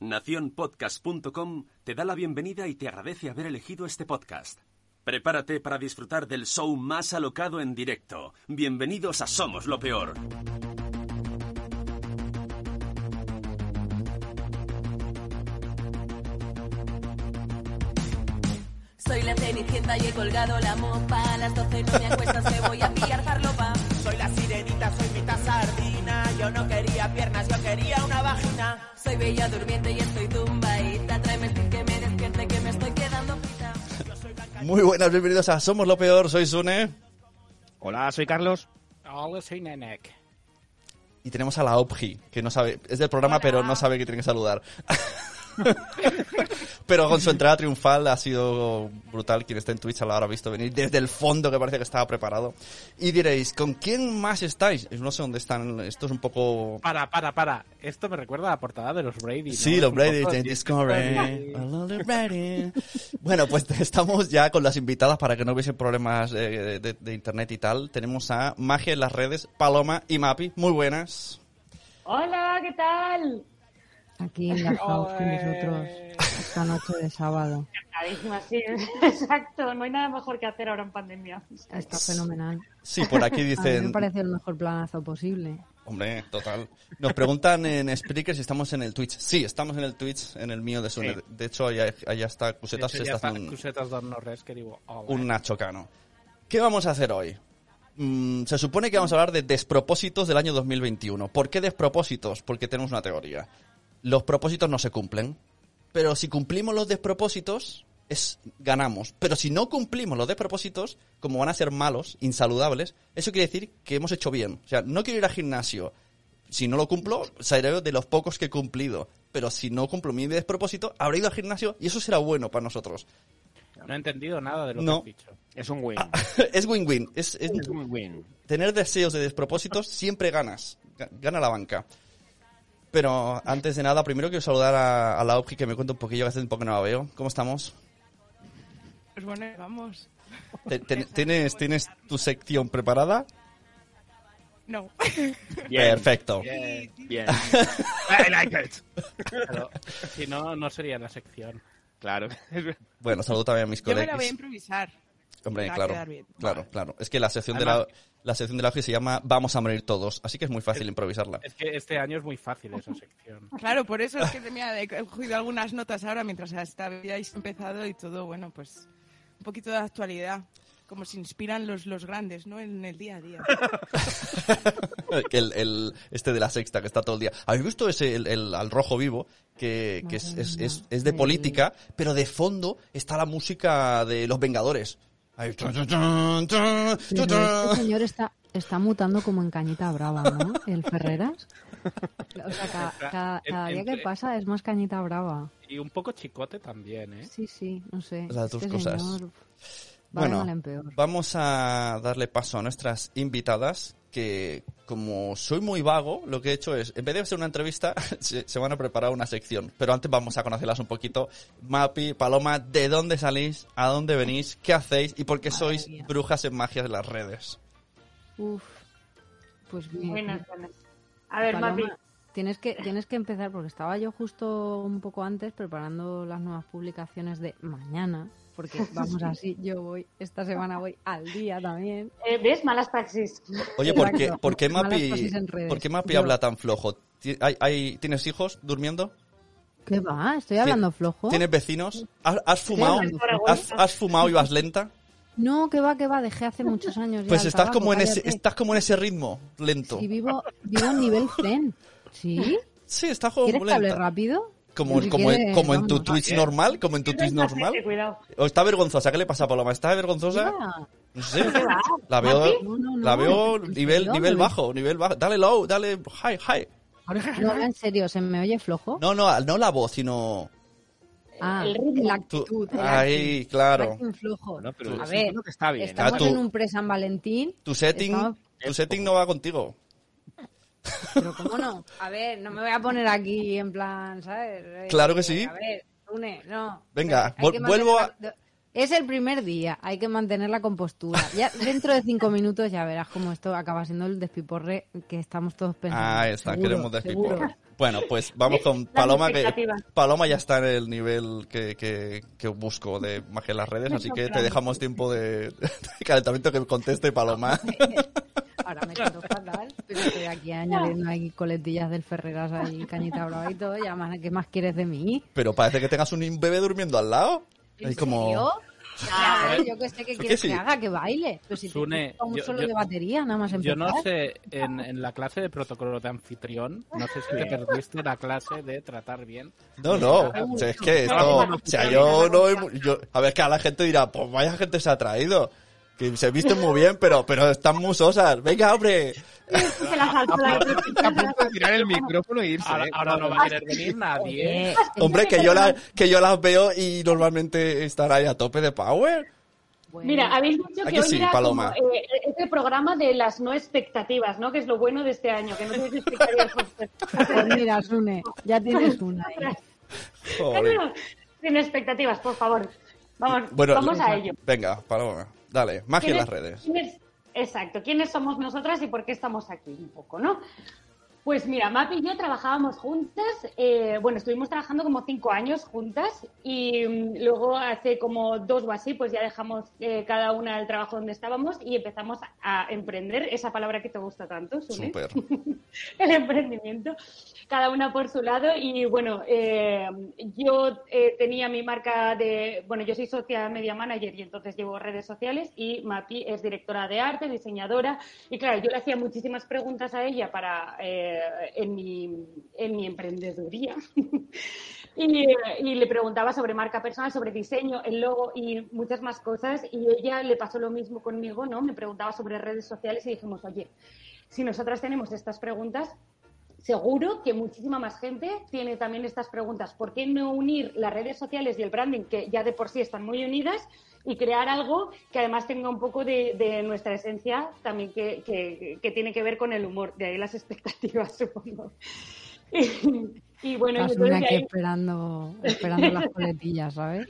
Nacionpodcast.com te da la bienvenida y te agradece haber elegido este podcast. Prepárate para disfrutar del show más alocado en directo. Bienvenidos a Somos lo Peor. Soy la cenicienta y he colgado la mopa. A las 12 no me acuestas que voy a pillar farlopa. Soy la sirenita, soy mitad sardina. Yo no quería piernas, yo quería una vagina. Soy bella durmiente y estoy tumbaíta. Tráeme el que me despierte que me estoy quedando frita. Muy buenas, bienvenidos a Somos lo Peor, soy Sune. Hola, soy Carlos. Hola, soy Nenek. Y tenemos a la Opgi, que no sabe, es del programa, Hola. pero no sabe que tiene que saludar. Pero con su entrada triunfal ha sido brutal. Quien está en Twitch la habrá visto venir desde el fondo, que parece que estaba preparado. Y diréis, ¿con quién más estáis? No sé dónde están, esto es un poco... Para. Esto me recuerda a la portada de los Brady, ¿no? Sí, los Brady, Jane Discovery. Bueno, pues estamos ya con las invitadas para que no hubiesen problemas de internet y tal. Tenemos a Magia en las redes, Paloma y Mapi. Muy buenas. Hola, ¿qué tal? Aquí enlazados con nosotros esta noche de sábado. Encantadísima, sí, exacto. No hay nada mejor que hacer ahora en pandemia. Está fenomenal. Sí, por aquí A mí dicen... me parece el mejor planazo posible. Hombre, total. Nos preguntan en Spreaker si estamos en el Twitch. Sí, estamos en el Twitch, en el mío de Sune. Sí. De hecho, allá está Cusetas, se está haciendo Cusetas don Norres, que digo, hola. un Nacho Cano. ¿Qué vamos a hacer hoy? Se supone que vamos a hablar de despropósitos del año 2021. ¿Por qué despropósitos? Porque tenemos una teoría. Los propósitos no se cumplen, pero si cumplimos los despropósitos, ganamos. Pero si no cumplimos los despropósitos, como van a ser malos, insaludables, eso quiere decir que hemos hecho bien. O sea, no quiero ir al gimnasio. Si no lo cumplo, seré de los pocos que he cumplido. Pero si no cumplo mi despropósito, habré ido al gimnasio y eso será bueno para nosotros. No he entendido nada de lo No. que has dicho. Es un win. Es win-win. Es un win. tener deseos de despropósitos, siempre ganas. Gana la banca. Pero antes de nada, primero quiero saludar a la Opgi, que me cuenta un poquillo, que hace un poco que no la veo. ¿Cómo estamos? Pues bueno, vamos. ¿Tienes tu sección preparada? No. Bien. Perfecto. Bien. I like it. Pero, si no, no sería la sección. Claro. Bueno, saludo también a mis Yo me colegas. la voy a improvisar. Hombre, Va a claro. quedar bien. Claro. Es que la sección Además, la sección de la Opgi se llama Vamos a morir todos, así que es muy fácil improvisarla. Es que este año es muy fácil esa sección. Claro, por eso es que he cogido algunas notas ahora mientras habíais empezado y todo, bueno, pues un poquito de actualidad. Como se inspiran los grandes, ¿no? En el día a día. el de la Sexta, que está todo el día. ¿Habéis visto ese, al rojo vivo? Que es de política, pero de fondo está la música de Los Vengadores. Ahí, Pero este señor está mutando como en Cañita Brava, ¿no? El Ferreras. O sea, cada día que pasa es más Cañita Brava. Y un poco chicote también, ¿eh? Sí, no sé. Las dos cosas. Señor va de Bueno, mal en peor. vamos a darle paso a nuestras invitadas, que como soy muy vago, lo que he hecho es, en vez de hacer una entrevista, se van a preparar una sección. Pero antes vamos a conocerlas un poquito. Mapi, Paloma, ¿de dónde salís? ¿A dónde venís? ¿Qué hacéis? ¿Y por qué sois brujas en magias de las redes? Uf. Pues bien. Buenas. A ver, Paloma, Mapi. tienes que empezar, porque estaba yo justo un poco antes preparando las nuevas publicaciones de mañana, porque vamos así, esta semana voy al día también. ¿Ves? Malas praxis. Oye, Exacto. ¿por qué Malas Mapi, cosas en redes. ¿por qué Mapi Yo. habla tan flojo? ¿Tienes hijos durmiendo? ¿Qué va? ¿Estoy hablando flojo? ¿Tienes vecinos? ¿Has fumado? hablando ¿Has fumado y vas lenta? No, que va, dejé hace muchos años ya Pues el estás tabaco, como cállate. estás como en ese ritmo lento. Sí, vivo en nivel zen. ¿Sí? Sí, estás como ¿Quieres que hable lenta. rápido? Como Si en quieres, tu vamos. Twitch normal, como en tu Twitch normal. Cuidado. ¿O está vergonzosa? ¿Qué le pasa a Paloma? ¿Está vergonzosa? Ya. No sé. va? La veo, No, la veo ¿en nivel serio? bajo. Dale low, dale high. No, en serio, ¿se me oye flojo? No la voz, sino... Ah, el ritmo. la actitud. Ahí, claro. Un flojo. No, pero A ver, creo que está bien. estamos tú- en un pre-San Valentín. Tu setting no va contigo. Pero ¿cómo no? A ver, no me voy a poner aquí en plan, ¿sabes? Claro que sí. A ver, Une, no. Venga, Hay que vuelvo a... mantener Es el primer día, hay que mantener la compostura. Ya dentro de 5 minutos ya verás cómo esto acaba siendo el despiporre que estamos todos pensando. Ah, está, Seguro, queremos despiporre. seguro. Bueno, pues vamos con Las Paloma, que expectativas. Paloma ya está en el nivel que busco de magia en las redes, Me así que te sorprende. dejamos tiempo de calentamiento que conteste Paloma. Ahora me siento fatal, pero estoy aquí añadiendo ahí coletillas del Ferreras ahí, cañita brava y todo. Ya más, ¿qué más quieres de mí? Pero parece que tengas un bebé durmiendo al lado. ¿En Ahí como... serio? Claro, yo que sé que ¿Por quieres qué sí? que haga, que baile. Pero si Sune, te un yo- solo yo- de batería, nada más Yo empezar. no sé, en la clase de protocolo de anfitrión, no sé si te perdiste la clase de tratar bien. No, o sea, es que esto... O sea, yo no... a ver, que a la gente dirá, pues vaya gente se ha traído. Que se visten muy bien, pero están muy sosas. Venga, hombre. Se la saltó la Está a punto de tirar el micrófono e irse. Ahora no va a querer venir nadie. Hombre, que yo las veo y normalmente están ahí a tope de power. Bueno, Mira, habéis dicho ¿A que que hoy sí, era Paloma? como, este programa de las no expectativas, ¿no? Que es lo bueno de este año, que no tenéis expectativas. pues mira, Sune, ya tienes una ahí. Joder. Sin expectativas, por favor. Vamos, Bueno, vamos a ello. Venga, Paloma, dale, magia en las redes. Exacto, ¿quiénes somos nosotras y por qué estamos aquí un poco, no? Pues mira, Mapi y yo trabajábamos juntas, bueno, estuvimos trabajando como 5 años juntas y luego hace como 2 o así, pues ya dejamos cada una el trabajo donde estábamos y empezamos a emprender, esa palabra que te gusta tanto, Sune. Súper. El emprendimiento, cada una por su lado y bueno, yo tenía mi marca de, bueno, yo soy social media manager y entonces llevo redes sociales y Mapi es directora de arte, diseñadora y claro, yo le hacía muchísimas preguntas a ella para en mi emprendeduría y le preguntaba sobre marca personal, sobre diseño, el logo y muchas más cosas y ella le pasó lo mismo conmigo, ¿no? Me preguntaba sobre redes sociales y dijimos, oye, si nosotras tenemos estas preguntas, seguro que muchísima más gente tiene también estas preguntas. ¿Por qué no unir las redes sociales y el branding, que ya de por sí están muy unidas, y crear algo que además tenga un poco de nuestra esencia, también que tiene que ver con el humor? De ahí las expectativas, supongo. Y bueno, y Estás entonces una de aquí ahí, esperando las coletillas, ¿sabes?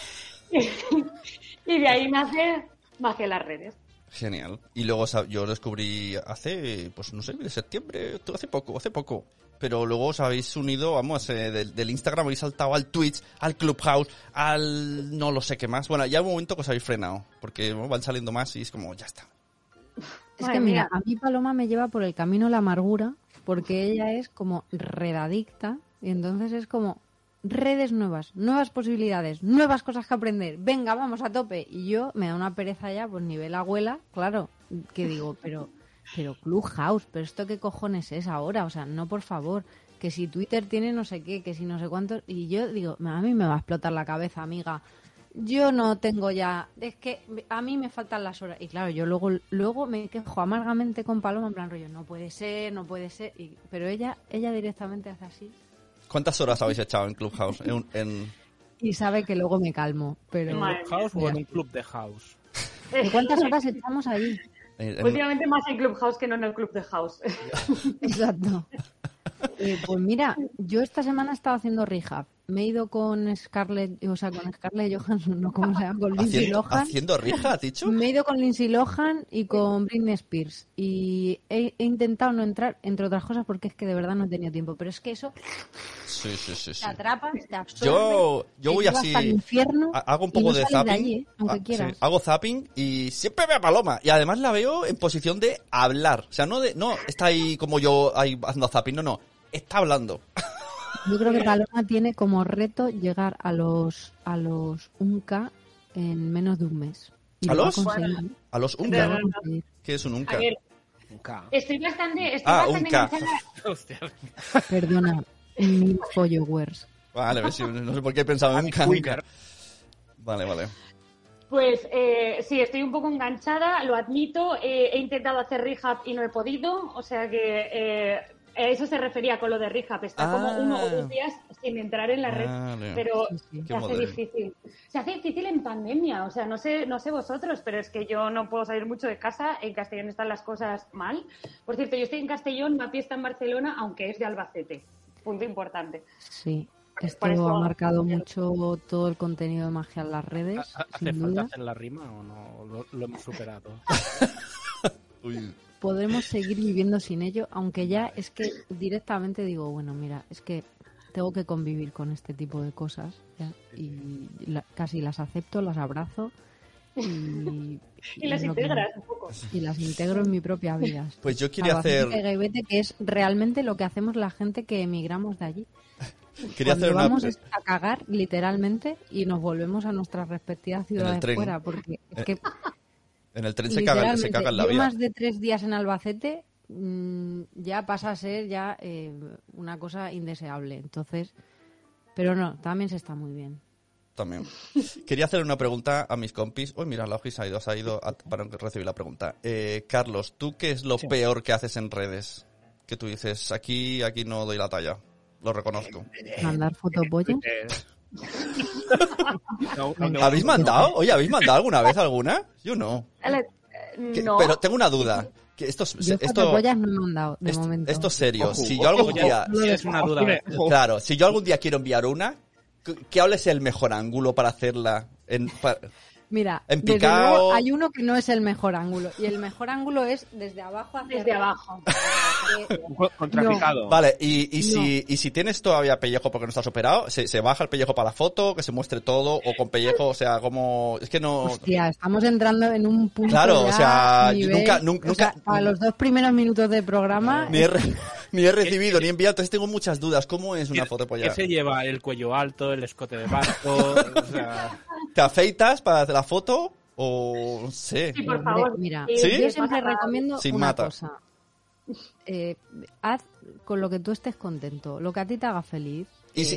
y de ahí nace Magia en las redes. Genial. Y luego yo lo descubrí hace, pues no sé, de septiembre, hace poco. Pero luego os habéis unido, vamos, del Instagram habéis saltado al Twitch, al Clubhouse, al no lo sé qué más. Bueno, ya hay un momento que os habéis frenado, porque bueno, van saliendo más y es como, ya está. Es Madre que mira, mía. a mí Paloma me lleva por el camino de la amargura, porque ella es como redadicta, y entonces es como redes nuevas, nuevas posibilidades, nuevas cosas que aprender, venga, vamos a tope. Y yo me da una pereza ya, pues nivel abuela, claro, que digo, pero Clubhouse, pero esto qué cojones es ahora, o sea, no, por favor, que si Twitter tiene no sé qué, que si no sé cuántos, y yo digo, a mí me va a explotar la cabeza, amiga. Yo no tengo ya, es que a mí me faltan las horas. Y claro, yo luego me quejo amargamente con Paloma, en plan rollo, no puede ser, pero ella directamente hace así. ¿Cuántas horas habéis echado en Clubhouse? Y sabe que luego me calmo, pero... ¿En un Madre house o mía. en un club de house? ¿Y cuántas horas echamos ahí? Últimamente más en Clubhouse que no en el Club de House. Exacto. Pues mira, yo esta semana he estado haciendo rehab. Me he ido con Scarlett Johansson, no, ¿cómo se llama? Con Lindsay Lohan. ¿Haciendo rija, has dicho? Me he ido con Lindsay Lohan y con Britney Spears. Y he intentado no entrar, entre otras cosas, porque es que de verdad no he tenido tiempo. Pero es que eso Sí. te atrapa, te absorbe. Yo te voy lleva así, hasta el infierno hago un y poco no de sales zapping. allí, aunque Sí, quieras. hago zapping y siempre veo a Paloma. Y además la veo en posición de hablar. O sea, no está ahí como yo ahí haciendo zapping, no. Está hablando. Yo creo que Paloma tiene como reto llegar a los 1K en menos de un mes. Y ¿A lo va los? conseguir. A los Lo Unca. va a conseguir. ¿Qué es un Unca? A ver, Un K. estoy bastante un enganchada. K. Hostia. Perdona, 1000 followers. Vale, no sé por qué he pensado en Unca. Winner. Vale. Pues sí, estoy un poco enganchada, lo admito. He intentado hacer rehab y no he podido. O sea que a eso se refería con lo de rehab. Está como 1 o 2 días sin entrar en la red. Vale. Pero Sí, sí. se Qué hace moderno. difícil. Se hace difícil en pandemia. O sea, no sé vosotros, pero es que yo no puedo salir mucho de casa. En Castellón están las cosas mal. Por cierto, yo estoy en Castellón, Mapi está en Barcelona, aunque es de Albacete. Punto importante. Sí, esto Por eso- ha marcado mucho todo el contenido de magia en las redes, ¿Hace sin falta duda. hacer la rima o no? Lo hemos superado. Uy. podremos seguir viviendo sin ello, aunque ya es que directamente digo, bueno, mira, es que tengo que convivir con este tipo de cosas ¿ya? Y casi las acepto, las abrazo y las integras un poco. Y las integro en mi propia vida. Pues yo quería hacer... Que es realmente lo que hacemos la gente que emigramos de allí. Quería hacer una... vamos a cagar literalmente y nos volvemos a nuestras respectivas ciudades fuera, porque es que en el tren se caga en la vida. Más de 3 días en Albacete ya pasa a ser ya una cosa indeseable. Entonces, pero no, también se está muy bien. También. Quería hacer una pregunta a mis compis. Uy, mira, la Oji se ha ido para recibir la pregunta. Carlos, ¿tú qué es lo peor que haces en redes? Que tú dices, aquí no doy la talla. Lo reconozco. ¿Mandar fotopollas? ¿Habéis mandado? Oye, ¿habéis mandado alguna vez alguna? Yo no. No. Pero tengo una duda. Que fotopollas no he mandado, de momento. Esto es serio. Si yo algún día... Es una duda. Claro, si yo algún día quiero enviar una, ¿qué es el mejor ángulo para hacerla? Mira, en desde picado... luego hay uno que no es el mejor ángulo. Y el mejor ángulo es desde abajo hacia Desde abajo. Contrapicado. No. Vale, y si tienes todavía pellejo porque no estás operado, ¿se baja el pellejo para la foto, que se muestre todo, o con pellejo, o sea, como... Es que no... Hostia, estamos entrando en un punto claro, ya o sea, nivel, nunca... O sea, a los 2 primeros minutos de programa... Ni he recibido, ni he enviado, entonces tengo muchas dudas. ¿Cómo es una foto polla? ¿Qué se lleva? ¿El cuello alto, el escote de barco? O sea... ¿Te afeitas para hacer la foto? O no sé. Sí, por favor. Mira, ¿Sí? yo siempre recomiendo Sin una mata. cosa. Haz con lo que tú estés contento, lo que a ti te haga feliz.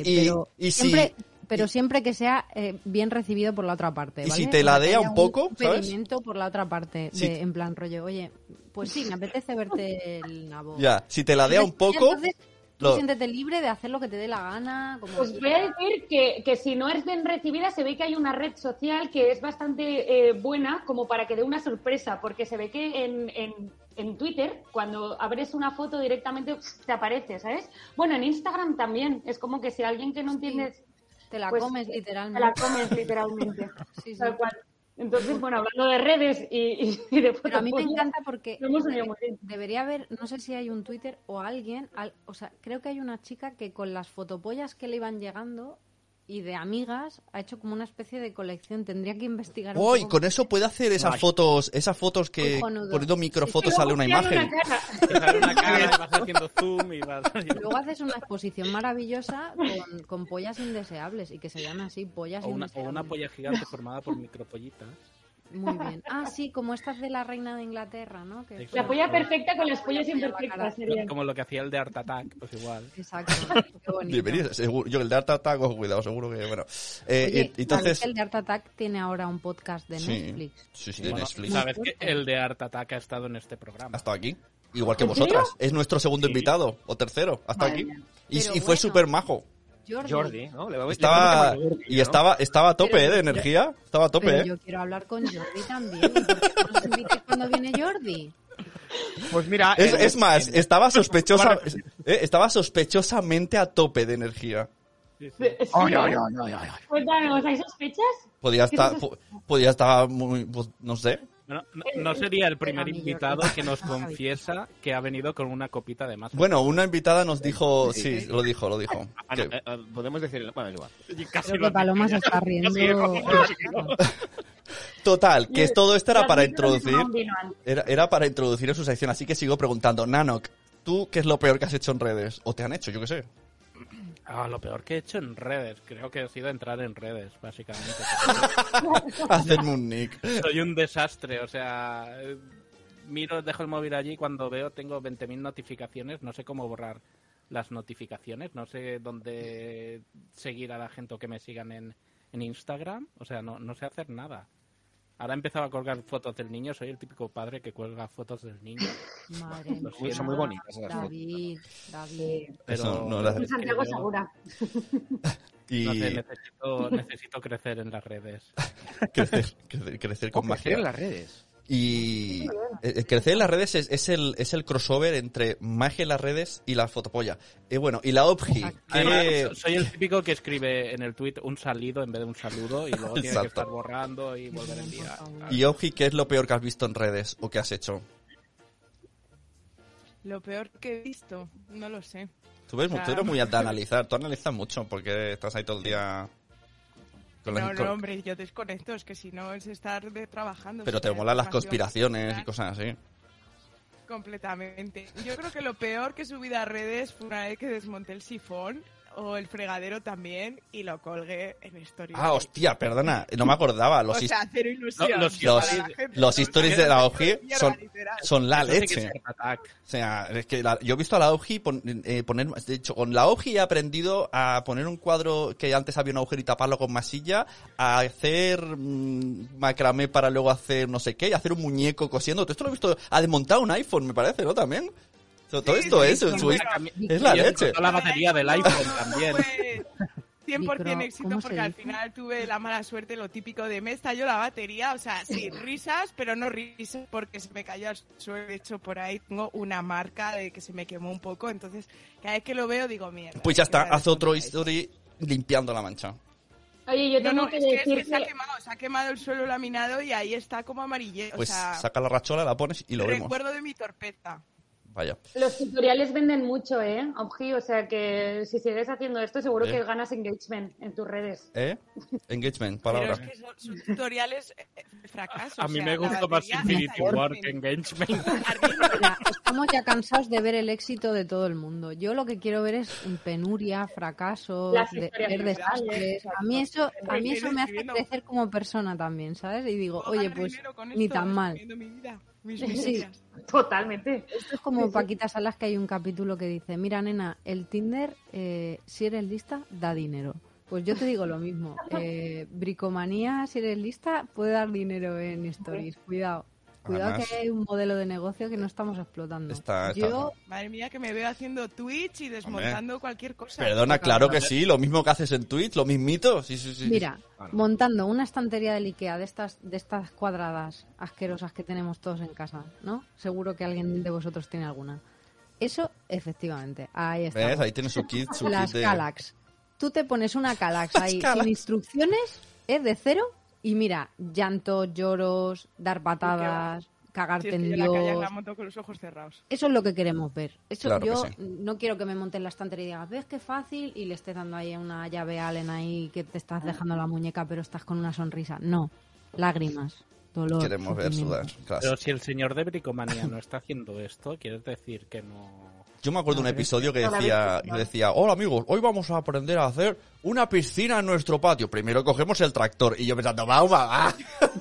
Pero siempre que sea bien recibido por la otra parte. ¿Y ¿vale? si te ladea un poco, un sabes? pedimento por la otra parte, en plan rollo, oye, pues sí, me apetece verte el nabo. Ya, si te ladea un poco... Entonces, tú siéntete libre de hacer lo que te dé la gana. Como Pues voy a decir que si no es bien recibida, se ve que hay una red social que es bastante buena como para que dé una sorpresa, porque se ve que en Twitter, cuando abres una foto directamente te aparece, ¿sabes? Bueno, en Instagram también, es como que si alguien que no entiendes... Te la pues, comes literalmente. Te la comes literalmente. Sí, sí. Tal cual. Entonces, bueno, hablando de redes y de Pero a mí me fotopollas, encanta porque lo hemos unido muy bien. debería haber, no sé si hay un Twitter o alguien, o sea, creo que hay una chica que con las fotopollas que le iban llegando y de amigas ha hecho como una especie de colección. Tendría que investigar un Uy, poco. con eso puede hacer esas fotos que Cojonudo. poniendo microfotos Sí, sale una luego imagen. una cara. Te sale una cara y vas haciendo zoom y vas... Luego haces una exposición maravillosa con pollas indeseables y que se llaman así, pollas O indeseables. una polla gigante formada por micropollitas. Muy bien. Ah, sí, como estas de la reina de Inglaterra, ¿no? Que La polla perfecta con las pollas imperfectas sería. Como lo que hacía el de Art Attack, pues igual. Exacto. Qué bonito. Debería, seguro, yo el de Art Attack, ojo, cuidado, seguro que, bueno. Oye, Entonces... ¿sabes que el de Art Attack tiene ahora un podcast de Netflix? Sí, de Bueno, Netflix. sabes que el de Art Attack ha estado en este programa. Ha estado aquí. Igual que ¿En serio? vosotras. Es nuestro segundo invitado, o tercero, hasta Madre aquí. mía. Y Pero fue bueno. súper majo. Jordi, ¿no? Estaba a tope, de energía. Estaba a tope, Pero yo quiero hablar con Jordi también. ¿Y por qué no nos invitáis cuando viene Jordi? Pues mira... Es más, estaba sospechosamente a tope de energía. Cuéntanos, ¿hay sospechas? Podía ¿Qué estar, es eso? podía estar muy, pues, no sé. Bueno, no sería el primer Pero a mí invitado Jordi que nos no sabe. confiesa que ha venido con una copita de más. Bueno, una invitada nos dijo, sí, lo dijo. Que- podemos decir... Bueno, es igual. Casi Creo que Paloma se está riendo. Total, que todo esto era Yo para admito que introducir, tomaba un vino antes. era para introducir en su sección, así que sigo preguntando, Nanok, ¿tú qué es lo peor que has hecho en redes? ¿O te han hecho? Yo qué sé. Lo peor que he hecho en redes, creo que ha sido entrar en redes, básicamente. Hacerme un nick. Soy un desastre, o sea, dejo el móvil allí, cuando veo tengo 20.000 notificaciones, no sé cómo borrar las notificaciones, no sé dónde seguir a la gente o que me sigan en Instagram, o sea, no sé hacer nada. Ahora he empezado a colgar fotos del niño, soy el típico padre que cuelga fotos del niño. Madre mía. Son muy bonitas esas David. Pero Eso no lo hace. Santiago Segura. Y no sé, necesito crecer en las redes. crecer con Crecer en magia. las redes. Y crecer en las redes es el crossover entre magia en las redes y la fotopolla. Bueno, y la Obji. Además, soy el típico que escribe en el tweet un salido en vez de un saludo y luego tiene Exacto. que estar borrando y volver a enviar. Y Obji, ¿qué es lo peor que has visto en redes o que has hecho? Lo peor que he visto, no lo sé. Tú eres muy de analizar, tú analizas mucho porque estás ahí todo el día... No, hombre, yo desconecto, es que si no es estar trabajando. Pero te molan las conspiraciones y cosas así. Completamente. Yo creo que lo peor que subí a redes fue una vez que desmonté el sifón o el fregadero también y lo colgué en stories. Ah, hostia, perdona, no me acordaba. O sea, cero ilusión. Los stories de la Augie son la leche. O sea, es que yo he visto a la Augie poner... De hecho, con la Augie he aprendido a poner un cuadro que antes había un agujero y taparlo con masilla, a hacer macramé para luego hacer no sé qué, y hacer un muñeco cosiendo. Todo esto lo he visto... A desmontar un iPhone, me parece, ¿no? También. Todo esto es la leche. La batería del iPhone también. 100% éxito porque al final tuve la mala suerte, lo típico de me estalló la batería, o sea, sí, risas, pero no risas porque se me cayó al suelo. De hecho, por ahí tengo una marca de que se me quemó un poco, entonces cada vez que lo veo digo, mierda. Pues ya está, haz otro story limpiando la mancha. Oye, yo tengo que decir que se ha quemado el suelo laminado y ahí está como amarillento. Pues o sea, saca la rachola, la pones y lo vemos. Recuerdo de mi torpeza. Vaya. Los tutoriales venden mucho, Augie, o sea que si sigues haciendo esto seguro que ganas engagement en tus redes. Engagement, palabra. Pero es que son tutoriales fracasos. A mí me gustó más Infinity War que engagement. Estamos ya cansados de ver el éxito de todo el mundo. Yo lo que quiero ver es penuria, fracasos, ver desastres. A mí eso me hace crecer como persona también, ¿sabes? Y digo, oye, pues ni tan mal. Sí, totalmente. Esto es como Paquita Salas, que hay un capítulo que dice, mira, nena, el Tinder, si eres lista, da dinero. Pues yo te digo lo mismo. Bricomanía, si eres lista, puede dar dinero en stories. Cuidado. Cuidado. Además, que hay un modelo de negocio que no estamos explotando. Madre mía, que me veo haciendo Twitch y desmontando cualquier cosa. Perdona, claro que sí, lo mismo que haces en Twitch, lo mismito. Sí. Mira, montando una estantería del Ikea de estas cuadradas asquerosas que tenemos todos en casa, ¿no? Seguro que alguien de vosotros tiene alguna. Eso, efectivamente, ahí está. ¿Ves? Ahí tienes su kit. Las Kallax. Tú te pones una Kallax ahí sin instrucciones, es de cero. Y mira, llantos, lloros, dar patadas, cagarte en Dios. La monto con los ojos cerrados. Eso es lo que queremos ver. Eso claro yo no quiero que me monte en la estantería y digas, ves qué fácil, y le estés dando ahí una llave a Allen ahí que te estás dejando la muñeca pero estás con una sonrisa. No, lágrimas, dolor. Queremos ver sudar. Claro. Pero si el señor de Bricomanía no está haciendo esto, ¿quieres decir que no...? Yo me acuerdo de un episodio que decía, hola amigos, hoy vamos a aprender a hacer una piscina en nuestro patio. Primero cogemos el tractor. Y yo pensando, va.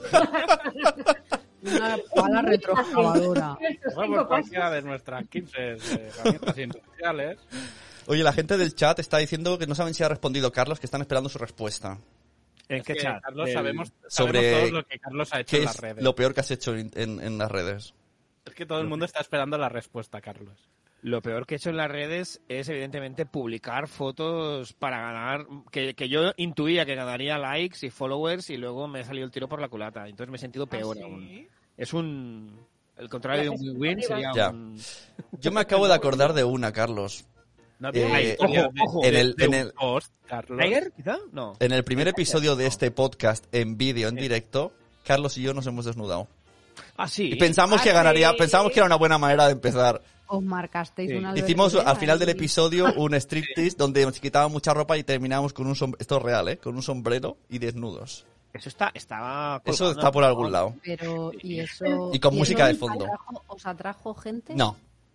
Una pala retroexcavadora. Vamos cualquiera de nuestras 15 herramientas industriales. Oye, la gente del chat está diciendo que no saben si ha respondido Carlos, que están esperando su respuesta. ¿En qué chat? Carlos, sabemos sobre todo lo que Carlos ha hecho en las redes. ¿Qué es lo peor que has hecho en las redes? Es que todo el mundo está esperando la respuesta, Carlos. Lo peor que he hecho en las redes es, evidentemente, publicar fotos para ganar... Que yo intuía que ganaría likes y followers y luego me ha salido el tiro por la culata. Entonces me he sentido peor aún. Es el contrario de un win-win sería un... Yo me acabo de acordar de una, Carlos. Ojo, en el post, Carlos. ¿Tiger, quizá? No. En el primer episodio de este podcast en vídeo, en directo, Carlos y yo nos hemos desnudado. Ah, sí. Y pensamos que ganaría, pensamos que era una buena manera de empezar. Os marcasteis una Hicimos al final del episodio un striptease donde nos quitábamos mucha ropa y terminamos con un sombrero, esto es real, con un sombrero y desnudos. Eso estaba colgado, eso está por algún lado. Pero y eso y con música de fondo. ¿Os atrajo gente? No.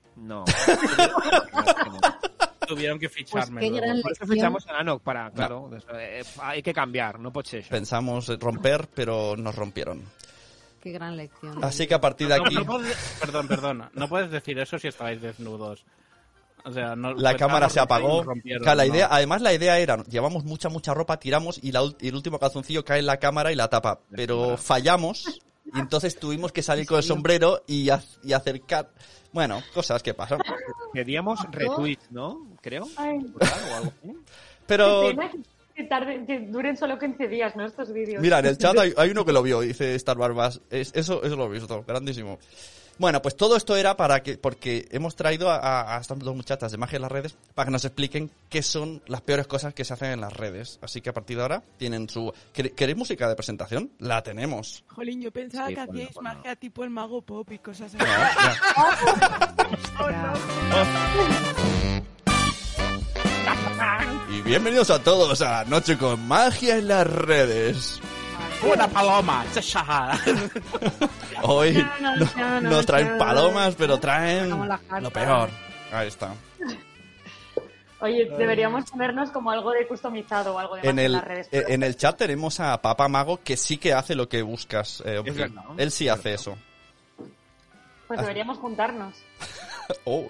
Tuvieron que ficharme. Pues por eso fichamos a Anok para, claro, hay que cambiar, no poche. Pensamos romper, pero nos rompieron. Qué gran lección. Así que a partir de aquí... Perdón. No puedes decir eso si estabais desnudos. O sea, no, la cámara se apagó. Además, la idea era, llevamos mucha ropa, tiramos y el último calzoncillo cae en la cámara y la tapa. Pero fallamos y entonces tuvimos que salir con el sombrero y acercar... Bueno, cosas que pasan. Pedíamos retweets, ¿no? Creo. O algo así. Pero... Que duren solo 15 días, ¿no? Estos vídeos. Mira, en el chat hay uno que lo vio, dice Star Wars. Eso lo he visto, grandísimo. Bueno, pues todo esto era porque hemos traído a estas dos muchachas de Magia en las Redes para que nos expliquen qué son las peores cosas que se hacen en las redes. Así que a partir de ahora tienen su... ¿Queréis música de presentación? La tenemos. Jolín, yo pensaba que hacíais magia tipo el mago pop y cosas así. Y bienvenidos a todos a la noche con Magia en las Redes. ¡Una paloma! Hoy No, nos traen palomas, pero traen Sacamos las cartas. lo peor. Ahí está. Oye, deberíamos ponernos como algo de customizado o algo de más en las redes. En el chat tenemos a Papa Mago que sí que hace lo que buscas. verdad. Él sí hace eso. Pues deberíamos juntarnos. Oh.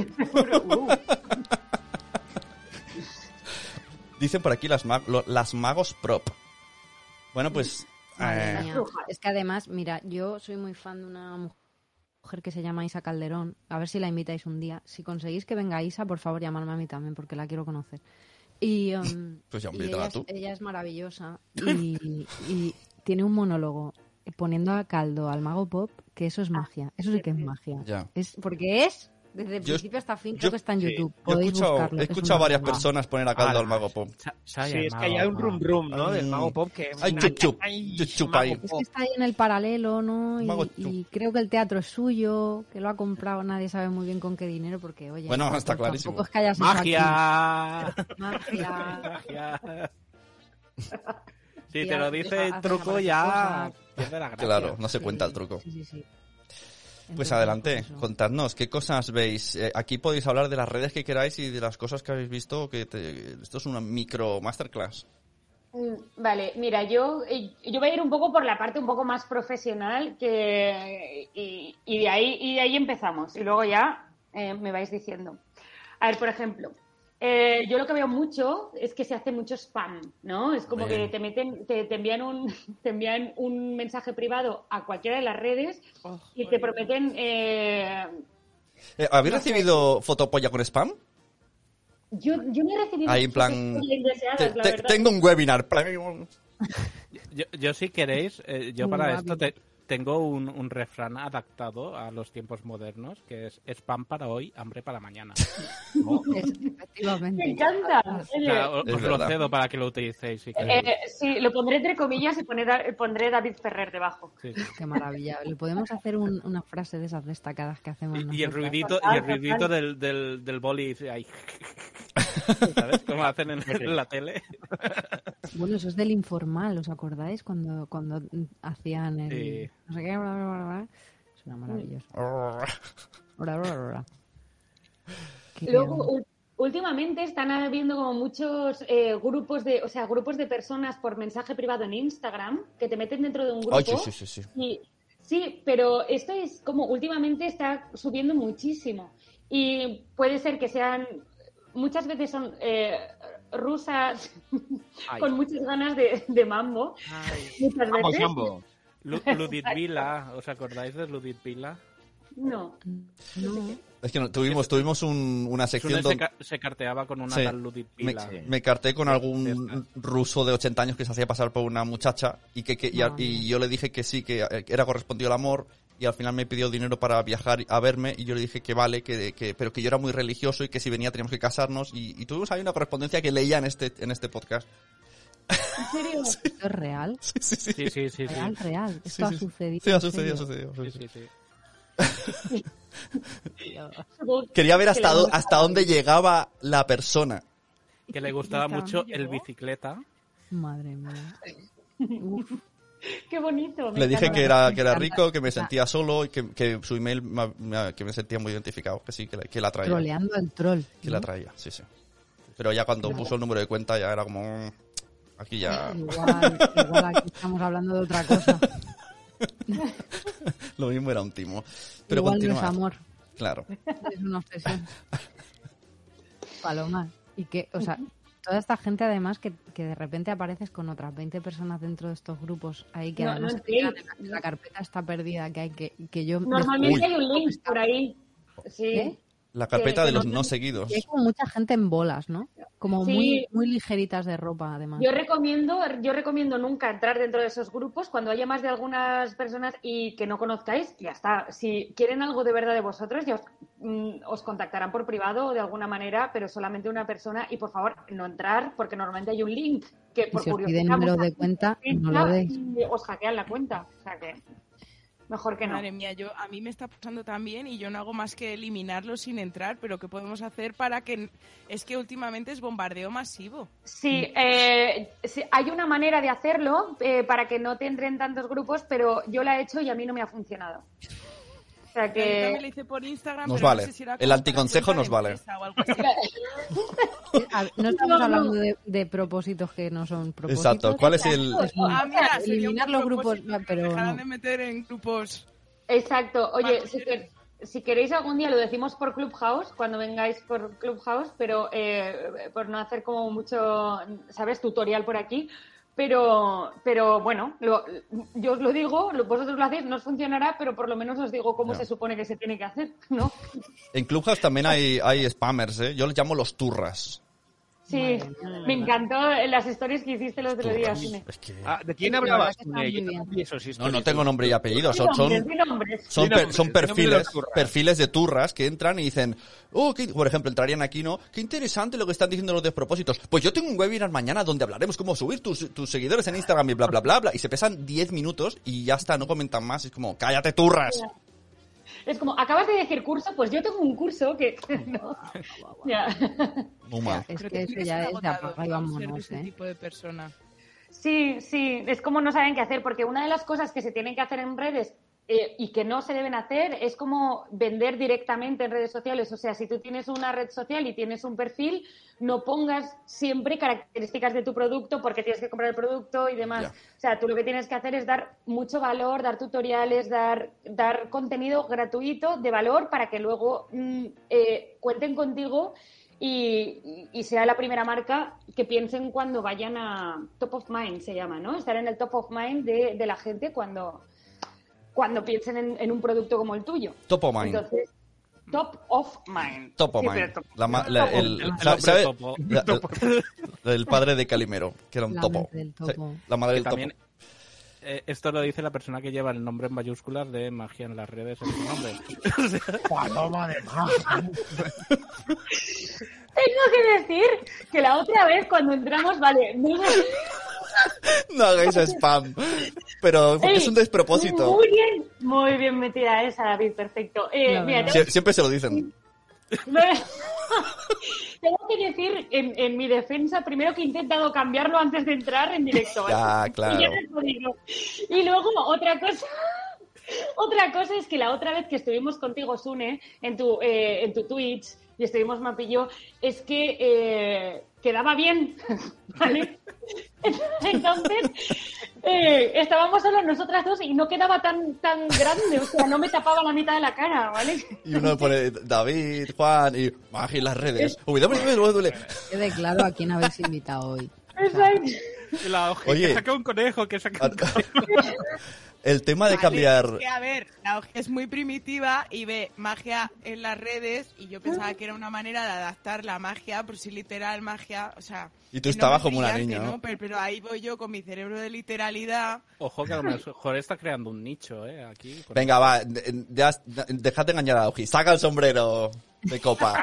Dicen por aquí las magos prop. Bueno, pues... Madre mía. Es que además, mira, yo soy muy fan de una mujer que se llama Isa Calderón. A ver si la invitáis un día. Si conseguís que venga Isa, por favor, llamadme a mí también, porque la quiero conocer. Y, pues ya y invítala tú. ella es maravillosa y tiene un monólogo poniendo a caldo al mago pop, que eso es magia. Eso sí que es magia. Ya. Es porque es... Desde el principio hasta fin, creo que está en YouTube. Podéis buscarlo. He escuchado a varias personas poner a caldo al mago pop. Sí, es que hay un rum ¿no? Del mago pop que... Hay chup ahí. Es que está ahí en el paralelo, ¿no? Y creo que el teatro es suyo, que lo ha comprado, nadie sabe muy bien con qué dinero, porque, oye... Bueno, pues, está clarísimo. Tampoco es que hayas ¡Magia! Magia. Si te lo dice el truco ya... pierde la gracia. Claro, no se cuenta el truco. Sí. Pues Entonces, adelante, pues eso. contadnos, ¿qué cosas veis? Aquí podéis hablar de las redes que queráis y de las cosas que habéis visto. Esto es una micro masterclass. Vale, mira, yo voy a ir un poco por la parte un poco más profesional y de ahí empezamos. Y luego ya me vais diciendo. A ver, por ejemplo, yo lo que veo mucho es que se hace mucho spam, ¿no? Es como que te envían un mensaje privado a cualquiera de las redes y te prometen... ¿Habéis recibido fotopolla con spam? Yo no he recibido... Ahí en plan... indeseadas, la verdad. Tengo un webinar. Yo si queréis, yo para esto tengo un refrán adaptado a los tiempos modernos, que es spam para hoy, hambre para mañana. Efectivamente. Me encanta. O sea, os lo cedo para que lo utilicéis. Si queréis. Sí, lo pondré entre comillas y pondré David Ferrer debajo. Sí. Qué maravilla. Le podemos hacer una frase de esas destacadas que hacemos Y el nosotras. ruidito del boli ahí. ¿Sabes cómo hacen en la tele? Bueno, eso es del informal, ¿os acordáis? Cuando hacían el... Sí. No sé qué, bla, bla, bla, bla. Suena maravilloso. Bla, bla, bla, bla. Luego, últimamente están habiendo como muchos grupos de personas por mensaje privado en Instagram que te meten dentro de un grupo. Ay, sí. Sí, pero esto es como últimamente está subiendo muchísimo. Y puede ser que sean... Muchas veces son rusas con muchas ganas de mambo. Muchas veces. Mambo. Ludit Vila, ¿os acordáis de Ludit Vila? No. Es que tuvimos una sección donde... Se carteaba con una tal Ludit Vila. Me carté con algún ruso de 80 años que se hacía pasar por una muchacha y yo le dije que sí, que era correspondido al amor, y al final me pidió dinero para viajar a verme y yo le dije que vale, pero que yo era muy religioso y que si venía teníamos que casarnos y tuvimos ahí una correspondencia que leía en este podcast. ¿En serio? ¿Esto es real? Sí. Real. Esto ha sucedido. Sí, ha ¿en sucedido. serio? Sí. Quería ver hasta dónde llegaba la persona. Que le gustaba mucho el bicicleta. Madre mía. Uf. Qué bonito. Le dije que era rico, que me sentía solo y que su email que me sentía muy identificado, que sí, que la traía. Troleando al troll. Que la traía, sí. Pero ya cuando puso el número de cuenta ya era como... Aquí ya... Igual aquí estamos hablando de otra cosa. Lo mismo era un timo. Pero igual continúa. no es amor. Claro. Es una obsesión. Paloma. Y que, o sea, toda esta gente además que de repente apareces con otras 20 personas dentro de estos grupos ahí que además la carpeta está perdida, que yo... Normalmente hay un link por ahí. Sí. La carpeta que de los no- no seguidos. Y hay como mucha gente en bolas, ¿no? Como Sí. muy ligeritas de ropa, además. Yo recomiendo nunca entrar dentro de esos grupos cuando haya más de algunas personas y que no conozcáis, ya está. Si quieren algo de verdad de vosotros, ya os contactarán por privado o de alguna manera, pero solamente una persona. Y por favor, no entrar, porque normalmente hay un link que Y por si os curiosidad piden número mucha de cuenta, gente no lo deis. y os hackean la cuenta. O sea que mejor que no. Madre mía, a mí me está pasando también y yo no hago más que eliminarlo sin entrar, pero ¿qué podemos hacer para que... Es que últimamente es bombardeo masivo. Sí, sí, hay una manera de hacerlo para que no te entren tantos grupos, pero yo la he hecho y a mí no me ha funcionado. O sea Yo también que... lo hice por Instagram, Nos pero vale. no sé si era El como para anticonsejo cuenta nos de vale. empresa o algo así. No estamos No. hablando de propósitos que no son propósitos. Exacto. ¿Cuál es el...? Pues, Ah, mira, sería un eliminar los grupos, propósito que pero dejaran no. de meter en grupos. Exacto. Oye, Vale. si queréis algún día lo decimos por Clubhouse, cuando vengáis por Clubhouse, pero por no hacer como mucho, ¿sabes?, tutorial por aquí. Pero bueno, yo os lo digo, vosotros lo hacéis, no os funcionará, pero por lo menos os digo cómo Ya. se supone que se tiene que hacer, ¿no? En Clubhouse también hay spammers, ¿eh? Yo les llamo los turras. Sí, me encantó las stories que hiciste el otro día, Cine. Es que... ¿De quién Sí, la hablabas? verdad que está muy Yo bien. no vi esos No stories. tengo nombre y apellido. Son Di nombres. son Di nombres, di nombres de perfiles, los turras. perfiles de turras que entran y dicen, por ejemplo, entrarían aquí, ¿no? Qué interesante lo que están diciendo los despropósitos. Pues yo tengo un webinar mañana donde hablaremos cómo subir tus seguidores en Instagram y bla, bla, bla, bla. Y se pesan 10 minutos y ya está, no comentan más. Es como, cállate, turras. Es como, acabas de decir curso, pues yo tengo un curso que... No. Ya. Muy mal. Es Creo que eso tienes ya que es de agotado apaga y ser de vámonos, ese ¿eh? tipo de persona. Sí, es como no saben qué hacer, porque una de las cosas que se tienen que hacer en redes y que no se deben hacer es como vender directamente en redes sociales. O sea, si tú tienes una red social y tienes un perfil, no pongas siempre características de tu producto porque tienes que comprar el producto y demás. Ya. O sea, tú lo que tienes que hacer es dar mucho valor, dar tutoriales, dar contenido gratuito de valor para que luego cuenten contigo y sea la primera marca que piensen cuando vayan a top of mind, se llama, ¿no? Estar en el top of mind de la gente cuando piensen en un producto como el tuyo. Top of mind. Entonces, top of mind. Top of Sí, mind. pero top- El ¿sabe? topo. El padre de Calimero, que era un La topo. mente del topo. Sí, la madre Que del topo. también, esto lo dice la persona que lleva el nombre en mayúsculas de magia en las redes en su nombre. Paloma de magia. Tengo que decir que la otra vez cuando entramos, vale, No hagáis spam. Pero Ey, es un despropósito. muy bien metida esa, David, perfecto. La Mira, verdad. Siempre se lo dicen. tengo que decir en mi defensa, primero que he intentado cambiarlo antes de entrar en directo. ¿vale? Ya, claro. Y ya no he podido. Y luego otra cosa es que la otra vez que estuvimos contigo, Sune, en tu Twitch, y estuvimos Mapi y yo, es que quedaba bien, ¿vale? Entonces, estábamos solo nosotras dos y no quedaba tan grande, o sea, no me tapaba la mitad de la cara, ¿vale? Y uno pone David, Juan y magia en las redes. Duele. Quede claro a quién habéis invitado hoy. Exacto. La hoja, Oye. que saca un conejo, que saca un conejo. El tema de Vale, cambiar... es que, a ver, la OG es muy primitiva y ve magia en las redes y yo pensaba que era una manera de adaptar la magia, por si literal magia, o sea... Y tú que estabas me como una brillante, niña, ¿no? Pero ahí voy yo con mi cerebro de literalidad. Ojo que a lo mejor está creando un nicho, aquí. con- Venga, va, ya, dejad de engañar a Oji. Saca el sombrero de copa.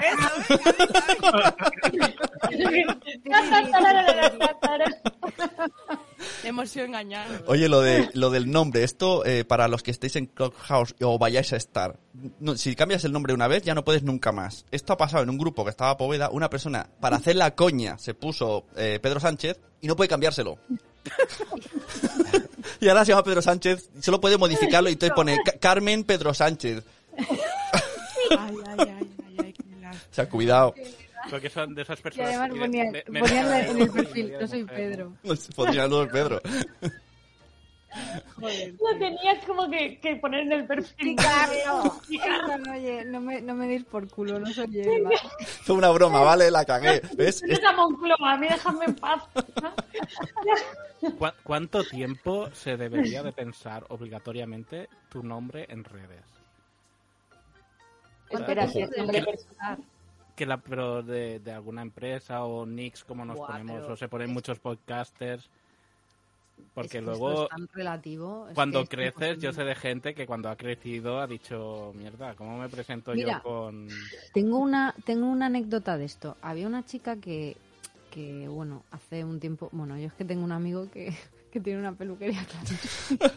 Hemos sido engañados. Oye, lo del nombre, esto para los que estéis en Clubhouse o vayáis a estar, no, si cambias el nombre una vez ya no puedes nunca más. Esto ha pasado en un grupo que estaba Poveda, una persona para hacer la coña se puso Pedro Sánchez y no puede cambiárselo. Y ahora se llama Pedro Sánchez, solo puede modificarlo y entonces pone Carmen Pedro Sánchez. Ay, qué lástima. O sea, cuidado. Porque son de esas Y personas además que ponía en el perfil, yo soy Pedro. Podría no ser Pedro. Lo tenías como que poner en el perfil. Oye, no me deis por culo, no soy Eva. Fue una broma, ¿vale? La cagué. ¿Ves? No es a Moncloa, a mí déjame en paz. ¿Cuánto tiempo se debería de pensar obligatoriamente tu nombre en redes? Espera, Ojo. es nombre personal. Pero de alguna empresa o nicks como nos ponemos, o se ponen muchos podcasters. Porque es que luego, esto es tan relativo, es cuando que es creces, imposible. yo sé de gente que cuando ha crecido ha dicho, mierda, ¿cómo me presento Mira, yo con...? Tengo una anécdota de esto. Había una chica que bueno, hace un tiempo... Bueno, yo es que tengo un amigo que tiene una peluquería, claro.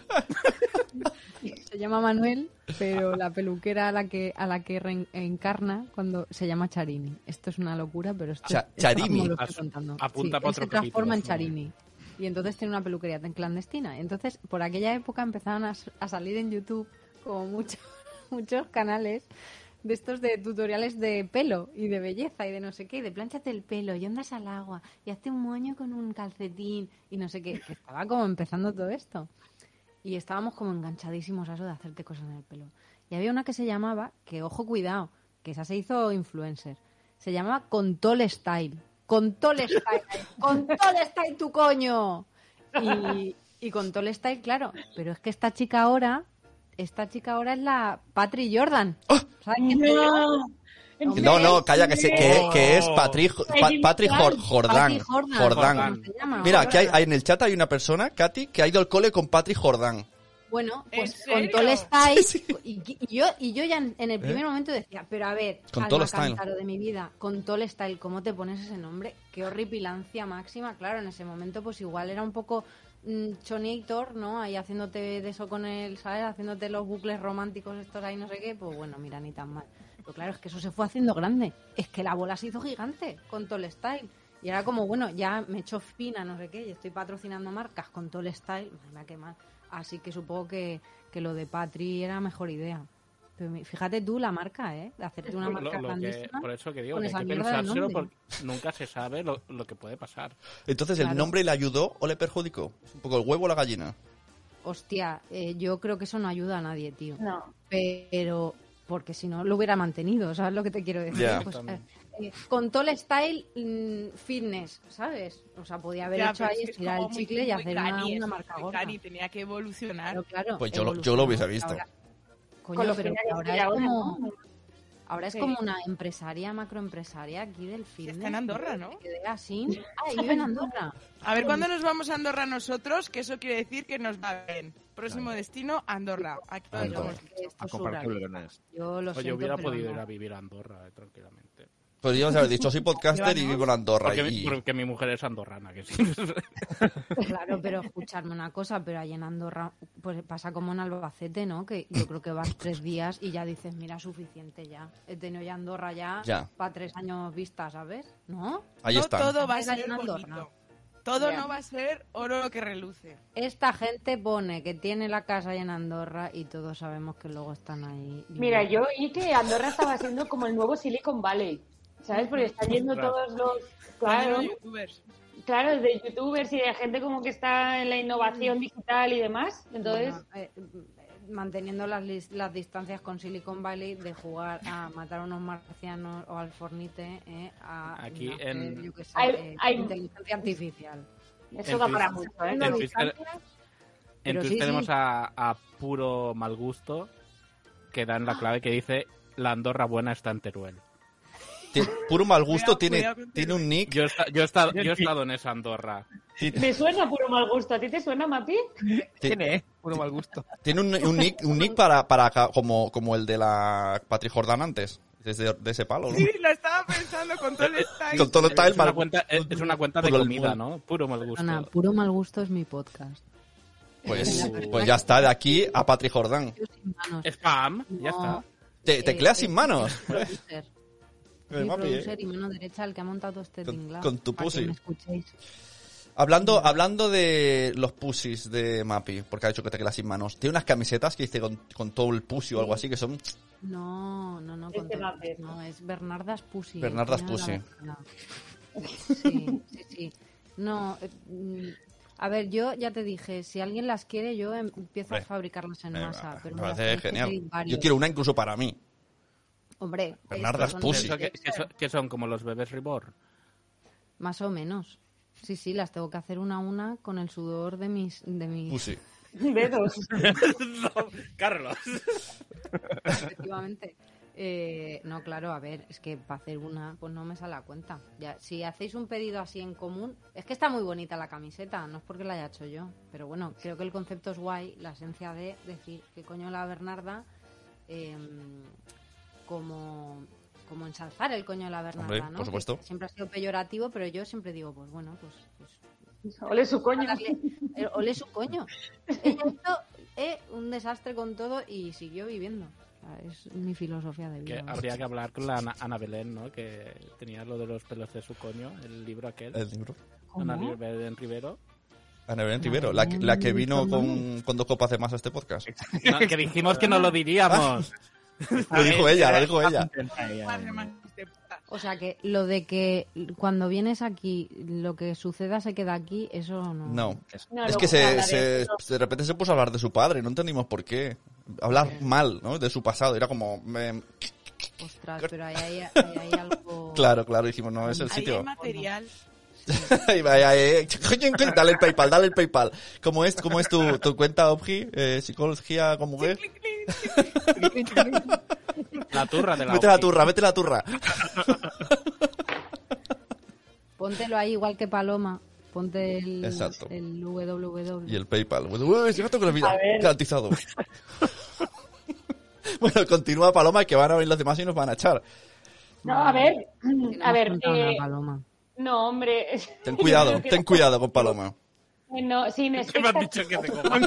Se llama Manuel, pero la peluquera a la que reencarna cuando se llama Charini. Esto es una locura, pero esto Charini. como lo estoy contando. Apunta Sí, para él se otro transforma en capítulo. Charini. Y entonces tiene una peluquería tan clandestina. Entonces, por aquella época empezaron a salir en YouTube como muchos canales de estos de tutoriales de pelo y de belleza y de no sé qué, y de plánchate el pelo y andas al agua y hazte un moño con un calcetín y no sé qué, que estaba como empezando todo esto. Y estábamos como enganchadísimos a eso de hacerte cosas en el pelo. Y había una que se llamaba, que ojo cuidado, que esa se hizo influencer, se llamaba Contol Style. Contol Style, Contol Style tu coño. Y Contol Style, claro, pero es que esta chica ahora es la Patri Jordan. ¿Sabes quién te digo? No, calla, que es Patrick Jordán. Patri Jordan, Jordán. ¿cómo se llama? Mira, aquí hay en el chat hay una persona, Katy, que ha ido al cole con Patrick Jordán. Bueno, ¿En pues serio? con Tall Style, Sí. y yo ya en el primer momento decía, pero a ver, Con Alma Tall Style. Cántaro de mi vida, con Tall Style, ¿cómo te pones ese nombre? Qué horripilancia máxima, claro, en ese momento pues igual era un poco Choniator, ¿no? Ahí haciéndote de eso con él, ¿sabes? Haciéndote los bucles románticos estos ahí, no sé qué, pues bueno, mira, ni tan mal. Pero claro, es que eso se fue haciendo grande, es que la bola se hizo gigante con Tall Style. Y era como, bueno, ya me echo fina, no sé qué, y estoy patrocinando marcas con Tall Style, madre mía, qué mal. Así que supongo que lo de Patri era mejor idea. Pero fíjate tú la marca, ¿eh? De hacerte una marca grandísima. Por eso que digo, con que hay esa que mierda de pensárselo nombre. porque nunca se sabe lo que puede pasar. Entonces, ¿el Claro. nombre le ayudó o le perjudicó? Es un poco el huevo o la gallina. Hostia, yo creo que eso no ayuda a nadie, tío. No. Pero porque si no lo hubiera mantenido, ¿sabes lo que te quiero decir? Ya. Pues, con Tall Style fitness, ¿sabes? O sea, podía haber Ya, hecho pero ahí, es que es estirar como el muy- chicle y muy hacer cani, una es marca muy gorda. cani, tenía que evolucionar. Pero claro, Pues yo lo evolucionó. hubiese visto. Ahora- coño, Con los pero que finales ahora de es ahora, como... ¿no? Ahora es Sí. como una empresaria, macroempresaria aquí del fitness. está en Andorra, ¿no? Me quedé así. Ah, y vive en Andorra. A ver, ¿cuándo nos vamos a Andorra nosotros? Que eso quiere decir que nos va bien. Próximo destino, Andorra. Aquí lo Andorra. dejamos. Esto A es compartir surrealista. blerones. Yo lo Oye, siento, hubiera pero podido no. ir a vivir a Andorra, tranquilamente. Podríamos haber dicho, soy podcaster y Llévanos. vivo en Andorra. Porque mi mujer es andorrana, que sí. Claro, pero escucharme una cosa, pero ahí en Andorra pues pasa como en Albacete, ¿no? Que yo creo que vas 3 días y ya dices, mira, suficiente ya. He tenido ya Andorra ya. Para 3 años vista, ¿sabes? ¿No? Ahí No están. todo va a Es ahí ser en Andorra. bonito. Todo Ya. no va a ser oro lo que reluce. Esta gente pone que tiene la casa ahí en Andorra y todos sabemos que luego están ahí. Mira, yo oí que Andorra estaba siendo como el nuevo Silicon Valley, ¿sabes? Porque están yendo Claro. todos los... Claro, Los youtubers. claro, de youtubers y de gente como que está en la innovación digital y demás. Entonces, Bueno, manteniendo las distancias con Silicon Valley de jugar a matar a unos marcianos o al Fornite a Aquí hacer, en- yo qué sé, Hay- inteligencia artificial. eso da para Twitch- mucho, ¿eh? en Las Twitch- distancias, En pero Twitch sí, tenemos sí. a Puro Mal Gusto, que dan la clave que dice, la Andorra buena está en Teruel. Puro mal gusto, Cuidado con tiene un nick. Yo he estado en esa Andorra. Me suena puro mal gusto. ¿A ti te suena, Mapi? ¿Quién es? Puro mal gusto. Tiene un nick para como el de la Patrick Jordan antes. De ese palo, ¿no? Sí, lo estaba pensando con todo el style. Con todo el style Es una para... cuenta, es una cuenta de Puro- comida, ¿no? Puro Mal Gusto. Ana, puro mal gusto es mi podcast. Pues ya está, de aquí a Patrick Jordan. Yo sin manos. Spam, ya No, está. Tecleas sin manos. Producer. Soy Mapi, producer y mano derecha el que ha montado este Con- tinglado. con tu para que pussy. me escuchéis. Hablando de los pussies de Mapi, porque ha dicho que tecleas sin manos, tiene unas camisetas que dice con todo el pussy o algo así, que son... No, con Este todo- Muppet. no, es Bernardas Pussy. Bernardas el que Pussy. tiene la máscara. Sí. No, a ver, yo ya te dije, si alguien las quiere, yo empiezo a Hombre, fabricarlas en masa. Pero me me las parece tenéis que genial. pedir varios. Yo quiero una incluso para mí. Hombre, Bernardas estos son Pussy. ¿Eso que son como los bebés Reborn? más o menos. Sí, las tengo que hacer una a una con el sudor de mis Pussy. Dedos. Carlos. efectivamente. No, claro, a ver, es que para hacer una, pues no me sale a cuenta. Ya, si hacéis un pedido así en común, es que está muy bonita la camiseta, no es porque la haya hecho yo, pero bueno, creo que el concepto es guay, la esencia de decir que coño la Bernarda, como ensalzar el coño de la Bernarda, Hombre, ¿no? por supuesto. Que siempre ha sido peyorativo, pero yo siempre digo, pues bueno, pues Ole su coño. ole su coño. Ella hizo un desastre con todo y siguió viviendo. Es mi filosofía de vida. Que habría que hablar con la Ana Belén, ¿no? Que tenía lo de los pelos de su coño, el libro aquel. El libro. Ana Belén Rivero. Ana Belén Rivero, la que vino con 2 copas de más a este podcast. No, que dijimos que no lo diríamos. Lo dijo ella. O sea que lo de que cuando vienes aquí lo que suceda se queda aquí, eso no. No, No, es lo que voy a hablar de repente se puso a hablar de su padre, no entendimos por qué. Hablar mal, ¿no? De su pasado, era como... Ostras, pero ahí hay algo... Claro, dijimos, no, es el Ahí sitio. hay material. Dale el PayPal. ¿Cómo es tu cuenta, Obji? Psicología como mujer. La turra de la Vete la turra. Póntelo ahí igual que Paloma. Ponte Exacto. el www. Y el PayPal. Uy, gato con la vida. Garantizado. Bueno, continúa Paloma, que van a venir los demás y nos van a echar. No, a ver. Paloma. No, hombre. Ten cuidado con Paloma. No, sin ¿Qué me has dicho que te comas?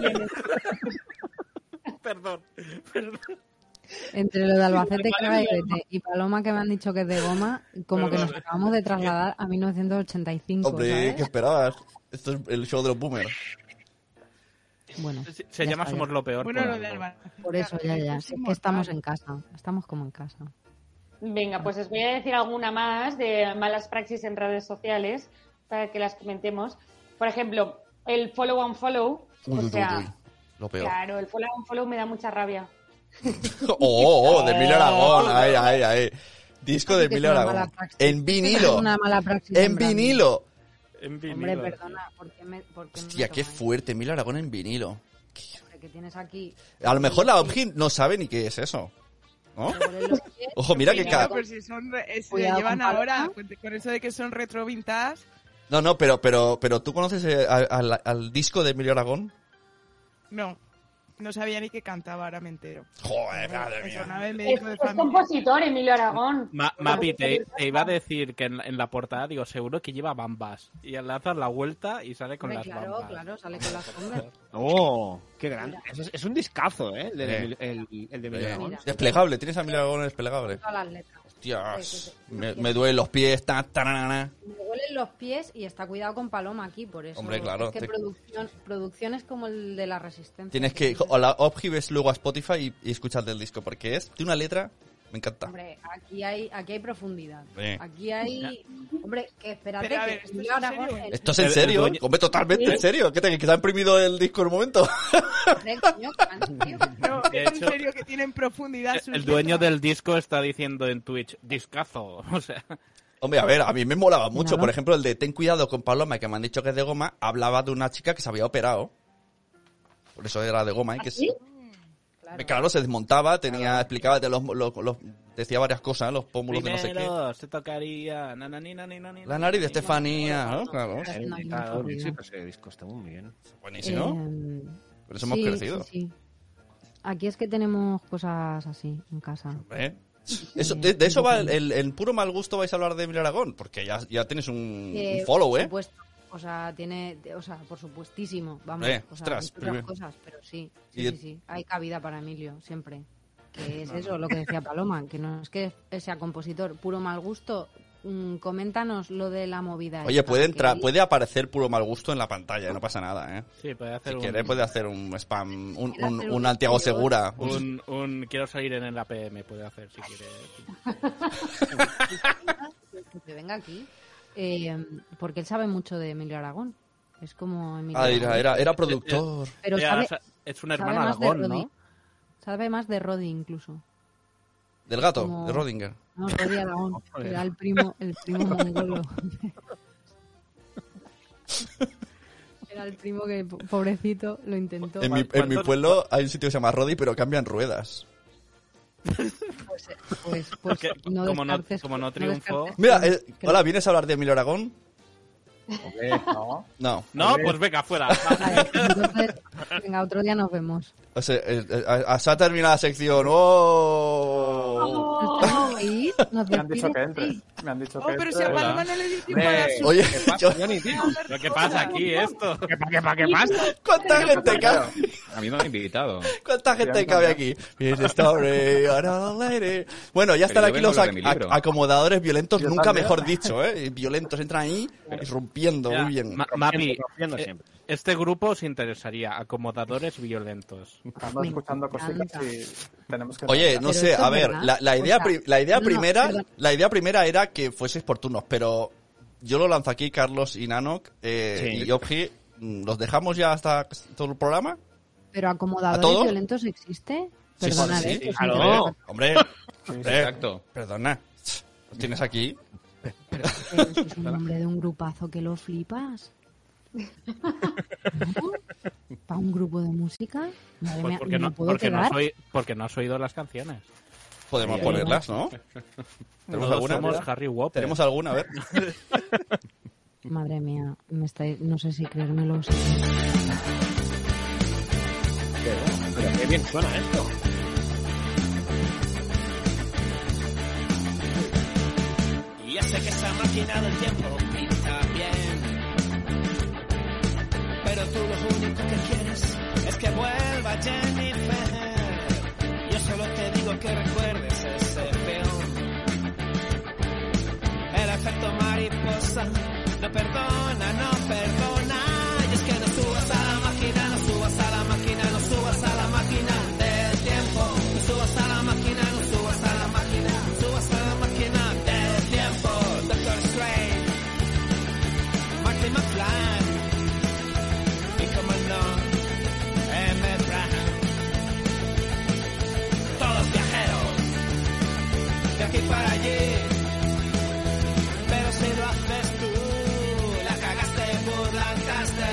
Perdón. Entre lo de Albacete, Cabrete y Paloma, que me han dicho que es de goma, como que nos acabamos de trasladar a 1985. Hombre, ¿sabes? ¿qué esperabas? Esto es el show de los boomers. Bueno, Se llama está Somos ya. lo peor. Bueno, lo de Albacete. Por eso, ya. Es que estamos en casa. Estamos como en casa. Venga, pues os voy a decir alguna más de malas praxis en redes sociales para que las comentemos. Por ejemplo, el follow and follow. Uy, lo peor. Claro, el follow and follow me da mucha rabia. De Emilio Aragón. Ay. Disco de Sí que es Emilio una Aragón. mala praxis. En vinilo. Es una mala praxis. En vinilo. Hombre, perdona, ¿por qué me Hostia, qué tomáis? fuerte. Emilio Aragón en vinilo. Hombre, que tienes aquí... A lo mejor la Obgyn no sabe ni qué es eso. ¿No? Ojo, mira que Claro, pero si son, se Cuidado llevan con Paloma. ahora, con eso de que son retro vintage. No, pero ¿tú conoces al disco de Emilio Aragón? No sabía ni que cantaba, ahora me entero. Joder, madre Eso, mía. una vez me dijo de Es familia. compositor, Emilio Aragón. Mapi, te iba a decir que en la portada, digo, seguro que lleva bambas. Y le das la vuelta y sale con Hombre, las bambas. claro, sale con las sombras. ¡Oh! ¡Qué grande! Es un discazo, ¿eh? El de Emilio Aragón. Mira. Desplegable, tienes a Emilio Aragón desplegable. Todas las letras. Hostias, me duelen los pies. Me huelen los pies y está cuidado con Paloma aquí, por eso. Hombre, claro, Es que producción es como el de la Resistencia. Tienes que... O la Obgi ves luego a Spotify y escuchas del disco, porque tiene una letra... Me encanta. Hombre, aquí hay profundidad. Sí. Aquí hay... Hombre, que espérate, Pero, a que ver, ¿esto es Emilio en Aragón... serio? ¿Esto es en serio? Hombre, totalmente en serio. ¿Que te ha imprimido el disco en un momento? Coño, tío. No, De es en hecho, serio que tienen profundidad. sus El dueño letras. del disco está diciendo en Twitch, discazo. O sea, Hombre, a ver, a mí me molaba mucho. Claro. Por ejemplo, el de Ten cuidado con Paloma, que me han dicho que es de goma, hablaba de una chica que se había operado. Por eso era de goma. Y que ¿Sí? claro, se desmontaba, explicaba, decía varias cosas, los pómulos de no sé qué. primero se tocaría La nariz de Estefanía, ¿no? Claro. Claro, sí, pues ese disco está muy bien. Buenísimo. Por eso hemos sí, crecido. Sí. Aquí es que tenemos cosas así en casa. ¿Eh? Eso, de eso va el puro mal gusto. Vais a hablar de Emilio Aragón, porque ya tienes un follow, Por ¿eh? supuesto. O sea, por supuestísimo. Vamos, ostras, otras primero. cosas, pero sí. Y Sí. Hay cabida para Emilio, siempre. Que es eso, lo que decía Paloma, que no es que sea compositor, puro mal gusto. Coméntanos lo de la movida. Oye, esta, puede aparecer puro mal gusto en la pantalla, no pasa nada, ¿eh? Sí, puede hacer Si un... quiere, puede hacer un spam, Quiere hacer un un Antiago exterior. Segura. Un quiero salir en el APM, puede hacer si quiere. Que venga aquí. Porque él sabe mucho de Emilio Aragón. Es como Emilio Ah, Aragón. era productor. Pero Ya, sabe, es un sabe hermano más de Aragón, Roddy. ¿no? Sabe más de Roddy incluso. Del gato, como- de Rodinger. No, Roddy Aragón. Era el primo mongolo. Era el primo que, pobrecito, lo intentó. En mi pueblo hay un sitio que se llama Rodi, pero cambian ruedas. Pues no como descartes. no triunfó. descartes Mira, que- hola, ¿vienes a hablar de Emilio Aragón? No. No, pues venga, fuera. Vale, entonces, venga, otro día nos vemos. O sea, se ha terminado la sección. ¡Oh! Nos tenemos que ir, nos Me han dicho que despides, entre. Me han dicho Oh, que pero si entre. a Paloma no le di tiempo a dar su... Oye, ¿Qué pasa, Johnny, tío? ¿Pero qué pasa aquí esto? ¿Qué pasa? ¿cuánta gente cabe? A mí me han invitado. ¿Cuánta gente cabe aquí? Here's the story, another lady. Bueno, ya están Pero yo aquí vengo los a hablar de mi libro. acomodadores violentos, Yo nunca también. mejor dicho, ¿eh? Violentos, entran ahí rompiendo, Ya, muy bien. Mapi, Rompiendo siempre. este grupo os interesaría, acomodadores violentos. Estamos Me escuchando cositas encanta. y tenemos que... Oye, no Pero sé, esto a es ver, verdad. la idea, O sea, perdón. la idea primera era que fueseis por turnos, pero yo lo lanzo aquí, Carlos y Nanok, Sí. y Obji, ¿los dejamos ya hasta todo el programa? Pero ¿A acomodadores todos? violentos existe. Sí, Perdona, sí, ¿ves? sí, Pues claro. no. Hombre, Exacto. perdona, los tienes aquí. Pero eso es un nombre de un grupazo que lo flipas. ¿Para un grupo de música? Madre Pues mía, porque, ¿me no, puedo quedar? porque no has oído las canciones. Podemos ponerlas, ¿no? ¿Tenemos Todos alguna? somos Harry Whopper. ¿Tenemos alguna? A ver. Madre mía, no sé si creérmelo. Pero qué bien suena esto. Y ya sé que esa máquina del tiempo pinta bien, pero tú lo único que quieres es que vuelva Jennifer. Yo solo te digo que recuerdes ese film. El efecto mariposa no perdona, no perdona. Y es que no subas a la máquina, no subas a la máquina, no subas a la máquina del tiempo. No subas a la máquina, no subas a la máquina, no subas a la máquina del tiempo. Doctor Strange, Marty McFly, y como no, Emmett Brown. Todos viajeros, de aquí para allí. Pero si lo haces tú, la cagaste, burlantaste.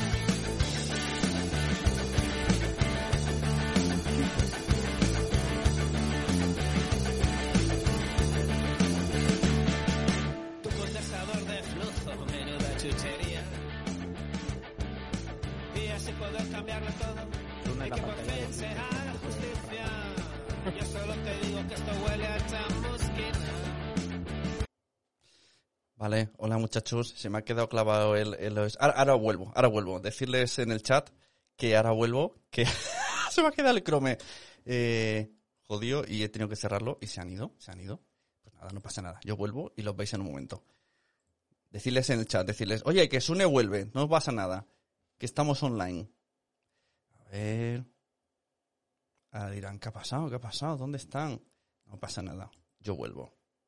Tu condensador de flujo, menuda chuchería. Y así poder cambiarlo todo. Y que por fin se haga justicia. Yo solo te digo que esto huele a chamusquina. Vale, hola muchachos, se me ha quedado clavado ahora vuelvo. Decirles en el chat que ahora vuelvo, que se me ha quedado el Chrome jodido y he tenido que cerrarlo y se han ido. Pues nada, no pasa nada, yo vuelvo y los veis en un momento. Decirles en el chat, oye, que Sune vuelve, no pasa nada, que estamos online. A ver... Ahora dirán, ¿qué ha pasado? ¿Dónde están? No pasa nada, yo vuelvo.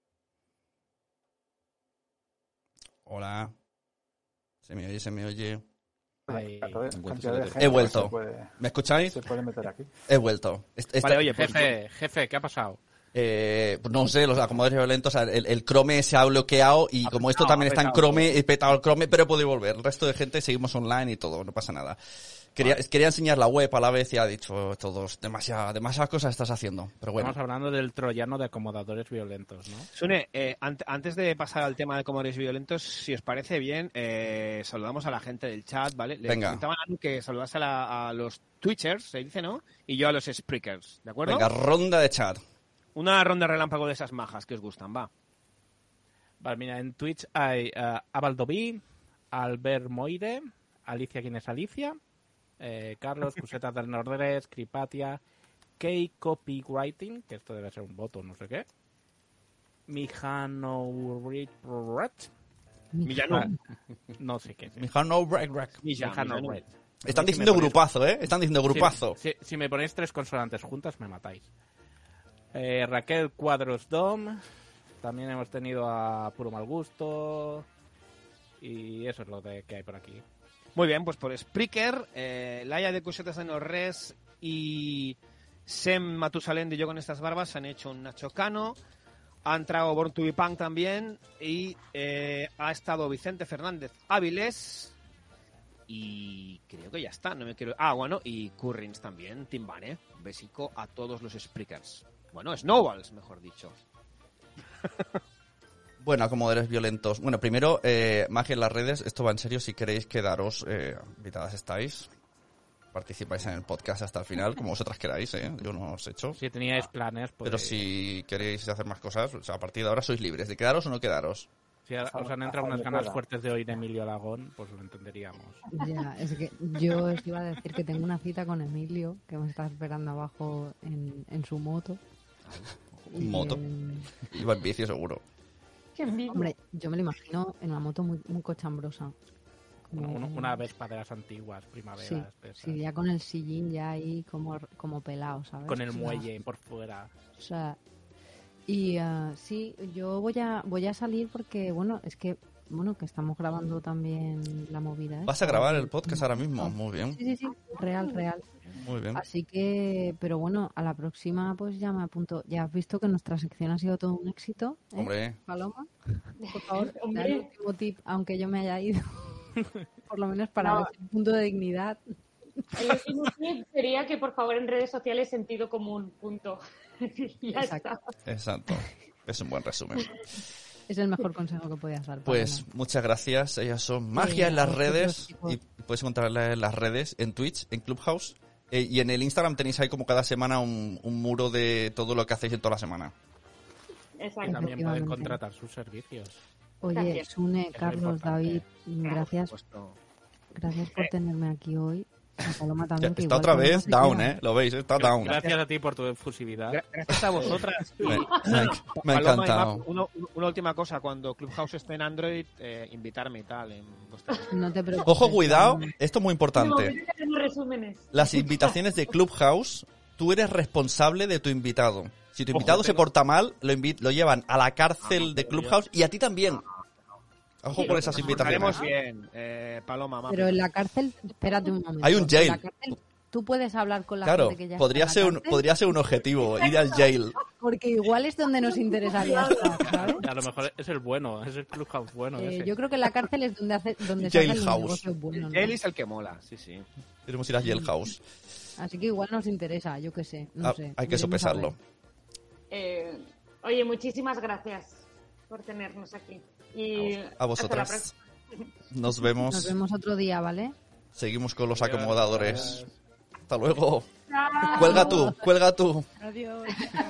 Hola. Se me oye. Ay, He vuelto. ¿Me escucháis? Se puede meter aquí. He vuelto. Vale, oye, pues jefe, ¿qué ha pasado? Pues no sé, los acomodadores violentos, el Chrome se ha bloqueado y como esto también está en Chrome, he petado el Chrome, pero he podido volver. El resto de gente seguimos online y todo, no pasa nada. Quería enseñar la web a la vez y ha dicho todos, demasiadas cosas estás haciendo, pero bueno. Estamos hablando del troyano de acomodadores violentos, ¿no? Sune, antes de pasar al tema de acomodadores violentos, si os parece bien, saludamos a la gente del chat, ¿vale? Le Venga. comentaban que saludase a los Twitchers, se dice, ¿no? Y yo a los Spreakers, ¿de acuerdo? Venga, ronda de chat. Una ronda relámpago de esas majas que os gustan, va. Vale, mira, en Twitch hay Abaldoví, Albert Moire, Alicia, ¿quién es Alicia? Carlos, Cusetas del Nordres, Cripatia, K-Copywriting, que esto debe ser un voto, no sé qué. Mijano no sé qué es. Mijano Mijano Red. Están diciendo grupazo, ¿eh? Están diciendo grupazo. Si me ponéis 3 consonantes juntas, me matáis. Raquel Cuadros Dom. También hemos tenido a Puro Mal Gusto. Y eso es lo que hay por aquí. Muy bien, pues por Spreaker, Laia de Cusetas de Norres y Sem Matusalén de Yo con estas barbas han hecho un Nacho Cano. Ha entrado Born to be Punk también. Y ha estado Vicente Fernández Áviles. Y creo que ya está. No me quiero... Ah, bueno, y Currins también, Timbane. Besico a todos los Spreakers. Bueno, snowballs, mejor dicho. Bueno, acomodadores violentos. Bueno, primero, magia en las redes. Esto va en serio. Si queréis quedaros, invitadas estáis. Participáis en el podcast hasta el final, como vosotras queráis, Yo no os echo. Si teníais planes, pues... Pero si queréis hacer más cosas, o sea, a partir de ahora sois libres de quedaros o no quedaros. Si os han entrado unas ganas fuertes de oír Emilio Aragón, pues lo entenderíamos. Ya, es que yo os iba a decir que tengo una cita con Emilio, que me está esperando abajo en su moto. ¿Moto? Iba en bici, seguro. Hombre, yo me lo imagino en una moto muy, muy cochambrosa. Una Vespa de las antiguas, primaveras. Sí, ya con el sillín ya ahí como pelado, ¿sabes? Con el muelle por fuera. O sea, y sí, yo voy a salir porque, bueno, es que estamos grabando también la movida. ¿Vas a grabar el podcast ahora mismo? Muy bien. Sí, real. Muy bien. Así que, pero bueno, a la próxima pues ya me apunto. Ya has visto que nuestra sección ha sido todo un éxito, ¿eh? Hombre. Paloma, por favor, da el último tip, aunque yo me haya ido. Por lo menos para ver un punto de dignidad. El último tip sería que, por favor, en redes sociales sentido común, punto. Ya Exacto. está. Exacto. Es un buen resumen. Es el mejor consejo que podías dar. Pues Paloma. muchas gracias. Ellas son Magia en las redes. Y puedes encontrarla en las redes, en Twitch, en Clubhouse. Y en el Instagram tenéis ahí como cada semana un muro de todo lo que hacéis en toda la semana. Exacto. También pueden contratar sus servicios. Oye, Gracias. Sune, Carlos, David, gracias por tenerme aquí hoy. A Paloma también. Que Está igual otra Paloma vez se down, queda. Lo veis, está down. Gracias a ti por tu efusividad. Gracias a vosotras. Me ha Paloma, encantado. Una última cosa, cuando Clubhouse esté en Android, invitarme y tal. No te preocupes. Ojo, cuidado, esto es muy De importante. momento tenemos resúmenes. Las invitaciones de Clubhouse, tú eres responsable de tu invitado. Si tu invitado se porta mal, lo llevan a la cárcel de Clubhouse y a ti también. Ojo con esas invitaciones. Haremos bien, Paloma. Mami. Pero en la cárcel, espérate un momento. Hay un jail. En la cárcel, tú puedes hablar con la Claro, gente que ya podría está en la ser cárcel, podría ser un objetivo, ir al jail. porque igual es donde nos interesaría estar, ¿sabes? A lo mejor es el bueno, es el Clubhouse bueno. Ese. Yo creo que la cárcel es donde se hacen los Jailhouse. negocios buenos, ¿no? Él es el que mola, sí. Queremos ir a jailhouse. Así que igual nos interesa, yo qué sé, no sé. Hay que Veremos sopesarlo. a ver. Oye, muchísimas gracias por tenernos aquí. Y A hasta la vosotras. próxima. Nos vemos. Nos vemos otro día, ¿vale? Seguimos con los acomodadores. Hasta luego. Chao. Cuelga tú. Adiós.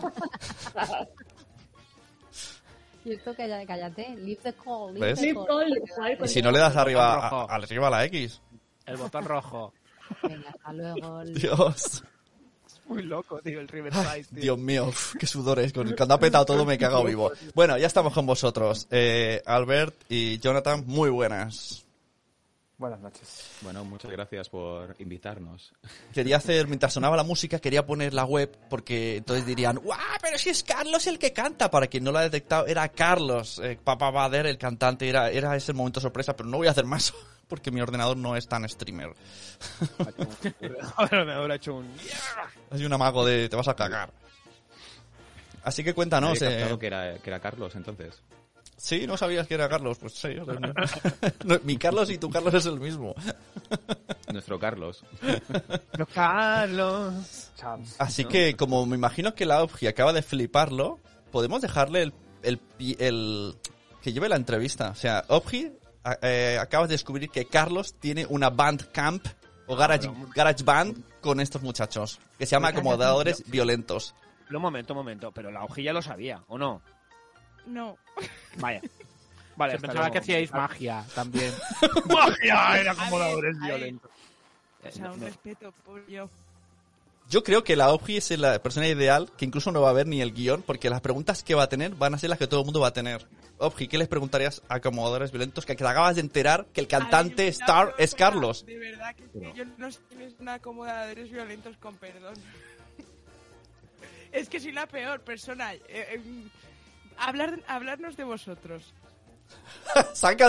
Y esto, cállate. Leave the call. Leave ¿Ves? the Leave call. call, joder, Y si no le das arriba rojo. arriba a la X. El botón rojo. Venga, hasta luego. Dios. Muy loco, tío, el Riverside, tío. Dios mío, qué sudores. Cuando ha petado todo me he cagado vivo. Bueno, ya estamos con vosotros. Albert y Jonathan, muy buenas. Buenas noches. Bueno, muchas gracias por invitarnos. Quería hacer, mientras sonaba la música, quería poner la web porque entonces dirían, ¡guau! Pero si es Carlos el que canta. Para quien no lo ha detectado, era Carlos, Papa Bader, el cantante. Era ese momento sorpresa, pero no voy a hacer más porque mi ordenador no es tan streamer. Ahora me habrá hecho un... Ha sido un amago de te vas a cagar. Así que cuéntanos. ¿Había captado que era Carlos, entonces? Sí, ¿no sabías que era Carlos? Pues sí. No, mi Carlos y tu Carlos es el mismo. Nuestro Carlos. Pero Carlos... Así que, como me imagino que la Obji acaba de fliparlo, podemos dejarle el que lleve la entrevista. O sea, Obji, acabas de descubrir que Carlos tiene una Bandcamp o Garage Band con estos muchachos, que se llama Acomodadores Violentos. Pero un momento. Pero la hojilla lo sabía, ¿o no? No. Vaya. Vale, Se hasta pensaba luego. que hacíais magia también. ¡Magia! Era acomodadores A ver. violentos. O sea, un respeto por yo. Yo creo que la Obji es la persona ideal, que incluso no va a ver ni el guión, porque las preguntas que va a tener van a ser las que todo el mundo va a tener. Obji, ¿qué les preguntarías a Acomodadores Violentos? Que te acabas de enterar que el cantante A ver, Star no, es pero, Carlos. De verdad que yo no sé quiénes son acomodadores violentos, con perdón. Es que soy la peor persona. Hablarnos de vosotros. saca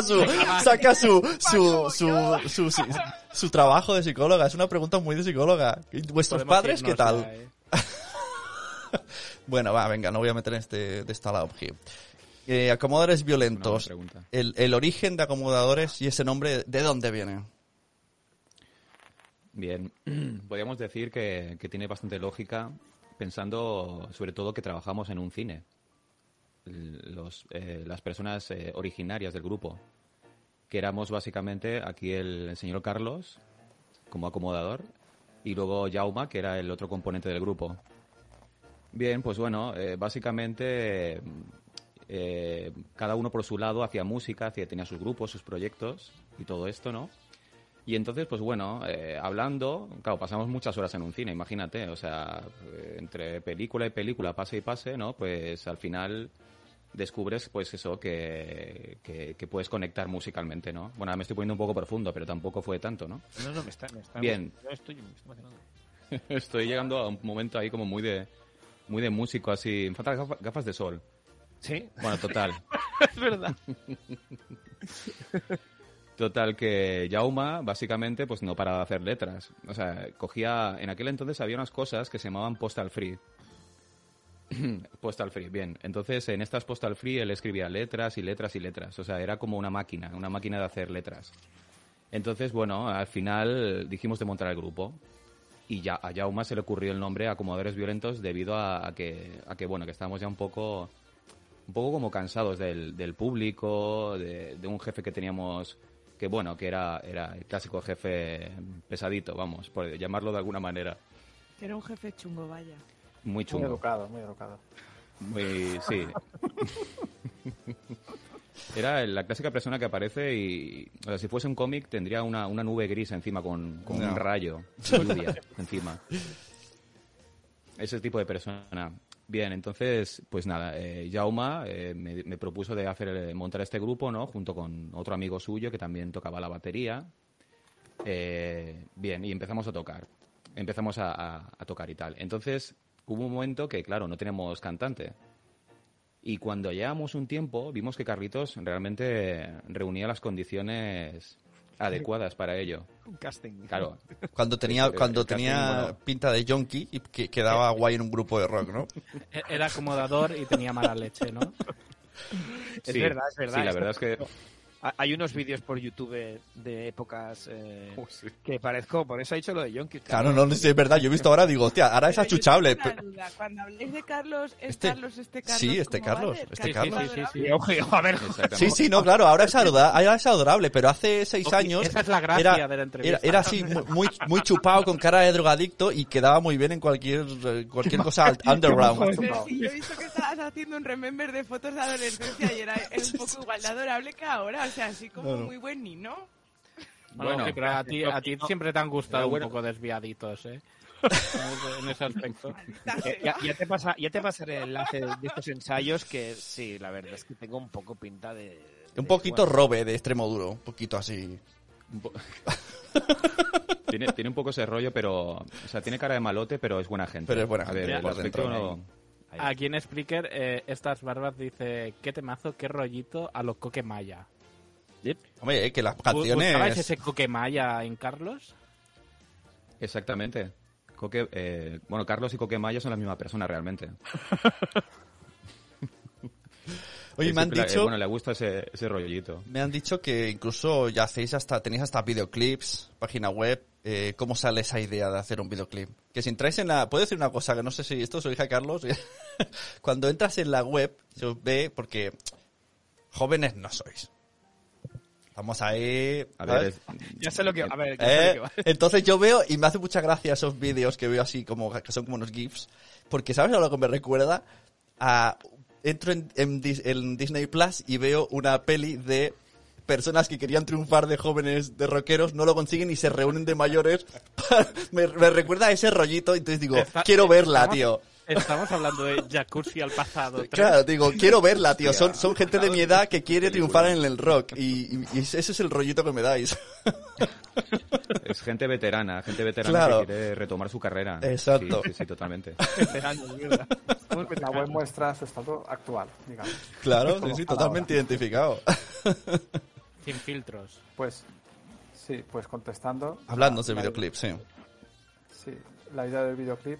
su trabajo de psicóloga. Es una pregunta muy de psicóloga. ¿Vuestros Podemos padres qué irnos tal? Bueno, va, venga, no voy a meter de esta la Obji. Acomodadores violentos. Una buena pregunta. El origen de acomodadores y ese nombre, ¿de dónde viene? Bien, podríamos decir que tiene bastante lógica pensando sobre todo que trabajamos en un cine. Las personas originarias del grupo, que éramos básicamente aquí el señor Carlos como acomodador y luego Jaume, que era el otro componente del grupo. Bien, pues bueno, básicamente cada uno por su lado hacía música, tenía sus grupos, sus proyectos y todo esto, ¿no? Y entonces, pues bueno, hablando, claro, pasamos muchas horas en un cine, imagínate, o sea, entre película y película, pase y pase, ¿no? Pues al final descubres, pues eso, que puedes conectar musicalmente, ¿no? Bueno, ahora me estoy poniendo un poco profundo, pero tampoco fue tanto, ¿no? No, me está bien. Me estoy emocionando. Estoy llegando a un momento ahí como muy de músico, así. Me faltan gafas de sol. ¿Sí? Bueno, total. Es verdad. Total, que Jaume, básicamente, pues no paraba de hacer letras. O sea, en aquel entonces había unas cosas que se llamaban Postal Free. Postal Free, bien. Entonces, en estas Postal Free él escribía letras y letras y letras. O sea, era como una máquina de hacer letras. Entonces, bueno, al final dijimos de montar el grupo. Y ya a Jaume se le ocurrió el nombre Acomodadores Violentos debido a que bueno, que estábamos ya un poco como cansados del público, de un jefe que teníamos que bueno, que era el clásico jefe pesadito, vamos, por llamarlo de alguna manera. Era un jefe chungo, vaya. Muy chungo. Muy educado. Sí. Era la clásica persona que aparece y, o sea, si fuese un cómic tendría una nube gris encima con un rayo de lluvia encima. Ese tipo de persona. Bien, entonces, pues nada, Jaume me propuso de montar este grupo, ¿no? Junto con otro amigo suyo que también tocaba la batería. Bien, y empezamos a tocar. Empezamos a tocar y tal. Entonces, hubo un momento que, claro, no tenemos cantante. Y cuando llevamos un tiempo, vimos que Carlitos realmente reunía las condiciones adecuadas para ello. Un casting. Claro. Cuando tenía bueno, pinta de yonki y que quedaba guay en un grupo de rock, ¿no? Era acomodador y tenía mala leche, ¿no? Es verdad. Sí, la verdad es que... Hay unos vídeos por YouTube de épocas sí. que parezco, por eso he dicho lo de Yonki. Claro, no sé, es verdad. Yo he visto ahora, digo, hostia, ahora es achuchable. Cuando habléis de Carlos, Carlos? Sí, Carlos. Sí. Ojo, a ver. Sí, no, claro, ahora es adorable, pero hace 6 años... Esa es la gracia de la entrevista. Era así, muy chupado, con cara de drogadicto y quedaba muy bien en cualquier cosa underground. Sí, yo he visto que estabas haciendo un remember de fotos de adolescencia y era un poco igual de adorable que ahora, o sea, así como muy buen nino. Bueno, pero a ti siempre te han gustado un poco desviaditos, ¿eh? En ese aspecto. Ya te pasaré el enlace de estos ensayos que sí, la verdad es que tengo un poco pinta de un poquito Robe de extremo duro, un poquito así. Tiene un poco ese rollo, pero... O sea, tiene cara de malote, pero es buena gente. Pero es buena gente. A ver, el aspecto no... Aquí en Spreaker, estas barbas dice, qué temazo, qué rollito a los Coquemaya. Hombre, que las canciones... ¿Buscabais ese Coquemaya en Carlos? Exactamente. Bueno, Carlos y Coquemaya son la misma persona realmente. Oye, me han dicho... Bueno, le gusta ese rollito. Me han dicho que incluso ya tenéis hasta videoclips, página web. ¿Cómo sale esa idea de hacer un videoclip? Que si entráis en la... Puedo decir una cosa, que no sé si esto se lo dije a Carlos. Cuando entras en la web, se os ve, porque jóvenes no sois. Estamos ahí... A ver, ya sé lo que... A ver, entonces yo veo, y me hace mucha gracia esos vídeos que veo así, como que son como unos GIFs. Porque, ¿sabes a lo que me recuerda? Entro en Disney Plus y veo una peli de personas que querían triunfar de jóvenes, de rockeros, no lo consiguen y se reúnen de mayores. me recuerda a ese rollito, entonces digo, quiero verla, tío. Estamos hablando de Jacuzzi al pasado. Claro, digo, quiero verla, tío. Son gente de mi edad que quiere triunfar en el rock. Y ese es el rollito que me dais. Es gente veterana claro. Que quiere retomar su carrera. Exacto. Sí, totalmente. La web muestra su estado actual, digamos. Claro, sí, totalmente identificado. Sin filtros. Pues, sí, pues contestando... Hablando de videoclip, sí. Sí, la idea del videoclip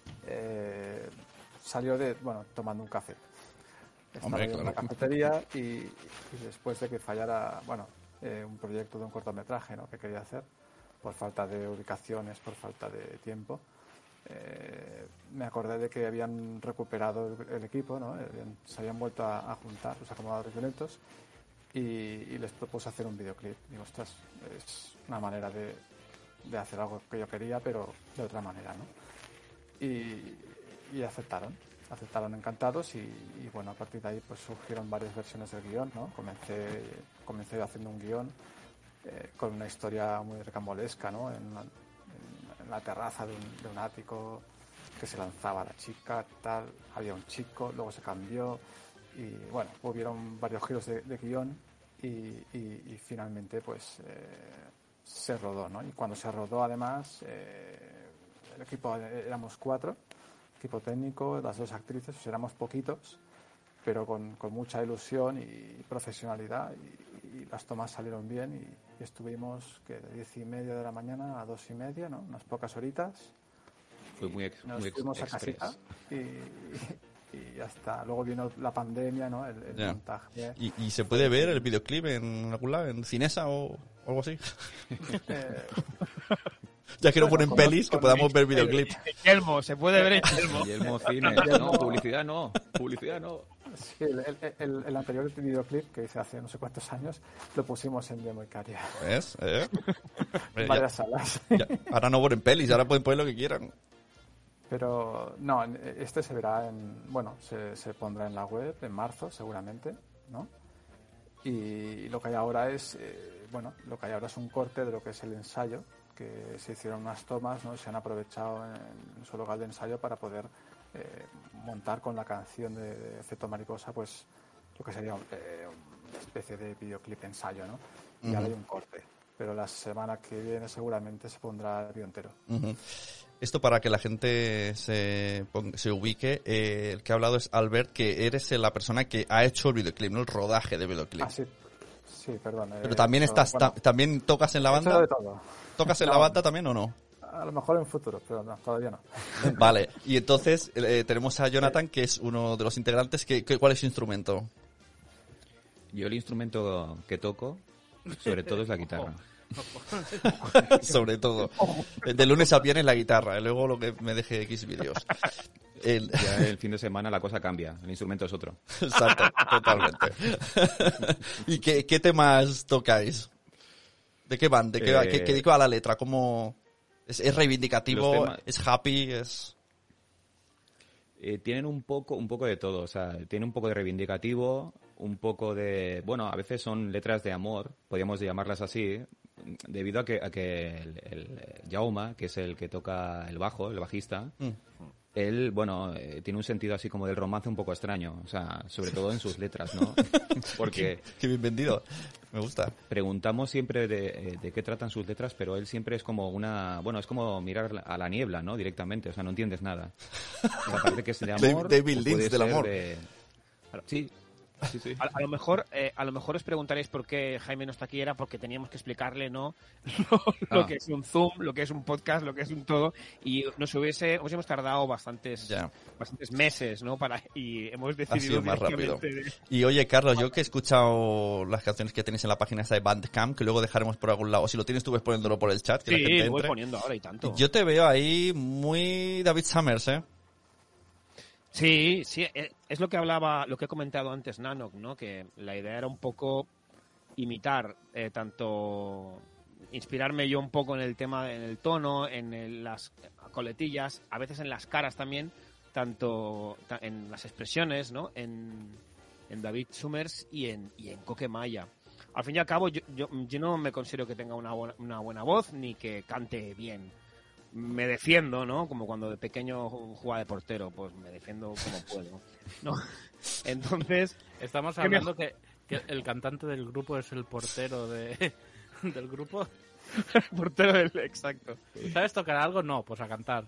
salió tomando un café. Estaba en una cafetería y después de que fallara, un proyecto de un cortometraje, ¿no?, que quería hacer, por falta de ubicaciones, por falta de tiempo, me acordé de que habían recuperado el equipo, ¿no? Se habían vuelto a juntar los acomodadores violentos y les propuse hacer un videoclip. Digo, ostras, es una manera de hacer algo que yo quería, pero de otra manera, ¿no? Y aceptaron encantados y bueno, a partir de ahí pues surgieron varias versiones del guión, ¿no? Comencé haciendo un guión con una historia muy recambolesca, ¿no? En la terraza de un ático, que se lanzaba la chica, tal, había un chico, luego se cambió y bueno, hubieron varios giros de guión y finalmente pues se rodó, ¿no? Y cuando se rodó además el equipo éramos 4, equipo técnico, las 2 actrices, pues éramos poquitos, pero con mucha ilusión y profesionalidad y las tomas salieron bien y estuvimos de 10:30 de la mañana a 2:30, ¿no? Unas pocas horitas. Fue muy fuimos a casita y ya está. Luego vino la pandemia, ¿no? El montaje. ¿Y se puede ver el videoclip en algún lado, en Cinesa o algo así? Ya que no ponen pelis, que podamos ver videoclips. Yelmo, se puede ver en Yelmo. Yelmo Cine. No, publicidad no. Sí, el anterior videoclip que hice hace no sé cuántos años lo pusimos en Yelmo y Caria. ¿Ves? Varias salas. Ya. Ahora no ponen pelis, ahora pueden poner lo que quieran. Pero no, este se verá se pondrá en la web en marzo seguramente, ¿no? Y lo que hay ahora es un corte de lo que es el ensayo, que se hicieron unas tomas, ¿no? Se han aprovechado en su lugar de ensayo para poder montar con la canción de Efecto Mariposa, pues lo que sería una especie de videoclip ensayo, ¿no? Y ahora hay un corte, pero la semana que viene seguramente se pondrá el vídeo entero. Esto para que la gente se ubique, el que ha hablado es Albert, que eres la persona que ha hecho el videoclip, no el rodaje de videoclip. Ah, sí, perdón. Pero también también tocas en la banda. De todo. ¿Tocas en la banda también o no? A lo mejor en futuro, pero no, todavía no. Vale, y entonces tenemos a Jonathan, que es uno de los integrantes. ¿Cuál es su instrumento? Yo el instrumento que toco, sobre todo, es la guitarra. Sobre todo. De lunes a viernes la guitarra, y luego lo que me deje X vídeos. Ya el fin de semana la cosa cambia, el instrumento es otro. Exacto, totalmente. ¿Y qué temas tocáis? ¿De qué van? ¿De qué va la letra? ¿Cómo es reivindicativo? ¿Es happy? Tienen un poco de todo, o sea, tiene un poco de reivindicativo, un poco de... Bueno, a veces son letras de amor, podríamos llamarlas así, debido a que el Jaume, que es el que toca el bajo, el bajista, él, tiene un sentido así como del romance un poco extraño, o sea, sobre todo en sus letras, ¿no? Porque... Qué bien vendido, me gusta. Preguntamos siempre de qué tratan sus letras, pero él siempre es como es como mirar a la niebla, ¿no? Directamente, o sea, no entiendes nada. O sea, parece que es de amor. David Lynch del amor. Sí. Sí. A lo mejor os preguntaréis por qué Jaime no está aquí, era porque teníamos que explicarle, ¿no? lo que es un Zoom, lo que es un podcast, lo que es un todo, y hubiésemos tardado bastantes meses, ¿no? Y hemos decidido más rápido. Y oye, Carlos, yo que he escuchado las canciones que tenéis en la página esa de Bandcamp, que luego dejaremos por algún lado, si lo tienes tú ves poniéndolo por el chat, que sí, la gente lo voy entre. poniendo ahora y tanto. Yo te veo ahí muy David Summers, ¿eh? Sí, es lo que he comentado antes, Nanok, ¿no? Que la idea era un poco imitar, tanto inspirarme yo un poco en el tema, en el tono, en las coletillas, a veces en las caras también, tanto en las expresiones, ¿no? En David Summers y en Coque Maya. Al fin y al cabo, yo no me considero que tenga una buena voz ni que cante bien. Me defiendo, ¿no? Como cuando de pequeño jugaba de portero, pues me defiendo como puedo, ¿no? Entonces... Estamos hablando que el cantante del grupo es el portero del grupo. Portero exacto. ¿Sabes tocar algo? No, pues a cantar.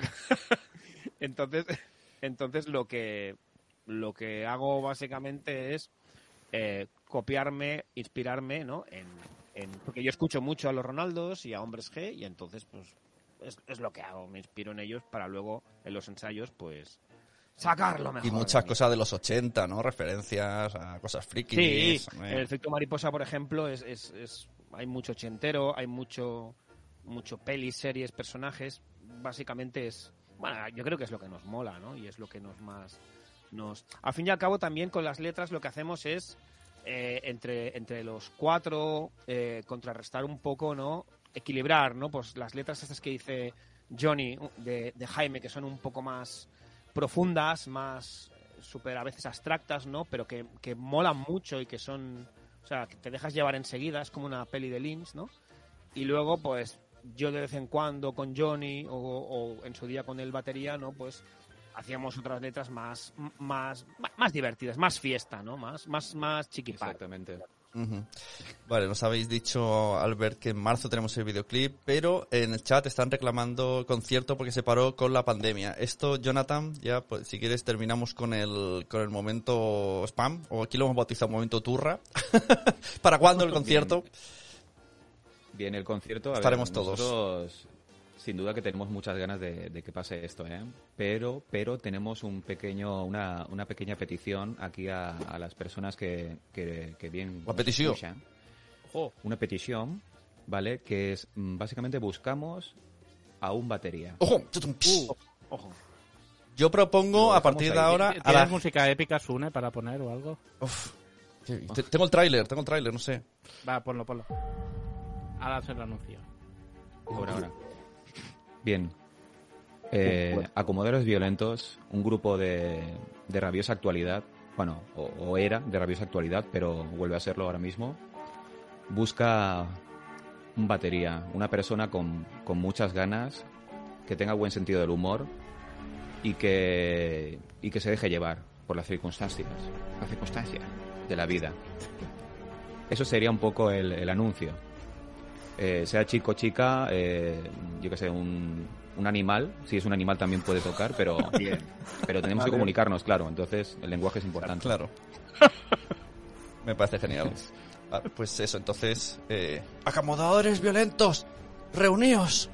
Entonces lo que hago básicamente es copiarme, inspirarme, ¿no? Porque yo escucho mucho a los Ronaldos y a Hombres G, y entonces pues es lo que hago, me inspiro en ellos para luego en los ensayos pues sacarlo mejor. Y muchas cosas de los 80, ¿no? Referencias a cosas frikis. Sí, el Efecto Mariposa, por ejemplo, hay mucho ochentero, hay mucho pelis, series, personajes. Básicamente es Bueno, yo creo que es lo que nos mola, ¿no? Y es lo que al fin y al cabo, también con las letras lo que hacemos es entre los 4 contrarrestar un poco, ¿no? Equilibrar, ¿no? Pues las letras estas que dice Johnny de Jaime, que son un poco más profundas, más súper a veces abstractas, ¿no? Pero que molan mucho y que son, o sea, que te dejas llevar enseguida, es como una peli de Lynch, ¿no? Y luego, pues, yo de vez en cuando con Johnny o en su día con el batería, ¿no? Pues hacíamos otras letras más divertidas, más fiesta, ¿no? Más chiquipá. Exactamente. Uh-huh. Vale, nos habéis dicho, Albert, que en marzo tenemos el videoclip, pero en el chat están reclamando concierto porque se paró con la pandemia. Esto, Jonathan, ya pues, si quieres terminamos con el momento spam, o aquí lo hemos bautizado momento turra. ¿Para cuándo el concierto? Bien, el concierto. Estaremos todos. Nosotros, sin duda que tenemos muchas ganas de que pase esto, ¿eh? Pero tenemos una pequeña petición aquí a las personas que bien la petición. Escuchan. Una petición, ¿vale? Que es, básicamente buscamos a un batería. ¡Ojo! ¡Ojo! Yo propongo a partir de ahora... ¿Tienes música épica, Sune, para poner o algo? Uf. Tengo el tráiler, no sé. Va, ponlo. Ahora se lo anuncio. Ahora. Bien. Acomodadores Violentos, un grupo de rabiosa actualidad, bueno, o era de rabiosa actualidad, pero vuelve a serlo ahora mismo. Busca un batería, una persona con muchas ganas, que tenga buen sentido del humor y que se deje llevar por las circunstancias de la vida. Eso sería un poco el anuncio. Sea chico o chica, yo que sé, un animal, si es un animal también puede tocar, pero tenemos que comunicarnos, claro, entonces el lenguaje es importante. Claro. Me parece genial. Pues eso, entonces, acomodadores violentos, reuníos.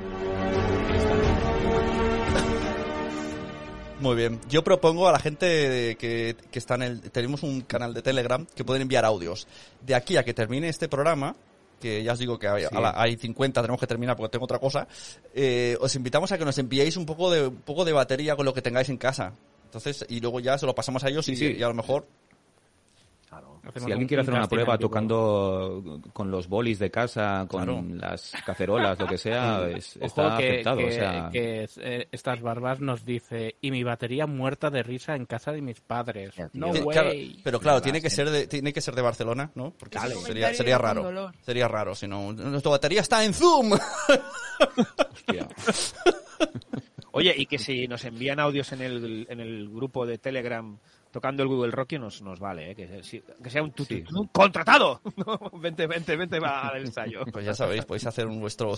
Muy bien. Yo propongo a la gente que está tenemos un canal de Telegram que pueden enviar audios. De aquí a que termine este programa, que ya os digo que hay 50, tenemos que terminar porque tengo otra cosa, os invitamos a que nos enviéis un poco de batería con lo que tengáis en casa. Entonces, y luego ya se lo pasamos a ellos y a lo mejor... Si alguien quiere hacer una prueba tocando con los bolis de casa, con las cacerolas, lo que sea, está aceptado. Estas barbas nos dice, y mi batería muerta de risa en casa de mis padres. No way. Claro, pero claro, tiene que ser de Barcelona, ¿no? Porque sería raro. Sería raro, si no, nuestra batería está en Zoom. Hostia. Oye, y que si nos envían audios en el grupo de Telegram tocando el Google Rocky nos vale, ¿eh? Que sea un contratado. Vente al ensayo. Pues ya sabéis, podéis hacer vuestro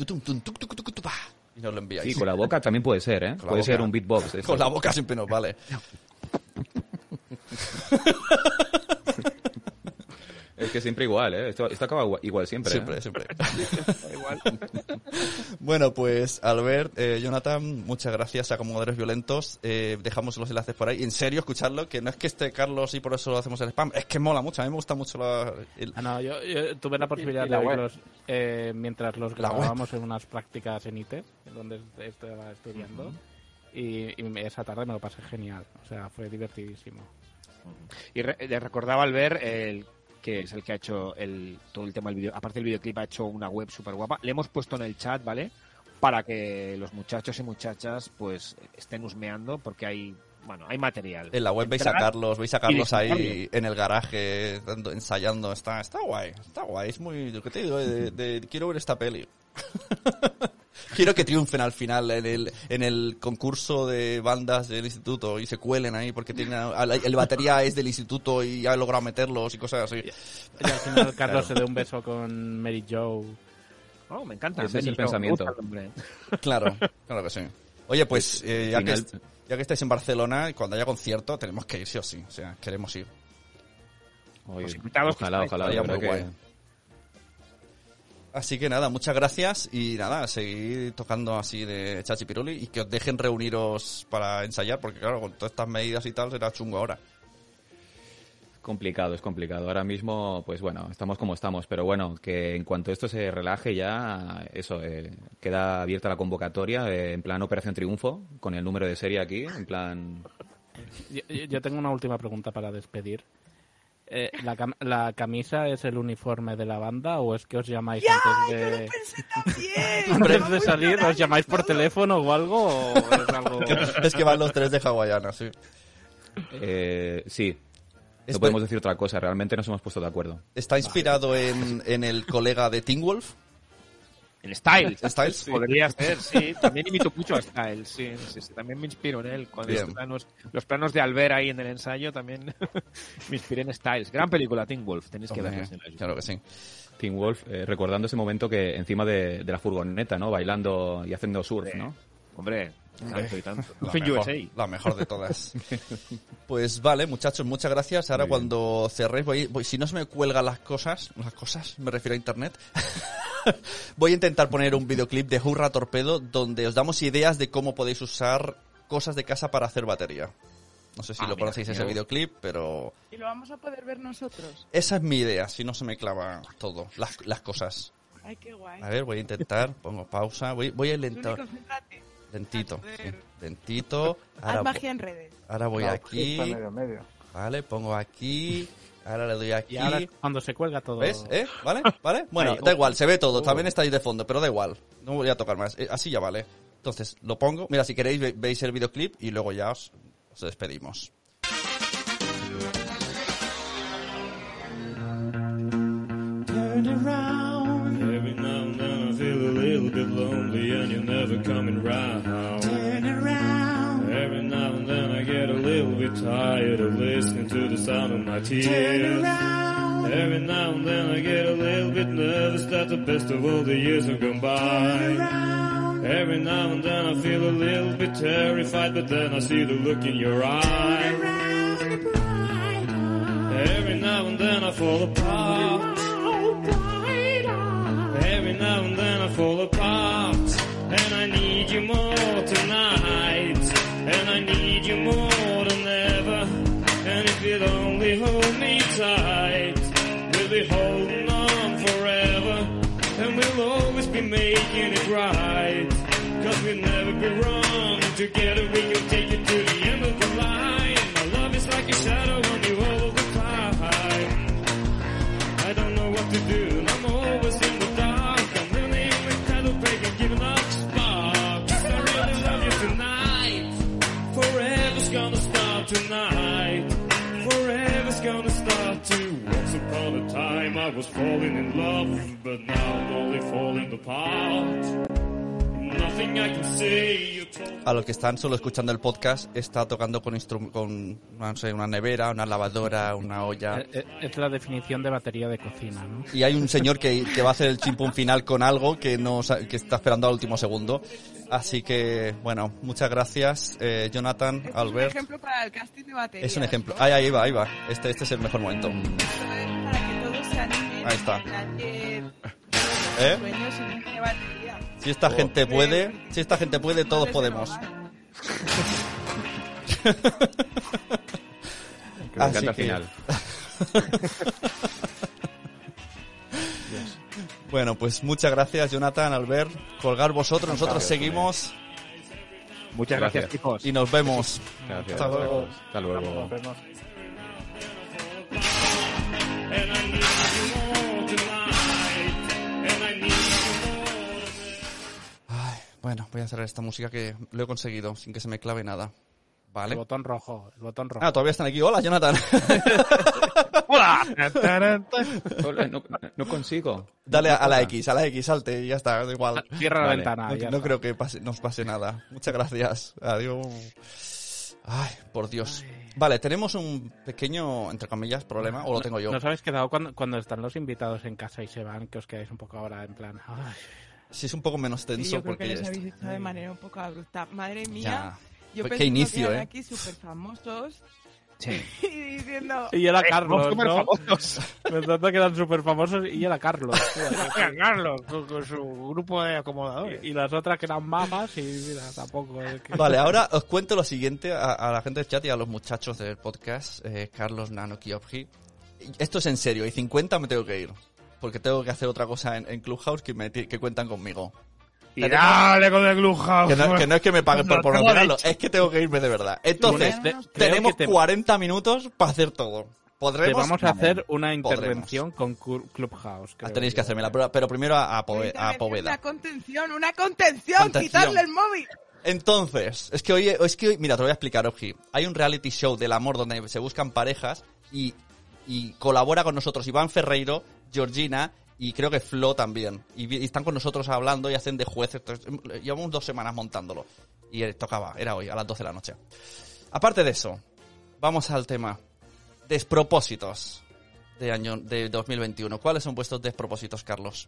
y nos lo enviáis. Sí, con la boca también puede ser, ¿eh? Puede ser un beatbox. Con la boca siempre nos vale. Es que siempre igual, ¿eh? Esto acaba igual siempre. Siempre. Igual. Bueno, pues Albert, Jonathan, muchas gracias a Acomodadores Violentos. Dejamos los enlaces por ahí. En serio, escuchadlo, que no es que esté Carlos y por eso lo hacemos el spam. Es que mola mucho, a mí me gusta mucho yo tuve la posibilidad de oírlos mientras los grabábamos en unas prácticas en ITES, donde estaba estudiando. Y esa tarde me lo pasé genial. O sea, fue divertidísimo. Y le recordaba al ver que es el que ha hecho todo el tema del vídeo. Aparte del videoclip ha hecho una web súper guapa. Le hemos puesto en el chat, ¿vale? Para que los muchachos y muchachas pues estén husmeando porque hay material. En la web veis a Carlos ahí en el garaje ensayando. Está guay. Es muy, lo que te digo, quiero ver esta peli. Quiero que triunfen al final en el concurso de bandas del instituto y se cuelen ahí porque el batería es del instituto y ha logrado meterlos y cosas así. Y al final Carlos se dé un beso con Mary Jo. Oh, me encanta. Ese es el pensamiento. Claro que sí. Oye, pues ya que estáis en Barcelona, cuando haya concierto tenemos que ir sí o sí. O sea, queremos ir. Ojalá. Muy guay. Así que nada, muchas gracias y nada, seguir tocando así de chachipiruli y que os dejen reuniros para ensayar, porque claro, con todas estas medidas y tal será chungo ahora. complicado, es complicado. Ahora mismo, pues bueno, estamos como estamos, pero bueno, que en cuanto esto se relaje ya, eso, queda abierta la convocatoria en plan Operación Triunfo, con el número de serie aquí, en plan... Yo tengo una última pregunta para despedir. ¿La camisa es el uniforme de la banda o es que os llamáis antes de salir? ¿Os llamáis por teléfono o algo? ¿O es algo...? Es que van los 3 de hawaiana, sí. Sí. No podemos decir otra cosa, realmente nos hemos puesto de acuerdo. ¿Está inspirado en el colega de Teen Wolf? En Styles. ¿Styles? Sí. Podría ser, sí. También imito mucho a Styles, sí. También me inspiro en él. Con los planos de Albert ahí en el ensayo también me inspiré en Styles. Gran película, Teen Wolf. Tenéis que verla. Claro que sí. Teen Wolf, recordando ese momento que encima de la furgoneta, ¿no? Bailando y haciendo surf, ¿no? Hombre, tanto y tanto. La mejor de todas. Pues vale, muchachos, muchas gracias. Ahora cuando cerréis, voy, si no se me cuelgan las cosas, me refiero a internet, voy a intentar poner un videoclip de Hurra Torpedo donde os damos ideas de cómo podéis usar cosas de casa para hacer batería. No sé si lo conocéis ese videoclip, pero... ¿Y lo vamos a poder ver nosotros? Esa es mi idea, si no se me clava todo, las cosas. Ay, qué guay. A ver, voy a intentar, pongo pausa, voy a lentar. Lentito, sí, lentito. Haz magia en redes. Ahora voy aquí. Medio. Vale, pongo aquí. Ahora le doy aquí. Y ahora cuando se cuelga todo... ¿Ves? ¿Vale? Bueno, da igual, se ve todo. También estáis de fondo, pero da igual. No voy a tocar más. Así ya vale. Entonces, lo pongo. Mira, si queréis, veis el videoclip y luego ya os despedimos. Turn around. Every now and then I feel a little bit lonely and you're never coming round. Turn around. Every now and then I get a little bit tired of listening to the sound of my tears. Turn around. Every now and then I get a little bit nervous that the best of all the years have gone by. Turn around. Every now and then I feel a little bit terrified, but then I see the look in your eye. Turn around. Every now and then I fall apart. Every now and then I fall apart. And I need you more tonight. And I need you more than ever. And if you'd only hold me tight, we'll be holding on forever. And we'll always be making it right. 'Cause we'll never be wrong. Together we can take it to the end of the line. My love is like a shadow on you all the time. I don't know what to do. I'm always in the dark. I'm really with kind of break and giving up sparks. I really love you tonight. Forever's gonna start tonight. Forever's gonna start to. Once upon a time I was falling in love, but now I'm only falling apart. Nothing I can say. A los que están solo escuchando el podcast, está tocando con no sé, una nevera, una lavadora, una olla. Es la definición de batería de cocina, ¿no? Y hay un señor que va a hacer el chimpún final con algo que está esperando al último segundo. Así que, bueno, muchas gracias, Jonathan, Albert. Es un ejemplo para el casting de batería. Es un ejemplo. Ahí va. Este es el mejor momento. Para que todos se animen. Ahí está. Sueños sin batería. Si esta gente puede, todos podemos. Me encanta el final. Bueno, pues muchas gracias, Jonathan, Albert. Colgar vosotros, nosotros seguimos. Muchas gracias, chicos. Y nos vemos. Gracias. Hasta luego. Hasta luego. Nos vemos. Bueno, voy a cerrar esta música que lo he conseguido sin que se me clave nada. Vale. El botón rojo. Ah, todavía están aquí. Hola, Jonathan. ¡Hola! Hola, no consigo. Dale a la X, salte y ya está, da igual. Cierra la ventana. No creo que nos pase nada. Muchas gracias. Adiós. Ay, por Dios. Vale, tenemos un pequeño, entre comillas, problema, o lo tengo yo. ¿Nos habéis quedado cuando están los invitados en casa y se van, que os quedáis un poco ahora en plan... Ay. Sí, es un poco menos tenso. Sí, yo creo porque que les habéis hecho de manera un poco abrupta. Madre mía, ya. yo Qué pensé inicio, que eran aquí súper famosos. Sí. Y diciendo... Y era Carlos, súper ¿no? famosos. Me trata que eran súper famosos y era Carlos. Carlos, con su grupo de acomodadores. Y las otras que eran magas y mira, tampoco. Vale, ahora os cuento lo siguiente a la gente del chat y a los muchachos del podcast, Carlos, Nanok y Obji. Esto es en serio, y 50 me tengo que ir. Porque tengo que hacer otra cosa en Clubhouse que cuentan conmigo. Y dale con el Clubhouse. Que no es que me paguen por promocionarlo, es que tengo que irme de verdad. Entonces, tenemos 40 minutos para hacer todo. Te vamos a hacer una intervención con Clubhouse. Tenéis que hacérmela, pero primero a Poveda. Una contención, quitarle el móvil. Entonces, es que hoy, mira, te lo voy a explicar, Obji. Hay un reality show del amor donde se buscan parejas y colabora con nosotros Iván Ferreiro, Georgina y creo que Flo también. Y están con nosotros hablando y hacen de jueces. Entonces, llevamos 2 semanas montándolo. Y tocaba, era hoy, a las 12 de la noche. Aparte de eso, vamos al tema. Despropósitos de 2021. ¿Cuáles son vuestros despropósitos, Carlos?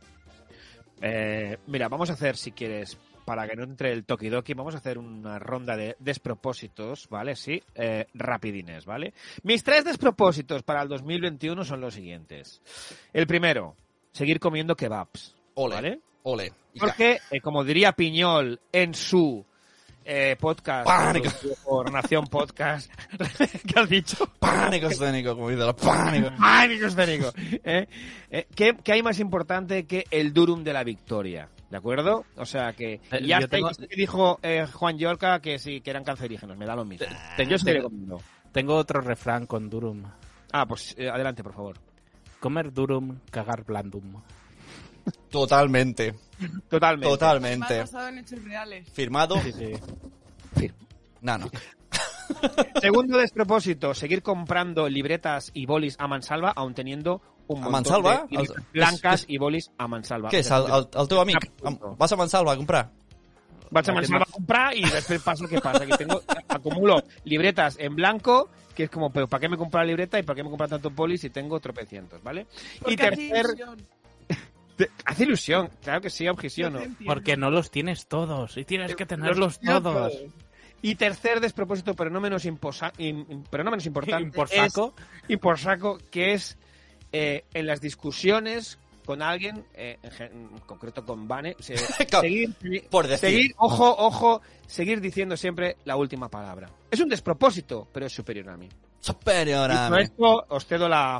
Mira, vamos a hacer, si quieres, para que no entre el tokidoki, vamos a hacer una ronda de despropósitos, ¿vale? Sí, rapidines, ¿vale? Mis 3 despropósitos para el 2021 son los siguientes. El primero, seguir comiendo kebabs, ¿vale? Ole. Porque, como diría Piñol en su podcast por Nación Podcast, ¿qué has dicho? Pánico escénico, como dice la pánico. Pánico escénico. ¿Qué hay más importante que el durum de la victoria? ¿De acuerdo? O sea que ya está, que dijo Juan Yorca que sí, que eran cancerígenos, me da lo mismo. Yo estoy comiendo. Tengo otro refrán con durum. Ah, pues adelante, por favor. Comer durum, cagar blandum. Totalmente. Basado en hechos reales. Firmado. Sí. Nanok. Segundo despropósito, seguir comprando libretas y bolis a mansalva, aun teniendo un montón de libretas blancas y bolis a mansalva. Què és, el teu amic? Vas a Mansalva a comprar? Vaig a Mansalva a comprar y después pasa que pasa, que acumulo libretas en blanco, que es como, pero ¿para qué me compro la libreta y para qué me compro tantos bolis si tengo tropecientos, ¿vale? Porque y tercer... Hace ilusión, claro que sí, objeción, ¿no? Porque no los tienes todos y tienes que tenerlos todos. Y tercer despropósito, pero no menos importante, y por saco, que es en las discusiones con alguien, en concreto con Vane, seguir, ojo, seguir diciendo siempre la última palabra. Es un despropósito, pero es superior a mí. Superior a mí. Esto os cedo la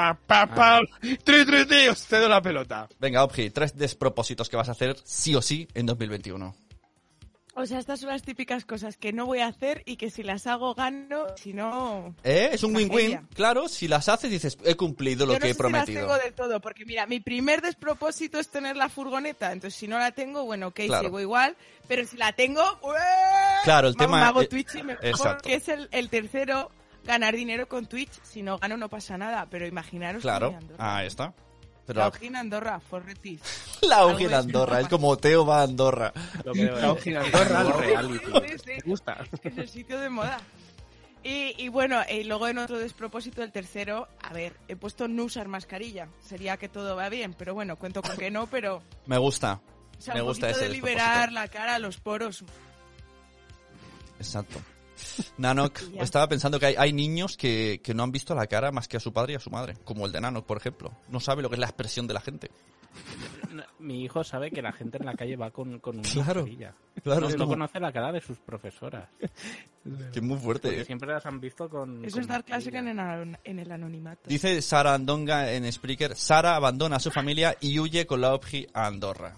os cedo la pelota. Venga, Obji, 3 despropósitos que vas a hacer sí o sí en 2021. O sea, estas son las típicas cosas que no voy a hacer y que si las hago gano, si no... Es un win-win, claro, si las haces dices, he cumplido lo que he prometido. Yo no sé si las tengo del todo, porque mira, mi primer despropósito es tener la furgoneta, entonces si no la tengo, bueno, ok, claro, sigo igual, pero si la tengo, claro, el tema... hago Twitch y mejor, que es el tercero, ganar dinero con Twitch, si no gano no pasa nada, pero imaginaros... Claro, ahí está. Pero... La Ugina Andorra, Forretis. La Ugina Andorra, es como Teo va a Andorra. La Ugina Andorra, reality. Me gusta. Es el sitio de moda. Y bueno, luego en otro despropósito, el tercero, a ver, he puesto no usar mascarilla. Sería que todo va bien, pero bueno, cuento con que no, pero... Me gusta. O sea, me gusta ese de liberar la cara, los poros. Exacto. Nanok, estaba pensando que hay niños que no han visto la cara más que a su padre y a su madre, como el de Nanok, por ejemplo. No sabe lo que es la expresión de la gente. Mi hijo sabe que la gente en la calle va con una mascarilla. Claro, no conoce la cara de sus profesoras. Que es muy fuerte, porque siempre las han visto con... Eso es dar clase en el anonimato. Dice Sara Andonga en Spreaker, Sara abandona a su familia y huye con la Obji a Andorra.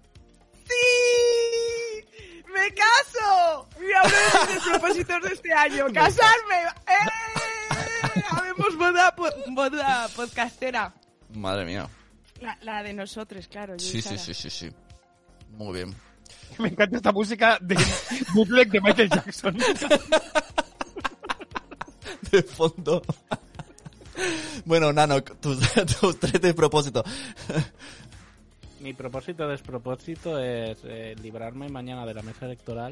¡Sí! ¡Me caso! Mira, uno de mis despropósitos de este año. ¡Casarme! Habemos boda podcastera. Madre mía. La de nosotros, claro. Sí. Muy bien. Me encanta esta música de bootleg de Michael Jackson. De fondo. Bueno, Nanok, tus 3 despropósitos. Mi propósito despropósito es librarme mañana de la mesa electoral.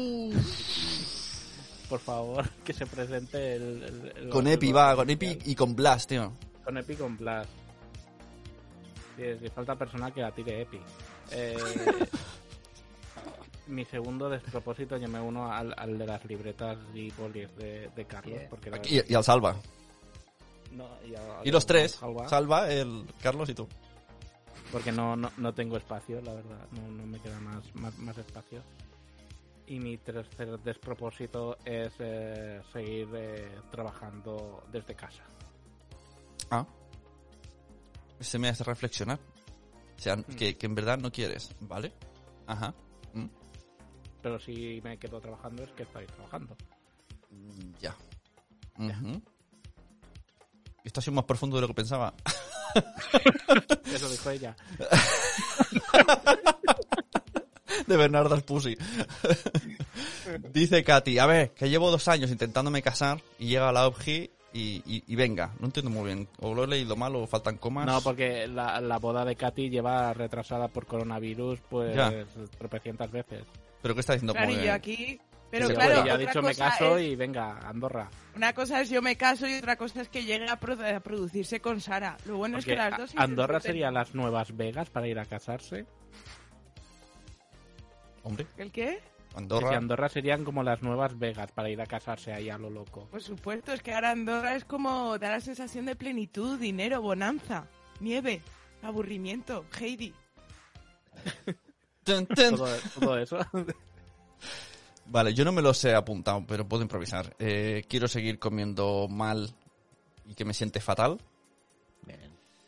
Por favor, que se presente el con Epi, con Epi y con Blas, tío. Con Epi y con Blas. Si falta personal que la tire Epi. Mi segundo despropósito, yo me uno al de las libretas y bolis de Carlos. Porque Y al Salva. No, y los tres, Salva, el Carlos y tú. Porque no tengo espacio, la verdad. No me queda más espacio. Y mi tercer despropósito es seguir trabajando desde casa. Se me hace reflexionar. O sea, que en verdad no quieres, ¿vale? Ajá. Pero si me quedo trabajando es que estoy trabajando. Ya. Esto ha sido más profundo de lo que pensaba. Eso dijo ella. De Bernardo Pussy. Dice Katy, a ver, que llevo 2 años intentándome casar y llega la OBGI y venga. No entiendo muy bien. O lo he leído mal o faltan comas. No, porque la boda de Katy lleva retrasada por coronavirus pues tropecientas veces. ¿Pero qué está diciendo? Claro, Como y yo aquí... Pero sí, claro, ya ha dicho me caso es... y venga, Andorra. Una cosa es yo me caso y otra cosa es que llegue a producirse con Sara. Lo bueno porque es que las dos... Andorra sería las nuevas Vegas para ir a casarse. Hombre. ¿El qué? Andorra serían como las nuevas Vegas para ir a casarse ahí a lo loco. Por supuesto, es que ahora Andorra es como da la sensación de plenitud, dinero, bonanza, nieve, aburrimiento, Heidi. Todo eso. Vale, yo no me los he apuntado, pero puedo improvisar. Quiero seguir comiendo mal y que me siente fatal. Bien.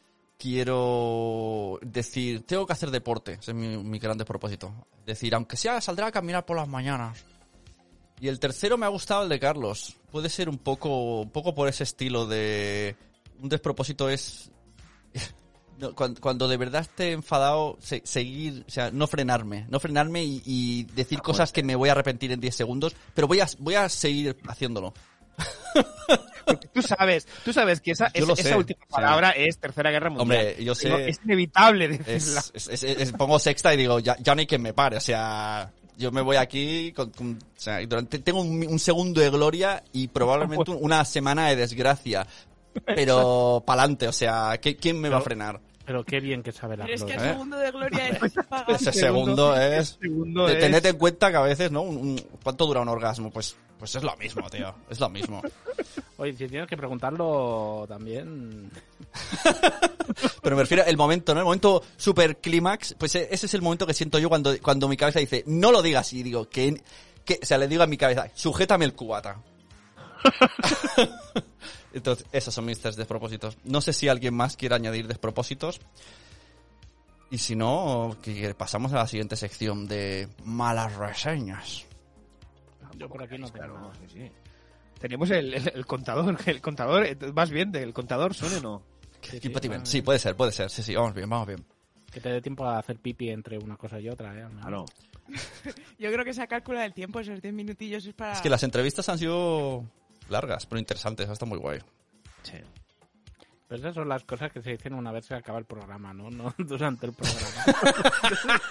Quiero decir, tengo que hacer deporte, ese es mi gran propósito. Decir, aunque sea, saldré a caminar por las mañanas. Y el tercero me ha gustado, el de Carlos. Puede ser un poco por ese estilo de... Un despropósito es... Cuando de verdad esté enfadado, seguir, o sea, no frenarme y decir cosas que me voy a arrepentir en 10 segundos, pero voy a seguir haciéndolo. Tú sabes que esa última palabra es Tercera Guerra Mundial. Hombre, yo sé. Es inevitable decirla. Pongo sexta y digo, ya no hay quien me pare, o sea... Yo me voy aquí, o sea, tengo un segundo de gloria y probablemente una semana de desgracia. Pero pa'lante, o sea, ¿quién me va a frenar? Pero qué bien que sabe la gloria. Pero es que el segundo de gloria es pagante. Ese segundo es... Tened en cuenta que a veces, ¿no? ¿Cuánto dura un orgasmo? Pues es lo mismo, tío. Es lo mismo. Oye, si tienes que preguntarlo también... Pero me refiero al momento, ¿no? El momento super clímax, pues ese es el momento que siento yo cuando mi cabeza dice, no lo digas, y digo, o sea, le digo a mi cabeza, sujétame el cubata. Entonces, esos son mis 3 despropósitos. No sé si alguien más quiere añadir despropósitos. Y si no, que pasamos a la siguiente sección de malas reseñas. Yo por aquí no tengo. Claro, sí. Tenemos el contador. El contador, ¿vas bien? ¿El contador suena o no? Sí, puede ser. Sí, vamos bien. Que te dé tiempo a hacer pipi entre una cosa y otra, ¿eh? Claro. Yo creo que esa calcula del tiempo, esos 10 minutillos es para... Es que las entrevistas han sido largas, pero interesantes. Está muy guay. Sí. Pero esas son las cosas que se dicen una vez se acaba el programa, ¿no? No durante el programa.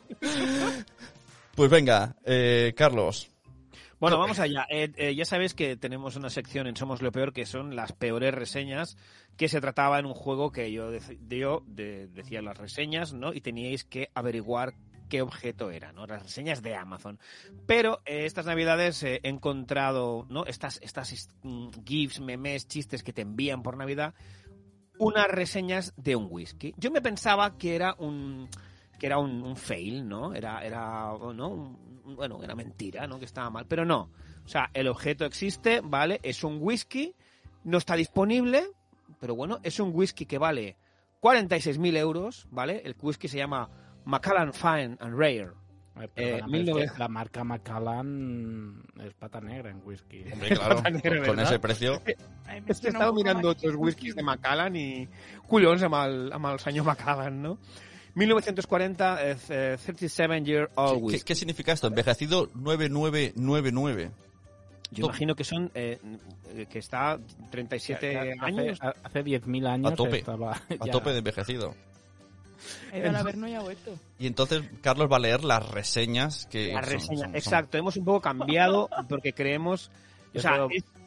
Pues venga, Carlos. Bueno, vamos allá. Ya sabéis que tenemos una sección en Somos lo Peor que son las peores reseñas, que se trataba en un juego que yo decía las reseñas, ¿no? Y teníais que averiguar qué objeto era, ¿no? Las reseñas de Amazon. Pero estas navidades he encontrado, ¿no? Estas GIFs, memes, chistes que te envían por Navidad, unas reseñas de un whisky. Yo me pensaba que era un fail, ¿no? Era mentira, ¿no? Que estaba mal, pero no. O sea, el objeto existe, ¿vale? Es un whisky, no está disponible, pero bueno, es un whisky que vale 46.000 euros, ¿vale? El whisky se llama Macallan Fine and Rare. La marca Macallan es pata negra en whisky. Hombre, claro, con ese precio. Es que he estado mirando otros whiskies de Macallan y collons amb el senyor Macallan, ¿no? 1940, 37-year-old whisky. ¿Qué significa esto? Envejecido 9999. Yo imagino que son que está 37 años. Hace 10.000 años a tope, estaba a tope de envejecido. El Averno ya ha vuelto. Y entonces Carlos va a leer las reseñas que... Las reseñas, exacto. Hemos un poco cambiado porque creemos... O sea,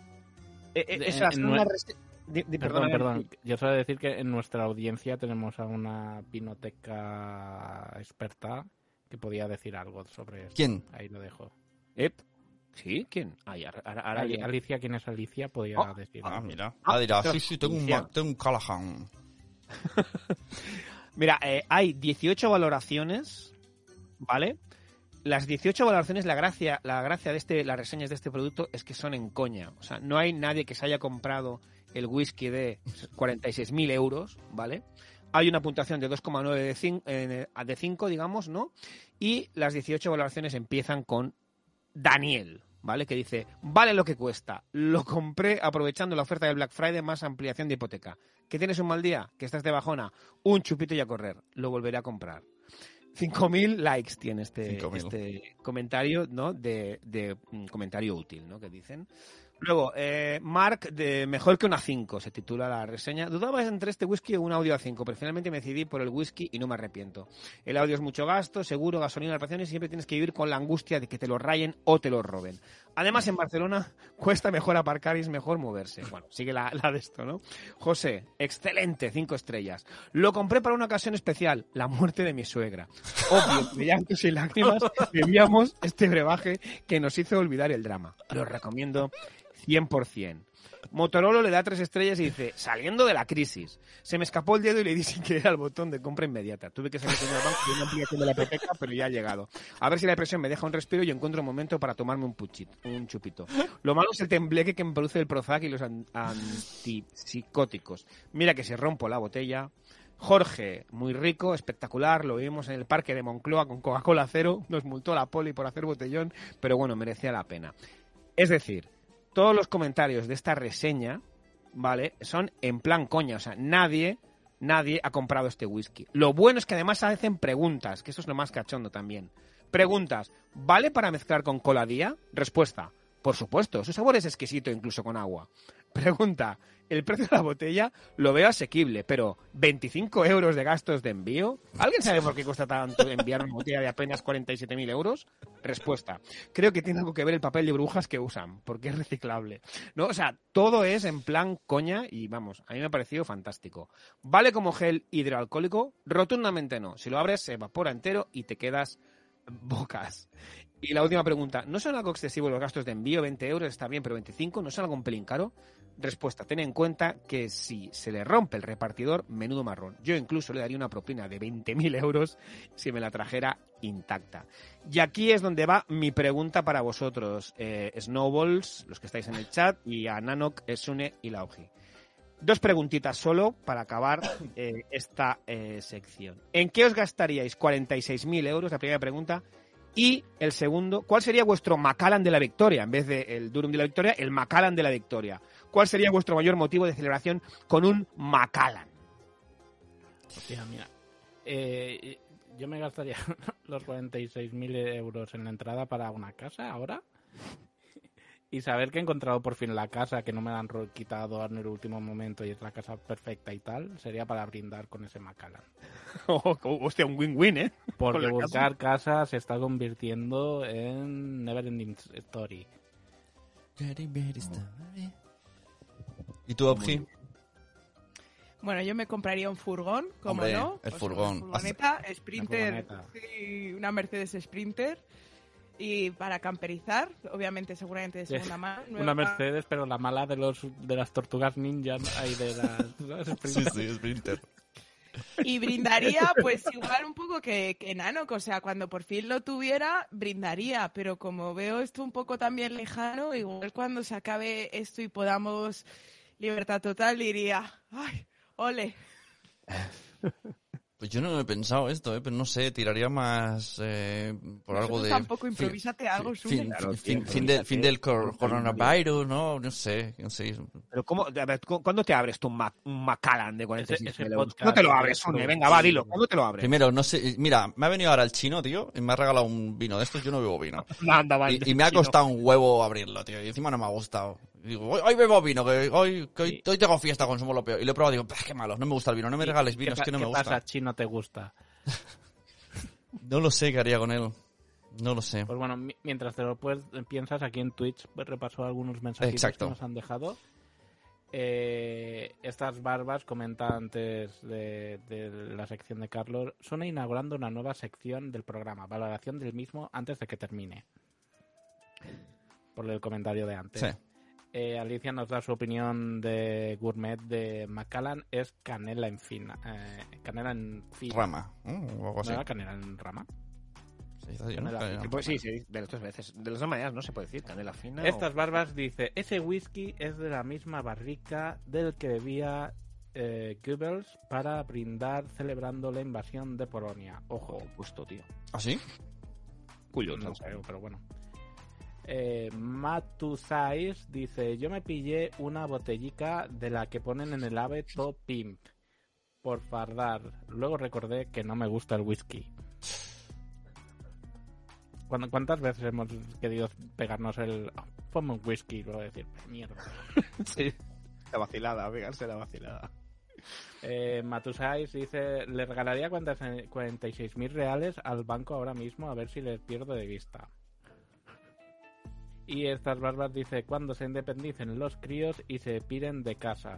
Perdón. Yo suelo decir que en nuestra audiencia tenemos a una vinoteca experta que podía decir algo sobre esto. ¿Quién? Ahí lo dejo. ¿Sí? ¿Quién? Ahora Alicia, ¿quién es Alicia? Podía decir algo. Mira. Dirá, sí, tengo un Callahan. Mira, hay 18 valoraciones, ¿vale? Las 18 valoraciones, la gracia de las reseñas de este producto es que son en coña. O sea, no hay nadie que se haya comprado el whisky de 46.000 euros, ¿vale? Hay una puntuación de 2,9 de 5, digamos, ¿no? Y las 18 valoraciones empiezan con Daniel, ¿vale? Que dice, vale lo que cuesta. Lo compré aprovechando la oferta del Black Friday más ampliación de hipoteca. ¿Que tienes un mal día? ¿Que estás de bajona? Un chupito y a correr. Lo volveré a comprar. 5.000 likes tiene este comentario, ¿no? De comentario útil, ¿no? Que dicen. Luego, Mark, de Mejor que una 5, se titula la reseña. Dudaba entre este whisky o un Audio A5, pero finalmente me decidí por el whisky y no me arrepiento. El audio es mucho gasto, seguro, gasolina, reparaciones, y siempre tienes que vivir con la angustia de que te lo rayen o te lo roben. Además, en Barcelona cuesta mejor aparcar y es mejor moverse. Bueno, sigue la de esto, ¿no? José, excelente, 5 estrellas. Lo compré para una ocasión especial, la muerte de mi suegra. Obvio, de llantos y lágrimas, bebíamos este brebaje que nos hizo olvidar el drama. Lo recomiendo 100%. Motorola le da 3 estrellas y dice, saliendo de la crisis. Se me escapó el dedo y le di sin querer al botón de compra inmediata. Tuve que salir con el banco de una ampliación de la hipoteca, pero ya ha llegado. A ver si la depresión me deja un respiro y encuentro un momento para tomarme un chupito. Lo malo es el tembleque que me produce el Prozac y los antipsicóticos. Mira que si rompo la botella... Jorge, muy rico, espectacular, lo vimos en el parque de Moncloa con Coca-Cola cero, nos multó la poli por hacer botellón, pero bueno, merecía la pena. Es decir, todos los comentarios de esta reseña, ¿vale? Son en plan coña, o sea, nadie ha comprado este whisky. Lo bueno es que además hacen preguntas, que eso es lo más cachondo también. Preguntas, ¿vale para mezclar con cola día? Respuesta, por supuesto, su sabor es exquisito incluso con agua. Pregunta, el precio de la botella lo veo asequible, pero 25 euros de gastos de envío. ¿Alguien sabe por qué cuesta tanto enviar una botella de apenas 47.000 euros? Respuesta, creo que tiene algo que ver el papel de burbujas que usan, porque es reciclable. ¿No? O sea, todo es en plan coña y vamos, a mí me ha parecido fantástico. ¿Vale como gel hidroalcohólico? Rotundamente no. Si lo abres se evapora entero y te quedas bocas. Y la última pregunta, ¿no son algo excesivo los gastos de envío? 20 euros está bien, pero 25, ¿no son algo un pelín caro? Respuesta, ten en cuenta que si se le rompe el repartidor, menudo marrón. Yo incluso le daría una propina de 20.000 euros si me la trajera intacta. Y aquí es donde va mi pregunta para vosotros, Snowballs, los que estáis en el chat, y a Nanok, Sune y Lauji. 2 preguntitas solo para acabar esta sección. ¿En qué os gastaríais 46.000 euros? La primera pregunta. Y el segundo, ¿cuál sería vuestro Macallan de la victoria? En vez del Durum de la victoria, el Macallan de la victoria. ¿Cuál sería vuestro mayor motivo de celebración con un Macallan? Hostia, mira. Yo me gastaría los 46.000 euros en la entrada para una casa ahora. Y saber que he encontrado por fin la casa, que no me la han quitado en el último momento y es la casa perfecta y tal, sería para brindar con ese Macallan. Hostia, un win-win, ¿eh? Porque buscar casa se está convirtiendo en Neverending Story. ¿Y tú, Obji? Bueno, yo me compraría un furgón, como Hombre, no. el furgón. Una furgoneta, Sprinter, furgoneta. sí, una Mercedes Sprinter. Y para camperizar, obviamente, seguramente de segunda mano. Una Mercedes, pero la mala de las tortugas ninja y de las Sprinter. Sí, Sprinter. Y brindaría, pues igual un poco que Nanok, o sea, cuando por fin lo tuviera, brindaría, pero como veo esto un poco también lejano, igual cuando se acabe esto y podamos libertad total, diría, ¡ay, ole! Pues yo no he pensado esto, pero no sé, tiraría más por algo de... Tampoco improvísate algo, Sune. Fin del coronavirus, ¿no? No sé. Pero ¿cómo? A ver, ¿cuándo te abres tú un Macallan de 46.000 euros? podcast, No te lo abres, Sune, venga, va, dilo. ¿Cuándo te lo abres? Primero, no sé, mira, me ha venido ahora el chino, tío, y me ha regalado un vino de estos, yo no bebo vino. Anda, va, Y me ha costado un huevo abrirlo, tío, y encima no me ha gustado. Digo, hoy bebo vino, que hoy tengo fiesta con Somos lo Peor. Y lo he probado y digo, qué malo, no me gusta el vino, no me regales vino, es que no me gusta. ¿Qué pasa, chino, te gusta? No lo sé qué haría con él. No lo sé. Pues bueno, mientras te lo piensas, aquí en Twitch repaso algunos mensajes que nos han dejado. Estas barbas, comenta antes de la sección de Carlos, son inaugurando una nueva sección del programa, valoración del mismo antes de que termine. Por el comentario de antes. Sí. Alicia nos da su opinión de gourmet de Macallan, es canela en fina. Canela en fina. Rama. O algo así. ¿No era canela en rama? Se dice así, ¿no? Canela. Pues sí, de las dos veces. De las dos maneras no se puede decir canela fina. Estas barbas dice, ese whisky es de la misma barrica del que bebía Goebbels para brindar celebrando la invasión de Polonia. Ojo, puesto, tío. ¿Ah, sí? Curioso. No sé, pero bueno. Matuzais dice, yo me pillé una botellica de la que ponen en el AVE Top Pimp por fardar. Luego recordé que no me gusta el whisky. ¿Cuántas veces hemos querido pegarnos el... ponme un whisky y luego decir, mierda? Sí, la vacilada, pegarse la vacilada. Matusais dice, le regalaría 46.000 reales al banco ahora mismo a ver si les pierdo de vista. Y estas barbas dice, cuando se independicen los críos y se piren de casa.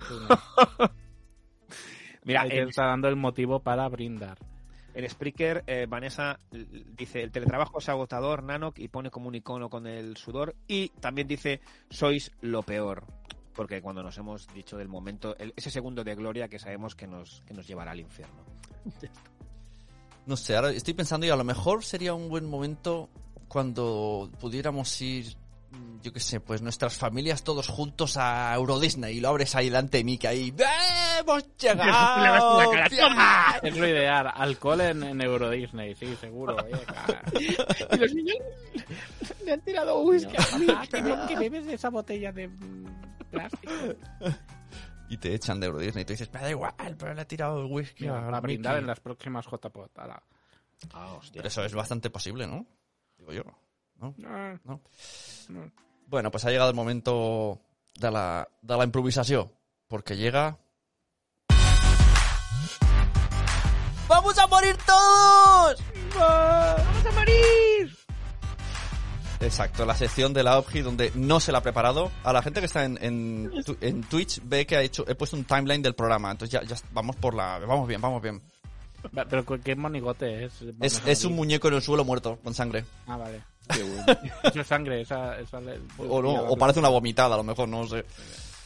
Mira, ahí te está dando el motivo para brindar. En Spreaker, Vanessa dice, el teletrabajo es agotador, Nanok, y pone como un icono con el sudor. Y también dice, sois lo peor. Porque cuando nos hemos dicho del momento, ese segundo de gloria que sabemos que nos llevará al infierno. No sé, ahora estoy pensando y a lo mejor sería un buen momento cuando pudiéramos ir, yo qué sé, pues nuestras familias todos juntos a Euro Disney y lo abres ahí delante de mí que ahí ¡hemos llegado! Es lo ideal, alcohol en Euro Disney, sí, seguro. Y los niños le han tirado whisky a mí. ¿Qué bebes de esa botella de plástico? Y te echan de Euro Disney y tú dices, me da igual, pero le he tirado el whisky a brindar en las próximas JPOT. Pero eso es bastante posible, ¿no? Digo yo. ¿No? No. Bueno, pues ha llegado el momento de la improvisación, porque llega... ¡Vamos a morir todos! ¡Vamos a morir! Exacto, la sección de la OPGI donde no se la ha preparado. A la gente que está en Twitch ve que he puesto un timeline del programa, entonces ya vamos vamos bien. Pero ¿qué monigote es? Es un muñeco en el suelo muerto, con sangre. Ah, vale. Qué bueno. Eso es sangre, esa o parece una vomitada, a lo mejor, no sé.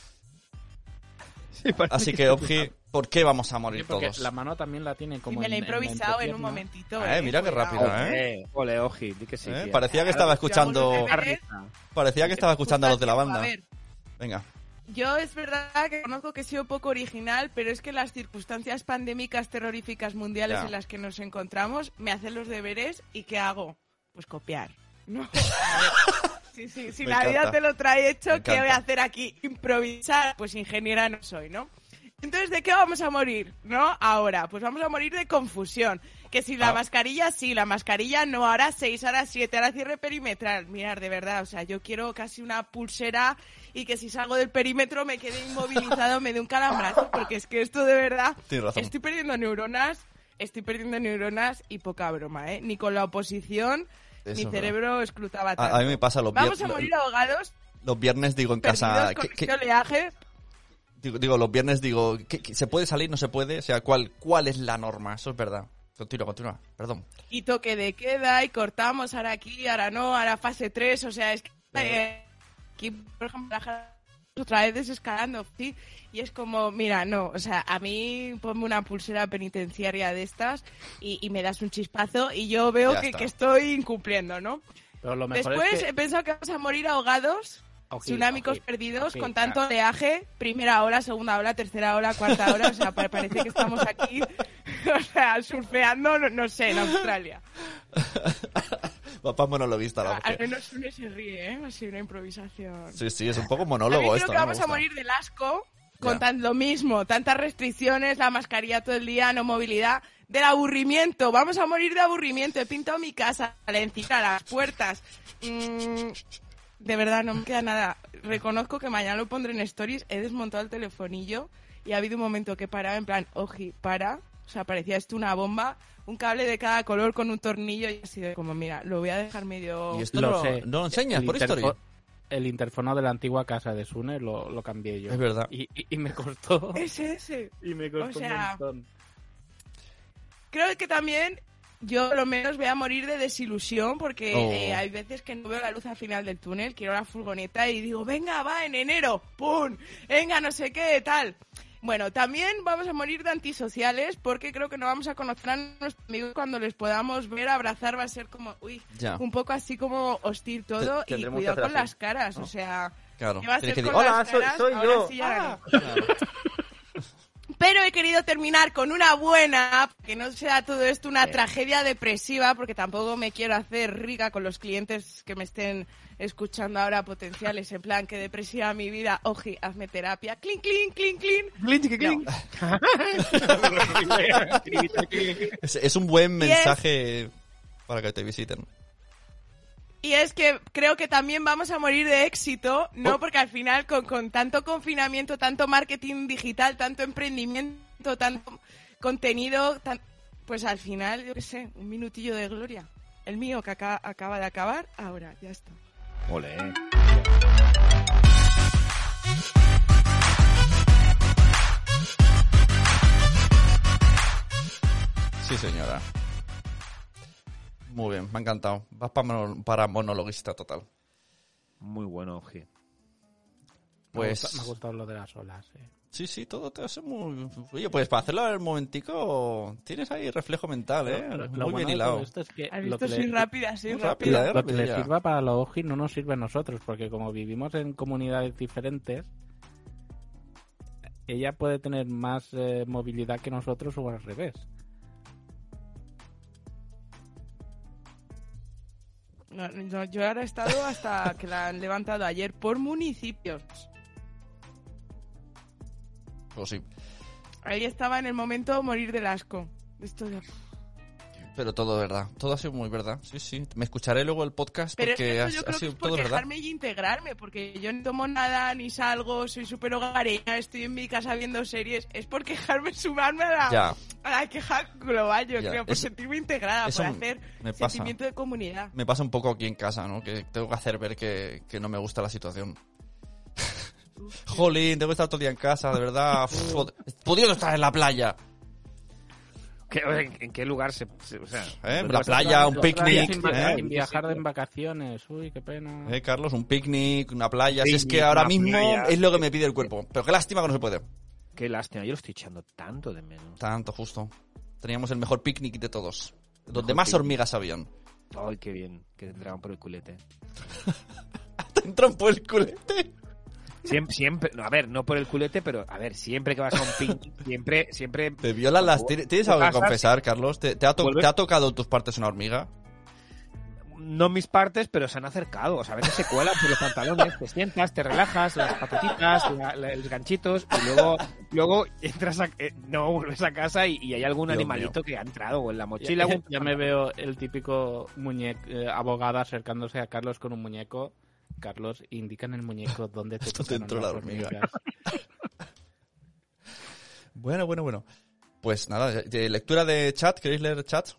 Sí, así que, Opgi, ¿por qué vamos a morir todos? La mano también la tiene como... Y me la he improvisado en un momentito. Mira qué rápido, Ole, Opgi, di que sí. Parecía que estaba escuchando... Parecía que estaba escuchando a los de la banda. Venga. Yo es verdad que conozco que he sido poco original, pero es que las circunstancias pandémicas terroríficas mundiales en las que nos encontramos me hacen los deberes y ¿qué hago? Pues copiar. No. Si la vida te lo trae hecho, ¿qué voy a hacer aquí? Improvisar. Pues ingeniera no soy, ¿no? Entonces, ¿de qué vamos a morir? ¿No? Ahora, pues vamos a morir de confusión. Que si la mascarilla sí, la mascarilla no, ahora 6, ahora 7, ahora cierre perimetral. Mirad, de verdad, o sea, yo quiero casi una pulsera y que si salgo del perímetro me quede inmovilizado, me dé un calambrazo, porque es que esto de verdad... Tienes razón. Estoy perdiendo neuronas y poca broma, ¿eh? Ni con la oposición, mi cerebro escrutaba tanto. A mí me pasa Vamos a morir ahogados. Los viernes digo en casa... ¿Qué oleaje? Digo, los viernes digo, ¿se puede salir? ¿No se puede? O sea, ¿cuál es la norma? Eso es verdad. Continúa, perdón. Y toque de queda, y cortamos, ahora aquí, ahora no, ahora fase 3, o sea, es que aquí, por ejemplo, otra vez desescalando, ¿sí? Y es como, mira, no, o sea, a mí ponme una pulsera penitenciaria de estas y me das un chispazo y yo veo que estoy incumpliendo, ¿no? Pero lo mejor después es que... he pensado que vamos a morir ahogados, tsunámicos perdidos, con tanto oleaje, primera ola, segunda ola, tercera ola, cuarta ola, o sea, parece que estamos aquí, o sea, surfeando, no sé, en Australia. Papá monologuista. Al menos uno se ríe, ¿eh? Así una improvisación. Sí, es un poco monólogo esto. Creo que vamos a morir del asco con lo mismo, tantas restricciones, la mascarilla todo el día, no movilidad, del aburrimiento. Vamos a morir de aburrimiento. He pintado mi casa, la encima, las puertas. De verdad, no me queda nada. Reconozco que mañana lo pondré en stories. He desmontado el telefonillo y ha habido un momento que paraba en plan, oji, para. O sea, parecía esto una bomba, un cable de cada color con un tornillo y ha sido como, mira, lo voy a dejar medio... ¿Y esto no lo enseñas por story? el interfono de la antigua casa de Sune lo cambié yo. Es verdad. Y me costó. Ese. Y me costó un montón. Creo que también yo, por lo menos, voy a morir de desilusión porque hay veces que no veo la luz al final del túnel, quiero la furgoneta y digo, venga, va, en enero, ¡pum! Venga, no sé qué, tal. Bueno, también vamos a morir de antisociales porque creo que no vamos a conocer a nuestros amigos cuando les podamos ver, abrazar, va a ser como, un poco así como hostil todo y cuidado con las caras, o sea, claro. ¿qué va a ser con Hola, las caras? soy Ahora yo. sí ya no. Pero he querido terminar con una buena, que no sea todo esto una tragedia depresiva, porque tampoco me quiero hacer rica con los clientes que me estén escuchando ahora potenciales, en plan, que depresiva mi vida, oji, hazme terapia, clink, clink, clink, clink. Clink, clink. Es un buen mensaje para que te visiten. Y es que creo que también vamos a morir de éxito, ¿no? Porque al final con tanto confinamiento, tanto marketing digital, tanto emprendimiento, tanto contenido, pues al final, yo qué sé, un minutillo de gloria. El mío que acaba de acabar, ahora, ya está. Ole. Sí, señora. Muy bien, me ha encantado. Vas para monologuista total. Muy bueno, Oji. Pues... Me ha gustado lo de las olas, Sí, todo te hace muy... Oye, pues para hacerlo en un momentico tienes ahí reflejo mental, ¿eh? Muy bien hilado. Esto es que ¿Has visto? Soy rápida. Lo que le sirva para los Oji no nos sirve a nosotros, porque como vivimos en comunidades diferentes, ella puede tener más movilidad que nosotros o al revés. No, yo ahora he estado hasta que la han levantado ayer por municipios. Pues sí. Ahí estaba en el momento morir del asco. Esto de... Pero todo verdad. Todo ha sido muy verdad. Sí. Me escucharé luego el podcast porque pero yo ha creo sido que es por todo verdad. dejarme y integrarme, porque yo no tomo nada, ni salgo, soy súper hogareña, estoy en mi casa viendo series. Es por quejarme, sumarme a la queja global, yo creo, por sentirme integrada, por hacer sentimiento de comunidad. Me pasa un poco aquí en casa, ¿no? Que tengo que hacer ver que no me gusta la situación. Jolín, tengo que estar todo el día en casa, de verdad. Pudiendo estar en la playa. ¿En qué lugar se o sea, la playa, un picnic. Sin viajar en vacaciones. Uy, qué pena. Carlos, un picnic, una playa. Si es que ahora mismo es lo que me pide el cuerpo. Pero qué lástima que no se puede. Qué lástima, yo lo estoy echando tanto de menos. Tanto, justo. Teníamos el mejor picnic de todos. Donde más hormigas habían. Ay, qué bien, que te entraban por el culete. ¿Te entran por el culete? Siempre, no, a ver, no por el culete, pero a ver, siempre que vas a un picnic, siempre... ¿Te violan las... ¿Tienes algo que confesar, Carlos? ¿Te ha tocado tus partes una hormiga? No mis partes, pero se han acercado. O sea, a veces se cuelan por los pantalones, te sientas, te relajas, las patatitas, los ganchitos, y luego entras no vuelves a casa y hay algún animalito que ha entrado o en la mochila. Ya me veo el típico abogado acercándose a Carlos con un muñeco. Carlos, indica en el muñeco dónde te tocaron las hormigas. Bueno. Pues nada, lectura de chat. ¿Queréis leer chat?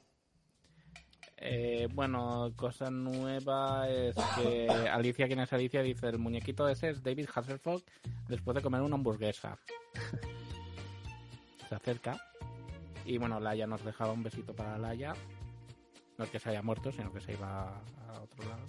Bueno, cosa nueva es que Alicia, ¿quién es Alicia? Dice, el muñequito ese es David Hasselhoff después de comer una hamburguesa. Se acerca. Y bueno, Laia nos dejaba un besito para Laia. No es que se haya muerto, sino que se iba a otro lado.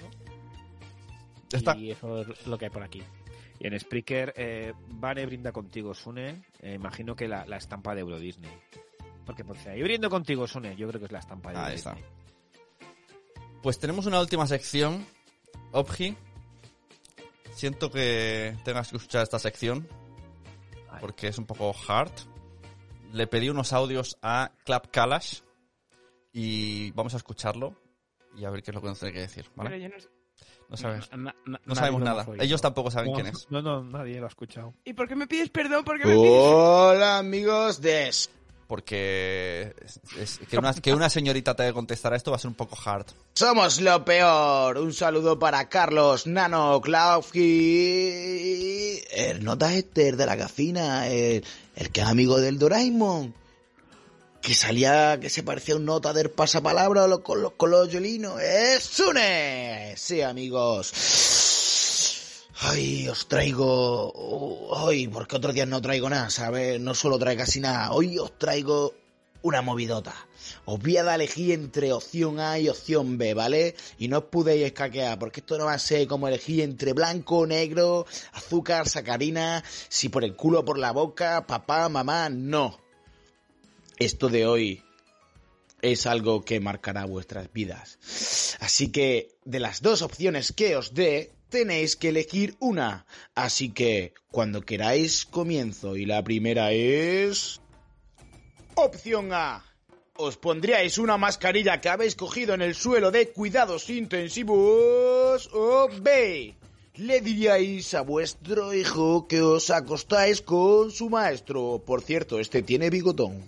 Y eso es lo que hay por aquí. Y en Spreaker, Vane brinda contigo, Sune. Imagino que la estampa de Euro Disney. Porque por si ahí brindo contigo, Sune, yo creo que es la estampa de Euro Disney. Ahí está. Pues tenemos una última sección. Obji. Siento que tengas que escuchar esta sección. Porque es un poco hard. Le pedí unos audios a Clap Kalash. Y vamos a escucharlo. Y a ver qué es lo que nos tiene que decir, ¿vale? Pero yo no sabes. No sabemos nada. Ellos tampoco saben quién es. No, nadie lo ha escuchado. ¿Y por qué me pides perdón? Hola, amigos de... Porque que una señorita te contestara esto va a ser un poco hard. Somos lo peor. Un saludo para Carlos, Nano, Klaufki, el Nota Esther de la Gafina, el que es amigo del Doraemon, que se parecía a un Nota del pasapalabra con los Yolinos. ¡Es Sune! Sí, amigos. Ay, os traigo... Hoy, porque otros días no traigo nada, ¿sabes? No suelo traer casi nada. Hoy os traigo una movidota. Os voy a dar a elegir entre opción A y opción B, ¿vale? Y no os podéis escaquear, porque esto no va a ser como elegir entre blanco, negro, azúcar, sacarina, si por el culo o por la boca, papá, mamá, no. Esto de hoy es algo que marcará vuestras vidas. Así que, de las dos opciones que os dé, tenéis que elegir una. Así que, cuando queráis, comienzo. Y la primera es... Opción A. Os pondríais una mascarilla que habéis cogido en el suelo de cuidados intensivos. O B. Le diríais a vuestro hijo que os acostáis con su maestro. Por cierto, este tiene bigotón.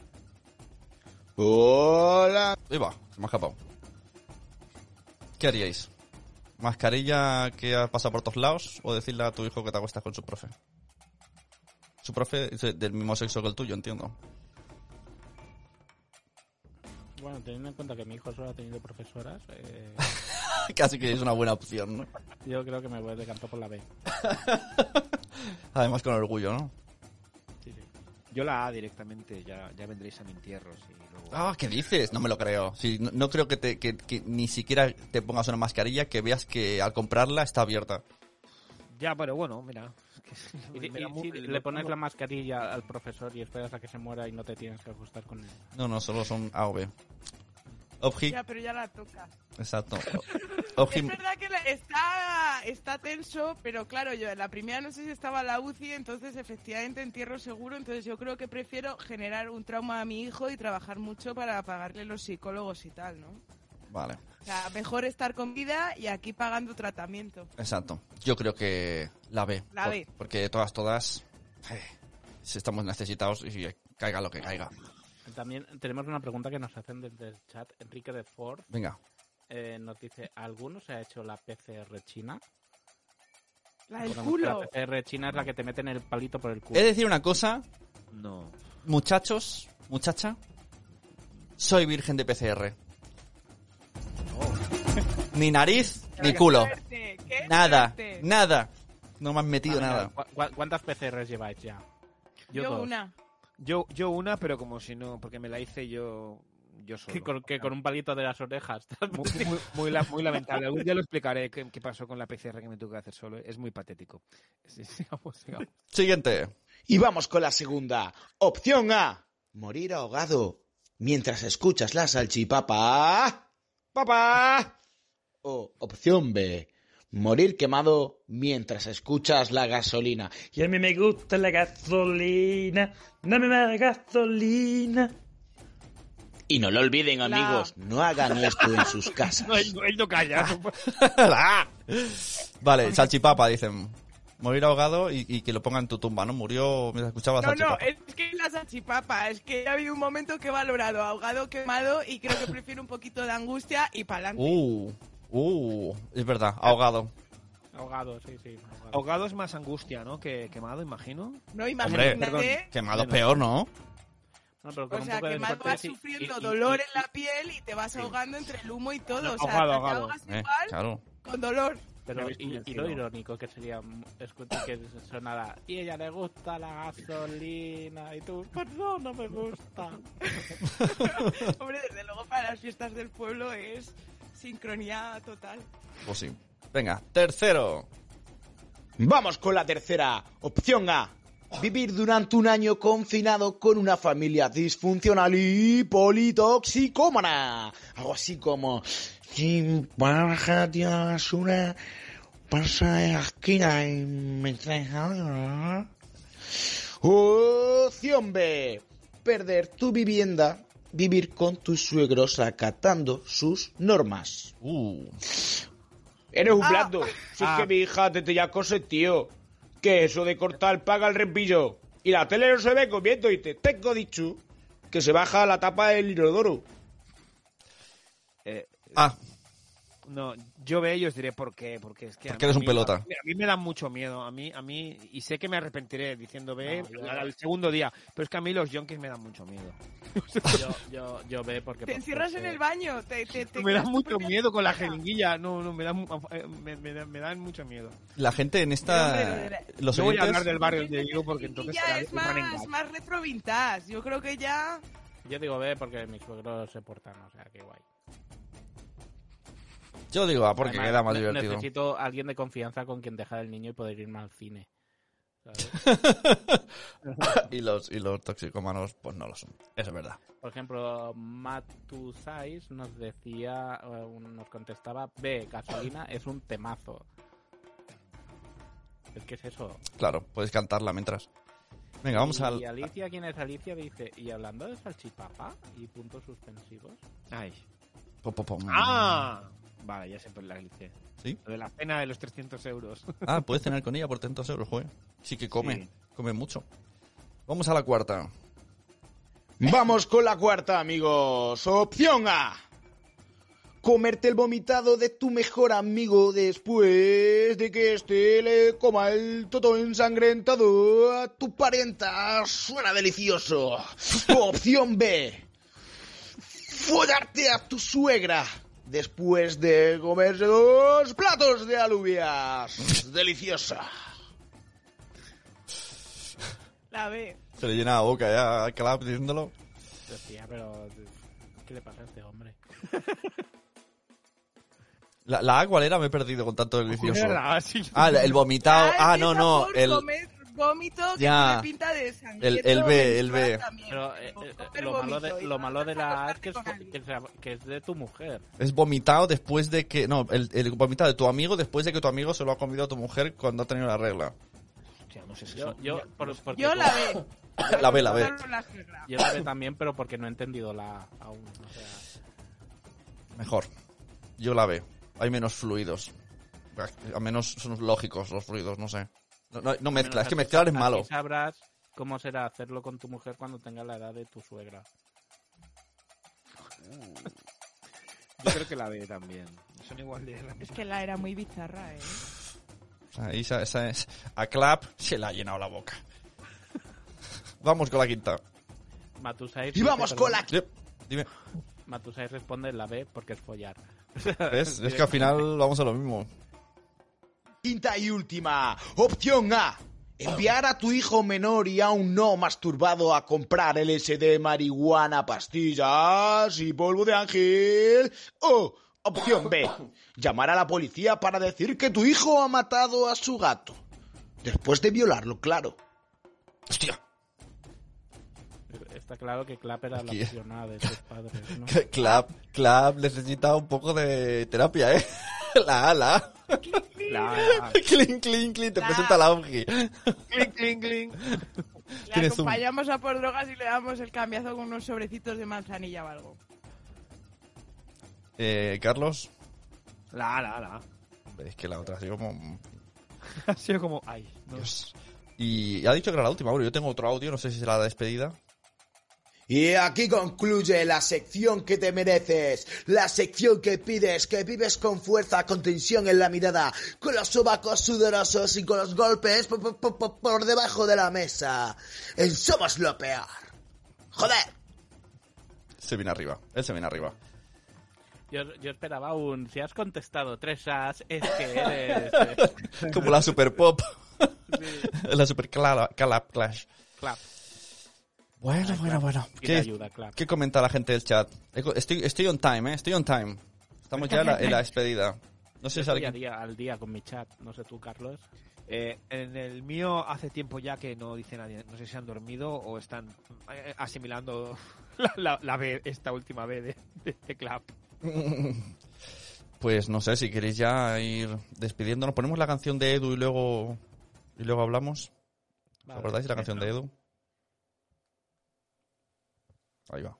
Hola. Ahí va, se me ha escapado. ¿Qué haríais? ¿Mascarilla que ha pasado por todos lados o decirle a tu hijo que te acuestas con su profe? Su profe es del mismo sexo que el tuyo, entiendo. Bueno, teniendo en cuenta que mi hijo solo ha tenido profesoras... Casi que es una buena opción, ¿no? Yo creo que me voy a decantar por la B. Además con orgullo, ¿no? Sí. Yo la A directamente, ya vendréis a mi entierro. Sí, luego... Ah, ¿qué dices? No me lo creo. Sí, no creo que ni siquiera te pongas una mascarilla que veas que al comprarla está abierta. Ya, pero bueno, mira. Y si le pones la mascarilla al profesor y esperas a que se muera y no te tienes que ajustar con él. No, solo son A o B. Ya, pero ya la toca. Exacto. Es verdad que está tenso, pero claro, yo en la primera no sé si estaba la UCI, entonces efectivamente entierro seguro, entonces yo creo que prefiero generar un trauma a mi hijo y trabajar mucho para pagarle los psicólogos y tal, ¿no? Vale. O sea, mejor estar con vida y aquí pagando tratamiento. Exacto. Yo creo que la B. La B. Porque todas, si estamos necesitados y caiga lo que caiga. También tenemos una pregunta que nos hacen desde el chat. Enrique de Ford. Venga. Nos dice, ¿alguno se ha hecho la PCR china? La del culo. La PCR china es la que te meten el palito por el culo. He de decir una cosa. No. Muchachos, muchacha, soy virgen de PCR. Ni nariz, ni culo. Nada. No me han metido nada. ¿Cuántas PCRs lleváis ya? Yo una. Yo una, pero como si no, porque me la hice yo solo. Que con un palito de las orejas. Muy lamentable. Algún día lo explicaré qué pasó con la PCR que me tuve que hacer solo. Es muy patético. Sigamos. Siguiente. Y vamos con la segunda. Opción A. Morir ahogado mientras escuchas la salchipapa. ¡Papá! O opción B. Morir quemado mientras escuchas la gasolina. Y a mí me gusta la gasolina. Dame más gasolina. Y no lo olviden, amigos. No hagan esto en sus casas. Él no calla. Vale, salchipapa, dicen. Morir ahogado y que lo pongan en tu tumba, ¿no? Murió mientras escuchaba salchipapa. No, es que la salchipapa. Es que ha habido un momento que he valorado ahogado, quemado y creo que prefiero un poquito de angustia y pa'lante. Es verdad, ahogado. Ahogado, sí. Ahogado es más angustia, ¿no? Que quemado, imagino. No, imagínate. Hombre, quemado peor, ¿no? No, pero con o sea, un poco de quemado vas sufriendo dolor en la piel y te vas ahogando entre el humo y todo. O sea, ahogado. te ahogas igual Claro. con dolor. Pero y lo irónico que sería escuchar que sonara y a ella le gusta la gasolina y tú, pues no me gusta. Hombre, desde luego para las fiestas del pueblo es sincronía total. Pues sí. Venga, tercero. Vamos con la tercera. Opción A. Vivir durante un año confinado con una familia disfuncional y politoxicómana. Algo así como... Si baja tío la basura, pasa de la esquina y me traes algo. Opción B. Perder tu vivienda, vivir con tus suegros acatando sus normas. Eres un blando. Si es que mi hija te ya cosas, tío. Que eso de cortar paga el repillo. Y la tele no se ve comiendo y te tengo dicho que se baja la tapa del inodoro. No, yo ve y os diré por qué. Porque es que Porque eres un pelota. A mí me da mucho miedo. A mí, y sé que me arrepentiré diciendo ve No, al segundo día. Pero es que a mí los yonkis me dan mucho miedo. Yo ve porque... Te encierras en el baño. Me da mucho miedo con la jeringuilla. No, me dan mucho miedo. La gente en esta... Los no voy a oyentes... hablar del barrio de Diego porque entonces... Ya es más retro vintage. Yo creo que ya... Yo digo ve porque mis suegros se portan, o sea, qué guay. Yo digo porque Además, queda más divertido. Necesito a alguien de confianza con quien dejar el niño y poder irme al cine. ¿Sabes? y los toxicómanos, pues no lo son. Eso es verdad. Por ejemplo, Matusais nos decía, nos contestaba, ve, gasolina es un temazo. ¿Qué es eso? Claro, puedes cantarla mientras. Venga, vamos al... Y Alicia, ¿quién es Alicia? Dice, y hablando de salchipapa y puntos suspensivos. Ay. Pom. ¡Ah! Vale, ya sé por la Alicia. ¿Sí? Lo de la cena de los 300 euros. Ah, puedes cenar con ella por 300 euros, joder. Sí que come. Sí. Come mucho. Vamos a la cuarta. Vamos con la cuarta, amigos. Opción A. Comerte el vomitado de tu mejor amigo después de que éste le coma el toto ensangrentado a tu parienta. Suena delicioso. Opción B. Follarte a tu suegra después de comerse 2 platos de alubias. Deliciosa. La B. Se le llena la boca ya a Clap diciéndolo. Decía, pero ¿qué le pasa a este hombre? La A, ¿cuál era? Me he perdido con tanto delicioso. Sí. Ah, el vomitado. Ah, no. El vómito que ya. tiene pinta de sangre. El B. Pero lo malo de la A es que es de tu mujer. Es vomitado después de que... No, el vomitado de tu amigo después de que tu amigo se lo ha comido a tu mujer cuando ha tenido la regla. Hostia, no sé si Yo la B. La B. Yo la B también, pero porque no he entendido la A aún. O sea... Mejor. Yo la B. Hay menos fluidos. A menos son lógicos los fluidos, no sé. No mezcla, es que mezclar es malo. Así sabrás cómo será hacerlo con tu mujer cuando tenga la edad de tu suegra. Yo creo que la B también. Son igual de... Es que la era muy bizarra, Ahí esa es... A Clap se le ha llenado la boca. Vamos con la quinta. Matusais Y vamos con la... Dime. Matusais responde la B porque es follar. Es que al final vamos a lo mismo. Quinta y última. Opción A. Enviar a tu hijo menor y aún no masturbado a comprar LSD, marihuana, pastillas y polvo de ángel. O opción B. Llamar a la policía para decir que tu hijo ha matado a su gato. Después de violarlo, claro. ¡Hostia! Está claro que Clap era la opcionada de sus padres, ¿no? Clap necesita un poco de terapia, ¿eh? La A. Clink, te presenta la Augi. Clink. Le acompañamos a por drogas y le damos el cambiazo con unos sobrecitos de manzanilla o algo. Carlos. La. Es que la otra ha sido como... Ha sido como... Ay, no. Dios. Y ha dicho que era la última. Bueno, yo tengo otro audio, no sé si será la despedida. Y aquí concluye la sección que te mereces, la sección que pides, que vives con fuerza, con tensión en la mirada, con los sobacos sudorosos y con los golpes por debajo de la mesa. En Somos lo Peor. ¡Joder! Él se viene arriba. Yo esperaba si has contestado 3 As, es que eres... Como la Super Pop. Sí. La Super Clap Clash. Clap. Bueno. ¿Qué comenta la gente del chat? Estoy on time, ¿eh? Estoy on time. Estamos ya en la despedida. No sé si estoy al día con mi chat. No sé tú, Carlos. En el mío hace tiempo ya que no dice nadie. No sé si han dormido o están asimilando la B, esta última B de Clap. Pues no sé, si queréis ya ir despidiéndonos. Ponemos la canción de Edu y luego hablamos. ¿Os acordáis de la canción de Edu? Ahí va.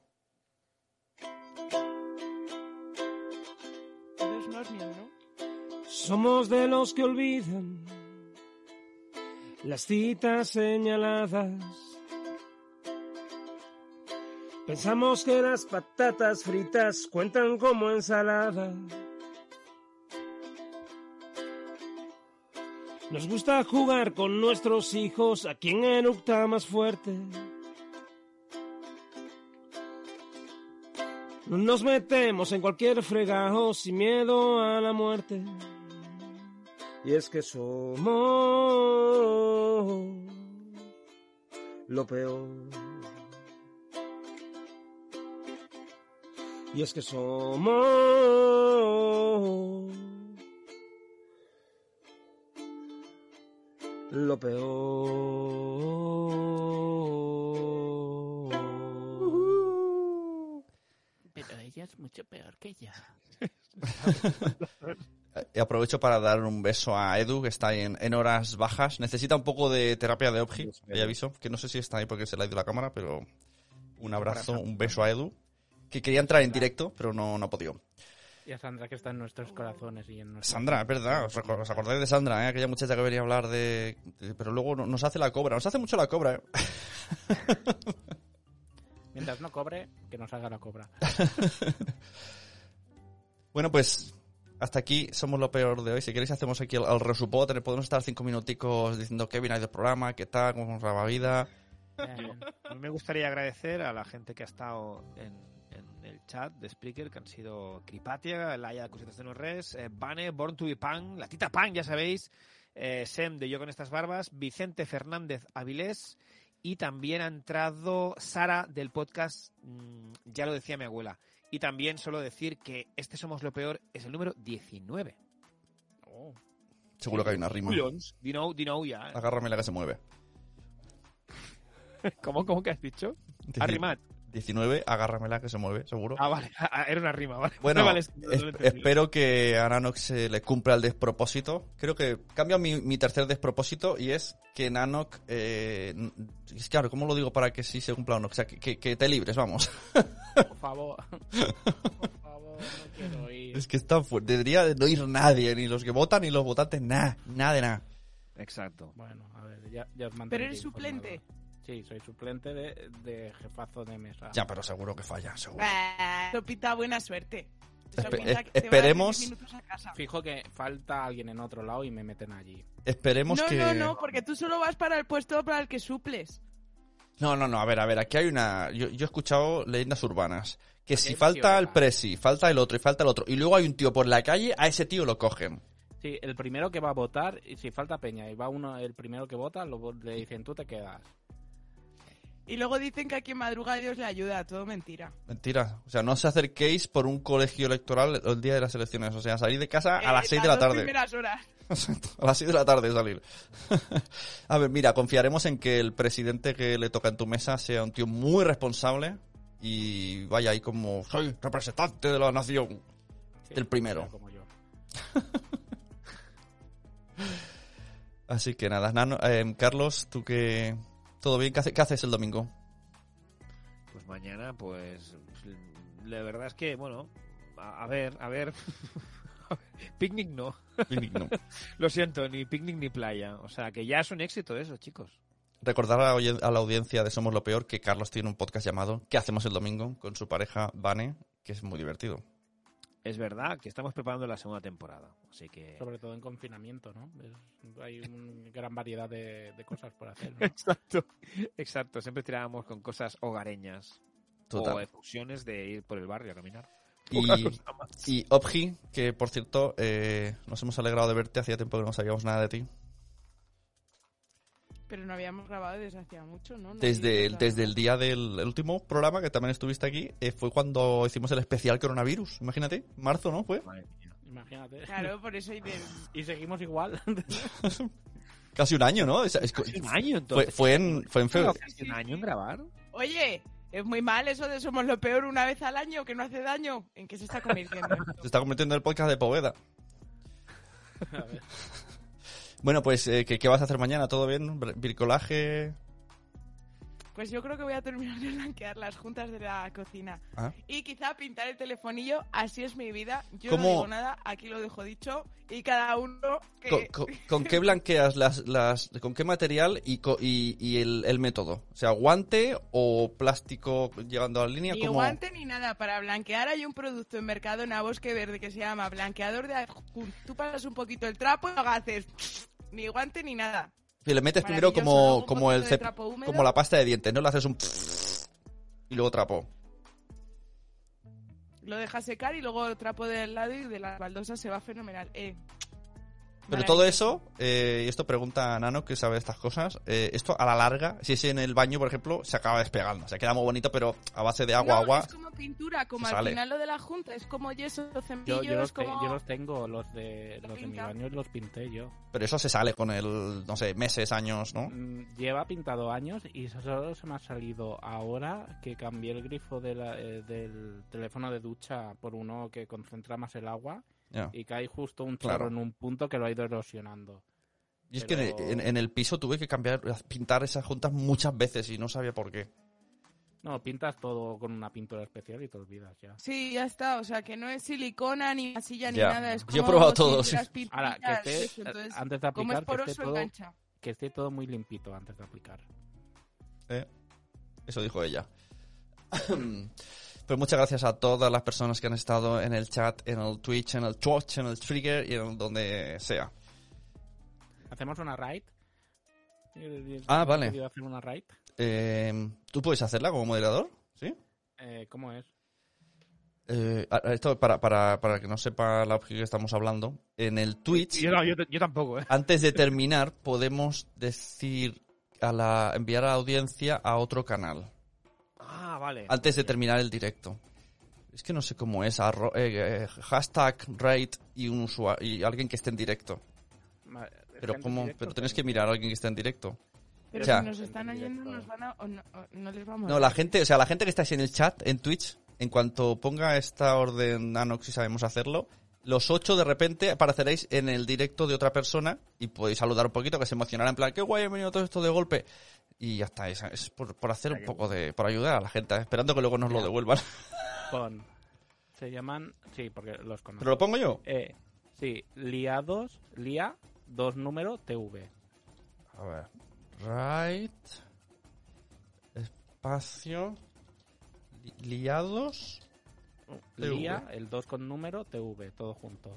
Somos de los que olvidan las citas señaladas. Pensamos que las patatas fritas cuentan como ensalada. Nos gusta jugar con nuestros hijos a quien eructa más fuerte. Nos metemos en cualquier fregajo sin miedo a la muerte. Y es que somos lo peor. Y es que somos lo peor. Pero ella es mucho peor que yo. Aprovecho para dar un beso a Edu, que está ahí en horas bajas. Necesita un poco de terapia de Obji, ya aviso. Que no sé si está ahí porque se le ha ido la cámara, pero un abrazo, un beso a Edu. Que quería entrar en directo, pero no ha podido. Y a Sandra, que está en nuestros corazones y en nuestros... Sandra, es verdad, os acordáis de Sandra, aquella muchacha que venía a hablar de... Pero luego nos hace la cobra, nos hace mucho la cobra, Mientras no cobre, que nos haga la cobra. Bueno, pues hasta aquí somos lo peor de hoy. Si queréis hacemos aquí el resupote, podemos estar 5 minuticos diciendo qué bien hay del programa, qué tal, cómo nos va la vida. A mí me gustaría agradecer a la gente que ha estado en el chat de Spreaker, que han sido Cripatia, Laia Cositas de Norres, Bane, Born to be Pan, la Tita Pan, ya sabéis, Sem de Yo con estas barbas, Vicente Fernández Avilés, y también ha entrado Sara del podcast Ya lo decía mi abuela. Y también solo decir que este Somos lo Peor es el número 19. Oh. Seguro que hay una rima. Dino ya. Agárrame la que se mueve. ¿Cómo que has dicho? Arrimat. 19, agárramela que se mueve, seguro. Ah, vale, era una rima, vale. Bueno, vale, espero que a Nanox se le cumpla el despropósito. Creo que cambia mi tercer despropósito y es que Nanox... claro, ¿cómo lo digo para que sí se cumpla o no? O sea, que te libres, vamos. Por favor. Por favor, no quiero ir. Es que está fuerte. Debería de no ir nadie, ni los que votan, ni los votantes, nada de nada. Exacto. Bueno, a ver, ya os mantendré. Pero eres suplente. Sí, soy suplente de jefazo de mesa. Ya, pero seguro que falla, seguro. Sopita, buena suerte. Esperemos. Fijo que falta alguien en otro lado y me meten allí. Esperemos que... No, porque tú solo vas para el puesto para el que suples. No, a ver, aquí hay una... Yo he escuchado leyendas urbanas. Que si falta el presi, falta el otro y falta el otro, y luego hay un tío por la calle, a ese tío lo cogen. Sí, el primero que va a votar, y si falta peña y va el primero que vota, le dicen, tú te quedas. Y luego dicen que a quien madruga Dios le ayuda, todo mentira. Mentira, o sea, no se acerquéis por un colegio electoral el día de las elecciones, o sea, salir de casa a las 6 de la tarde. Primeras horas. A las 6 de la tarde salir. A ver, mira, confiaremos en que el presidente que le toca en tu mesa sea un tío muy responsable y vaya ahí como, soy representante de la nación, sí, el primero. Como yo. Así que nada, Carlos, tú que... ¿Todo bien? ¿Qué haces el domingo? Pues mañana, pues la verdad es que, bueno, a ver. Picnic no. Picnic no. Lo siento, ni picnic ni playa. O sea, que ya es un éxito eso, chicos. Recordar a la audiencia de Somos lo Peor que Carlos tiene un podcast llamado ¿Qué hacemos el domingo? Con su pareja Vane, que es muy divertido. Es verdad que estamos preparando la segunda temporada, así que... Sobre todo en confinamiento, ¿no? Hay una gran variedad de cosas por hacer, ¿no? Exacto. Siempre tirábamos con cosas hogareñas. Total. O efusiones de ir por el barrio a caminar. Y Obji, que por cierto, nos hemos alegrado de verte. Hacía tiempo que no sabíamos nada de ti. Pero no habíamos grabado desde hacía mucho, ¿no? Desde el día del último programa, que también estuviste aquí, fue cuando hicimos el especial coronavirus. Imagínate, marzo, ¿no? Fue. Imagínate. Claro, por eso... Y seguimos igual. Casi un año, ¿no? Casi un año, entonces. Fue en febrero. ¿Casi un año en grabar? Oye, es muy mal eso de Somos lo Peor una vez al año, que no hace daño. ¿En qué se está convirtiendo? Se está convirtiendo en el podcast de Poveda. A ver. Bueno, pues, ¿qué vas a hacer mañana? ¿Todo bien? ¿Bricolaje? Pues yo creo que voy a terminar de blanquear las juntas de la cocina. ¿Ah? Y quizá pintar el telefonillo. Así es mi vida. Yo ¿Cómo? no digo nada, aquí lo dejo dicho. Y cada uno que... ¿Con qué blanqueas con qué material y el método? O sea, ¿guante o plástico llevando a la línea? Ni guante ni nada. Para blanquear hay un producto en Mercadona Bosque Verde que se llama blanqueador de adjunto. Tú pasas un poquito el trapo y lo haces... Ni guante ni nada. Y le metes primero Maravilloso, luego un poquito de trapo húmedo. como la pasta de dientes, ¿no? Le haces un... y luego trapo. Lo dejas secar y luego trapo del lado y de las baldosas se va fenomenal. Pero todo eso, y esto pregunta Nano, que sabe estas cosas, esto a la larga, si es en el baño, por ejemplo, se acaba despegando. Se queda muy bonito, pero a base de agua... es como pintura, como al sale. final lo de la junta, es como yeso, cepillos, Yo los como... tengo, los de mi baño los pinté yo. Pero eso se sale con el, no sé, meses, años, ¿no? Lleva pintado años y solo se me ha salido ahora que cambié el grifo del teléfono de ducha por uno que concentra más el agua. Yeah. Y que hay justo un chorro en un punto que lo ha ido erosionando. Y es que en el piso tuve que pintar esas juntas muchas veces y no sabía por qué. No, pintas todo con una pintura especial y te olvidas ya. Sí, ya está, o sea, que no es silicona, ni masilla, ni Ya. nada. Es como Yo he probado si todo, hicieras sí. pinturas, Ahora, que esté, eso, entonces, antes de como es aplicar, poroso, engancha. que esté todo muy limpito antes de aplicar. Eso dijo ella. Pues muchas gracias a todas las personas que han estado en el chat, en el Twitch, en el Trigger y en donde sea. ¿Hacemos una raid? Ah, vale. ¿He hacer una raid? ¿Tú puedes hacerla como moderador? ¿Sí? ¿Cómo es? Esto para que no sepa la que estamos hablando. En el Twitch, Yo tampoco, antes de terminar, podemos decir enviar a la audiencia a otro canal. Ah, vale. Antes de terminar el directo. Es que no sé cómo es. Hashtag raid y un usuario y alguien que esté en directo. Pero cómo, pero tienes que mirar a alguien que esté en directo. Pero o sea, si nos están oyendo, nos van a... o no les vamos no, a... la gente que está en el chat, en Twitch, en cuanto ponga esta orden Nanox, si sabemos hacerlo, los 8 de repente apareceréis en el directo de otra persona y podéis saludar un poquito, que se emocionará en plan, qué guay, ha venido todo esto de golpe. Y ya está, es por hacer un poco por ayudar a la gente, esperando que luego nos lo devuelvan. Se llaman, sí, porque los conozco. ¿Pero lo pongo yo? Sí, LIA 2 número TV. A ver, right, espacio, liados, LIA, el 2 con número, TV, todo junto.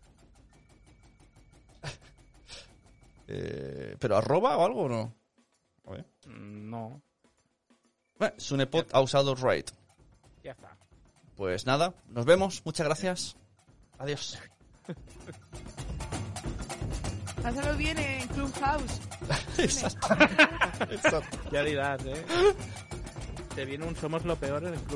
¿Pero arroba o algo o no? A ver. No. Sunepot ha usado right. Ya está. Pues nada, nos vemos, muchas gracias. Adiós. Pásalo bien en Clubhouse. Exacto. Ya dirás, Te viene un Somos lo Peor en el club.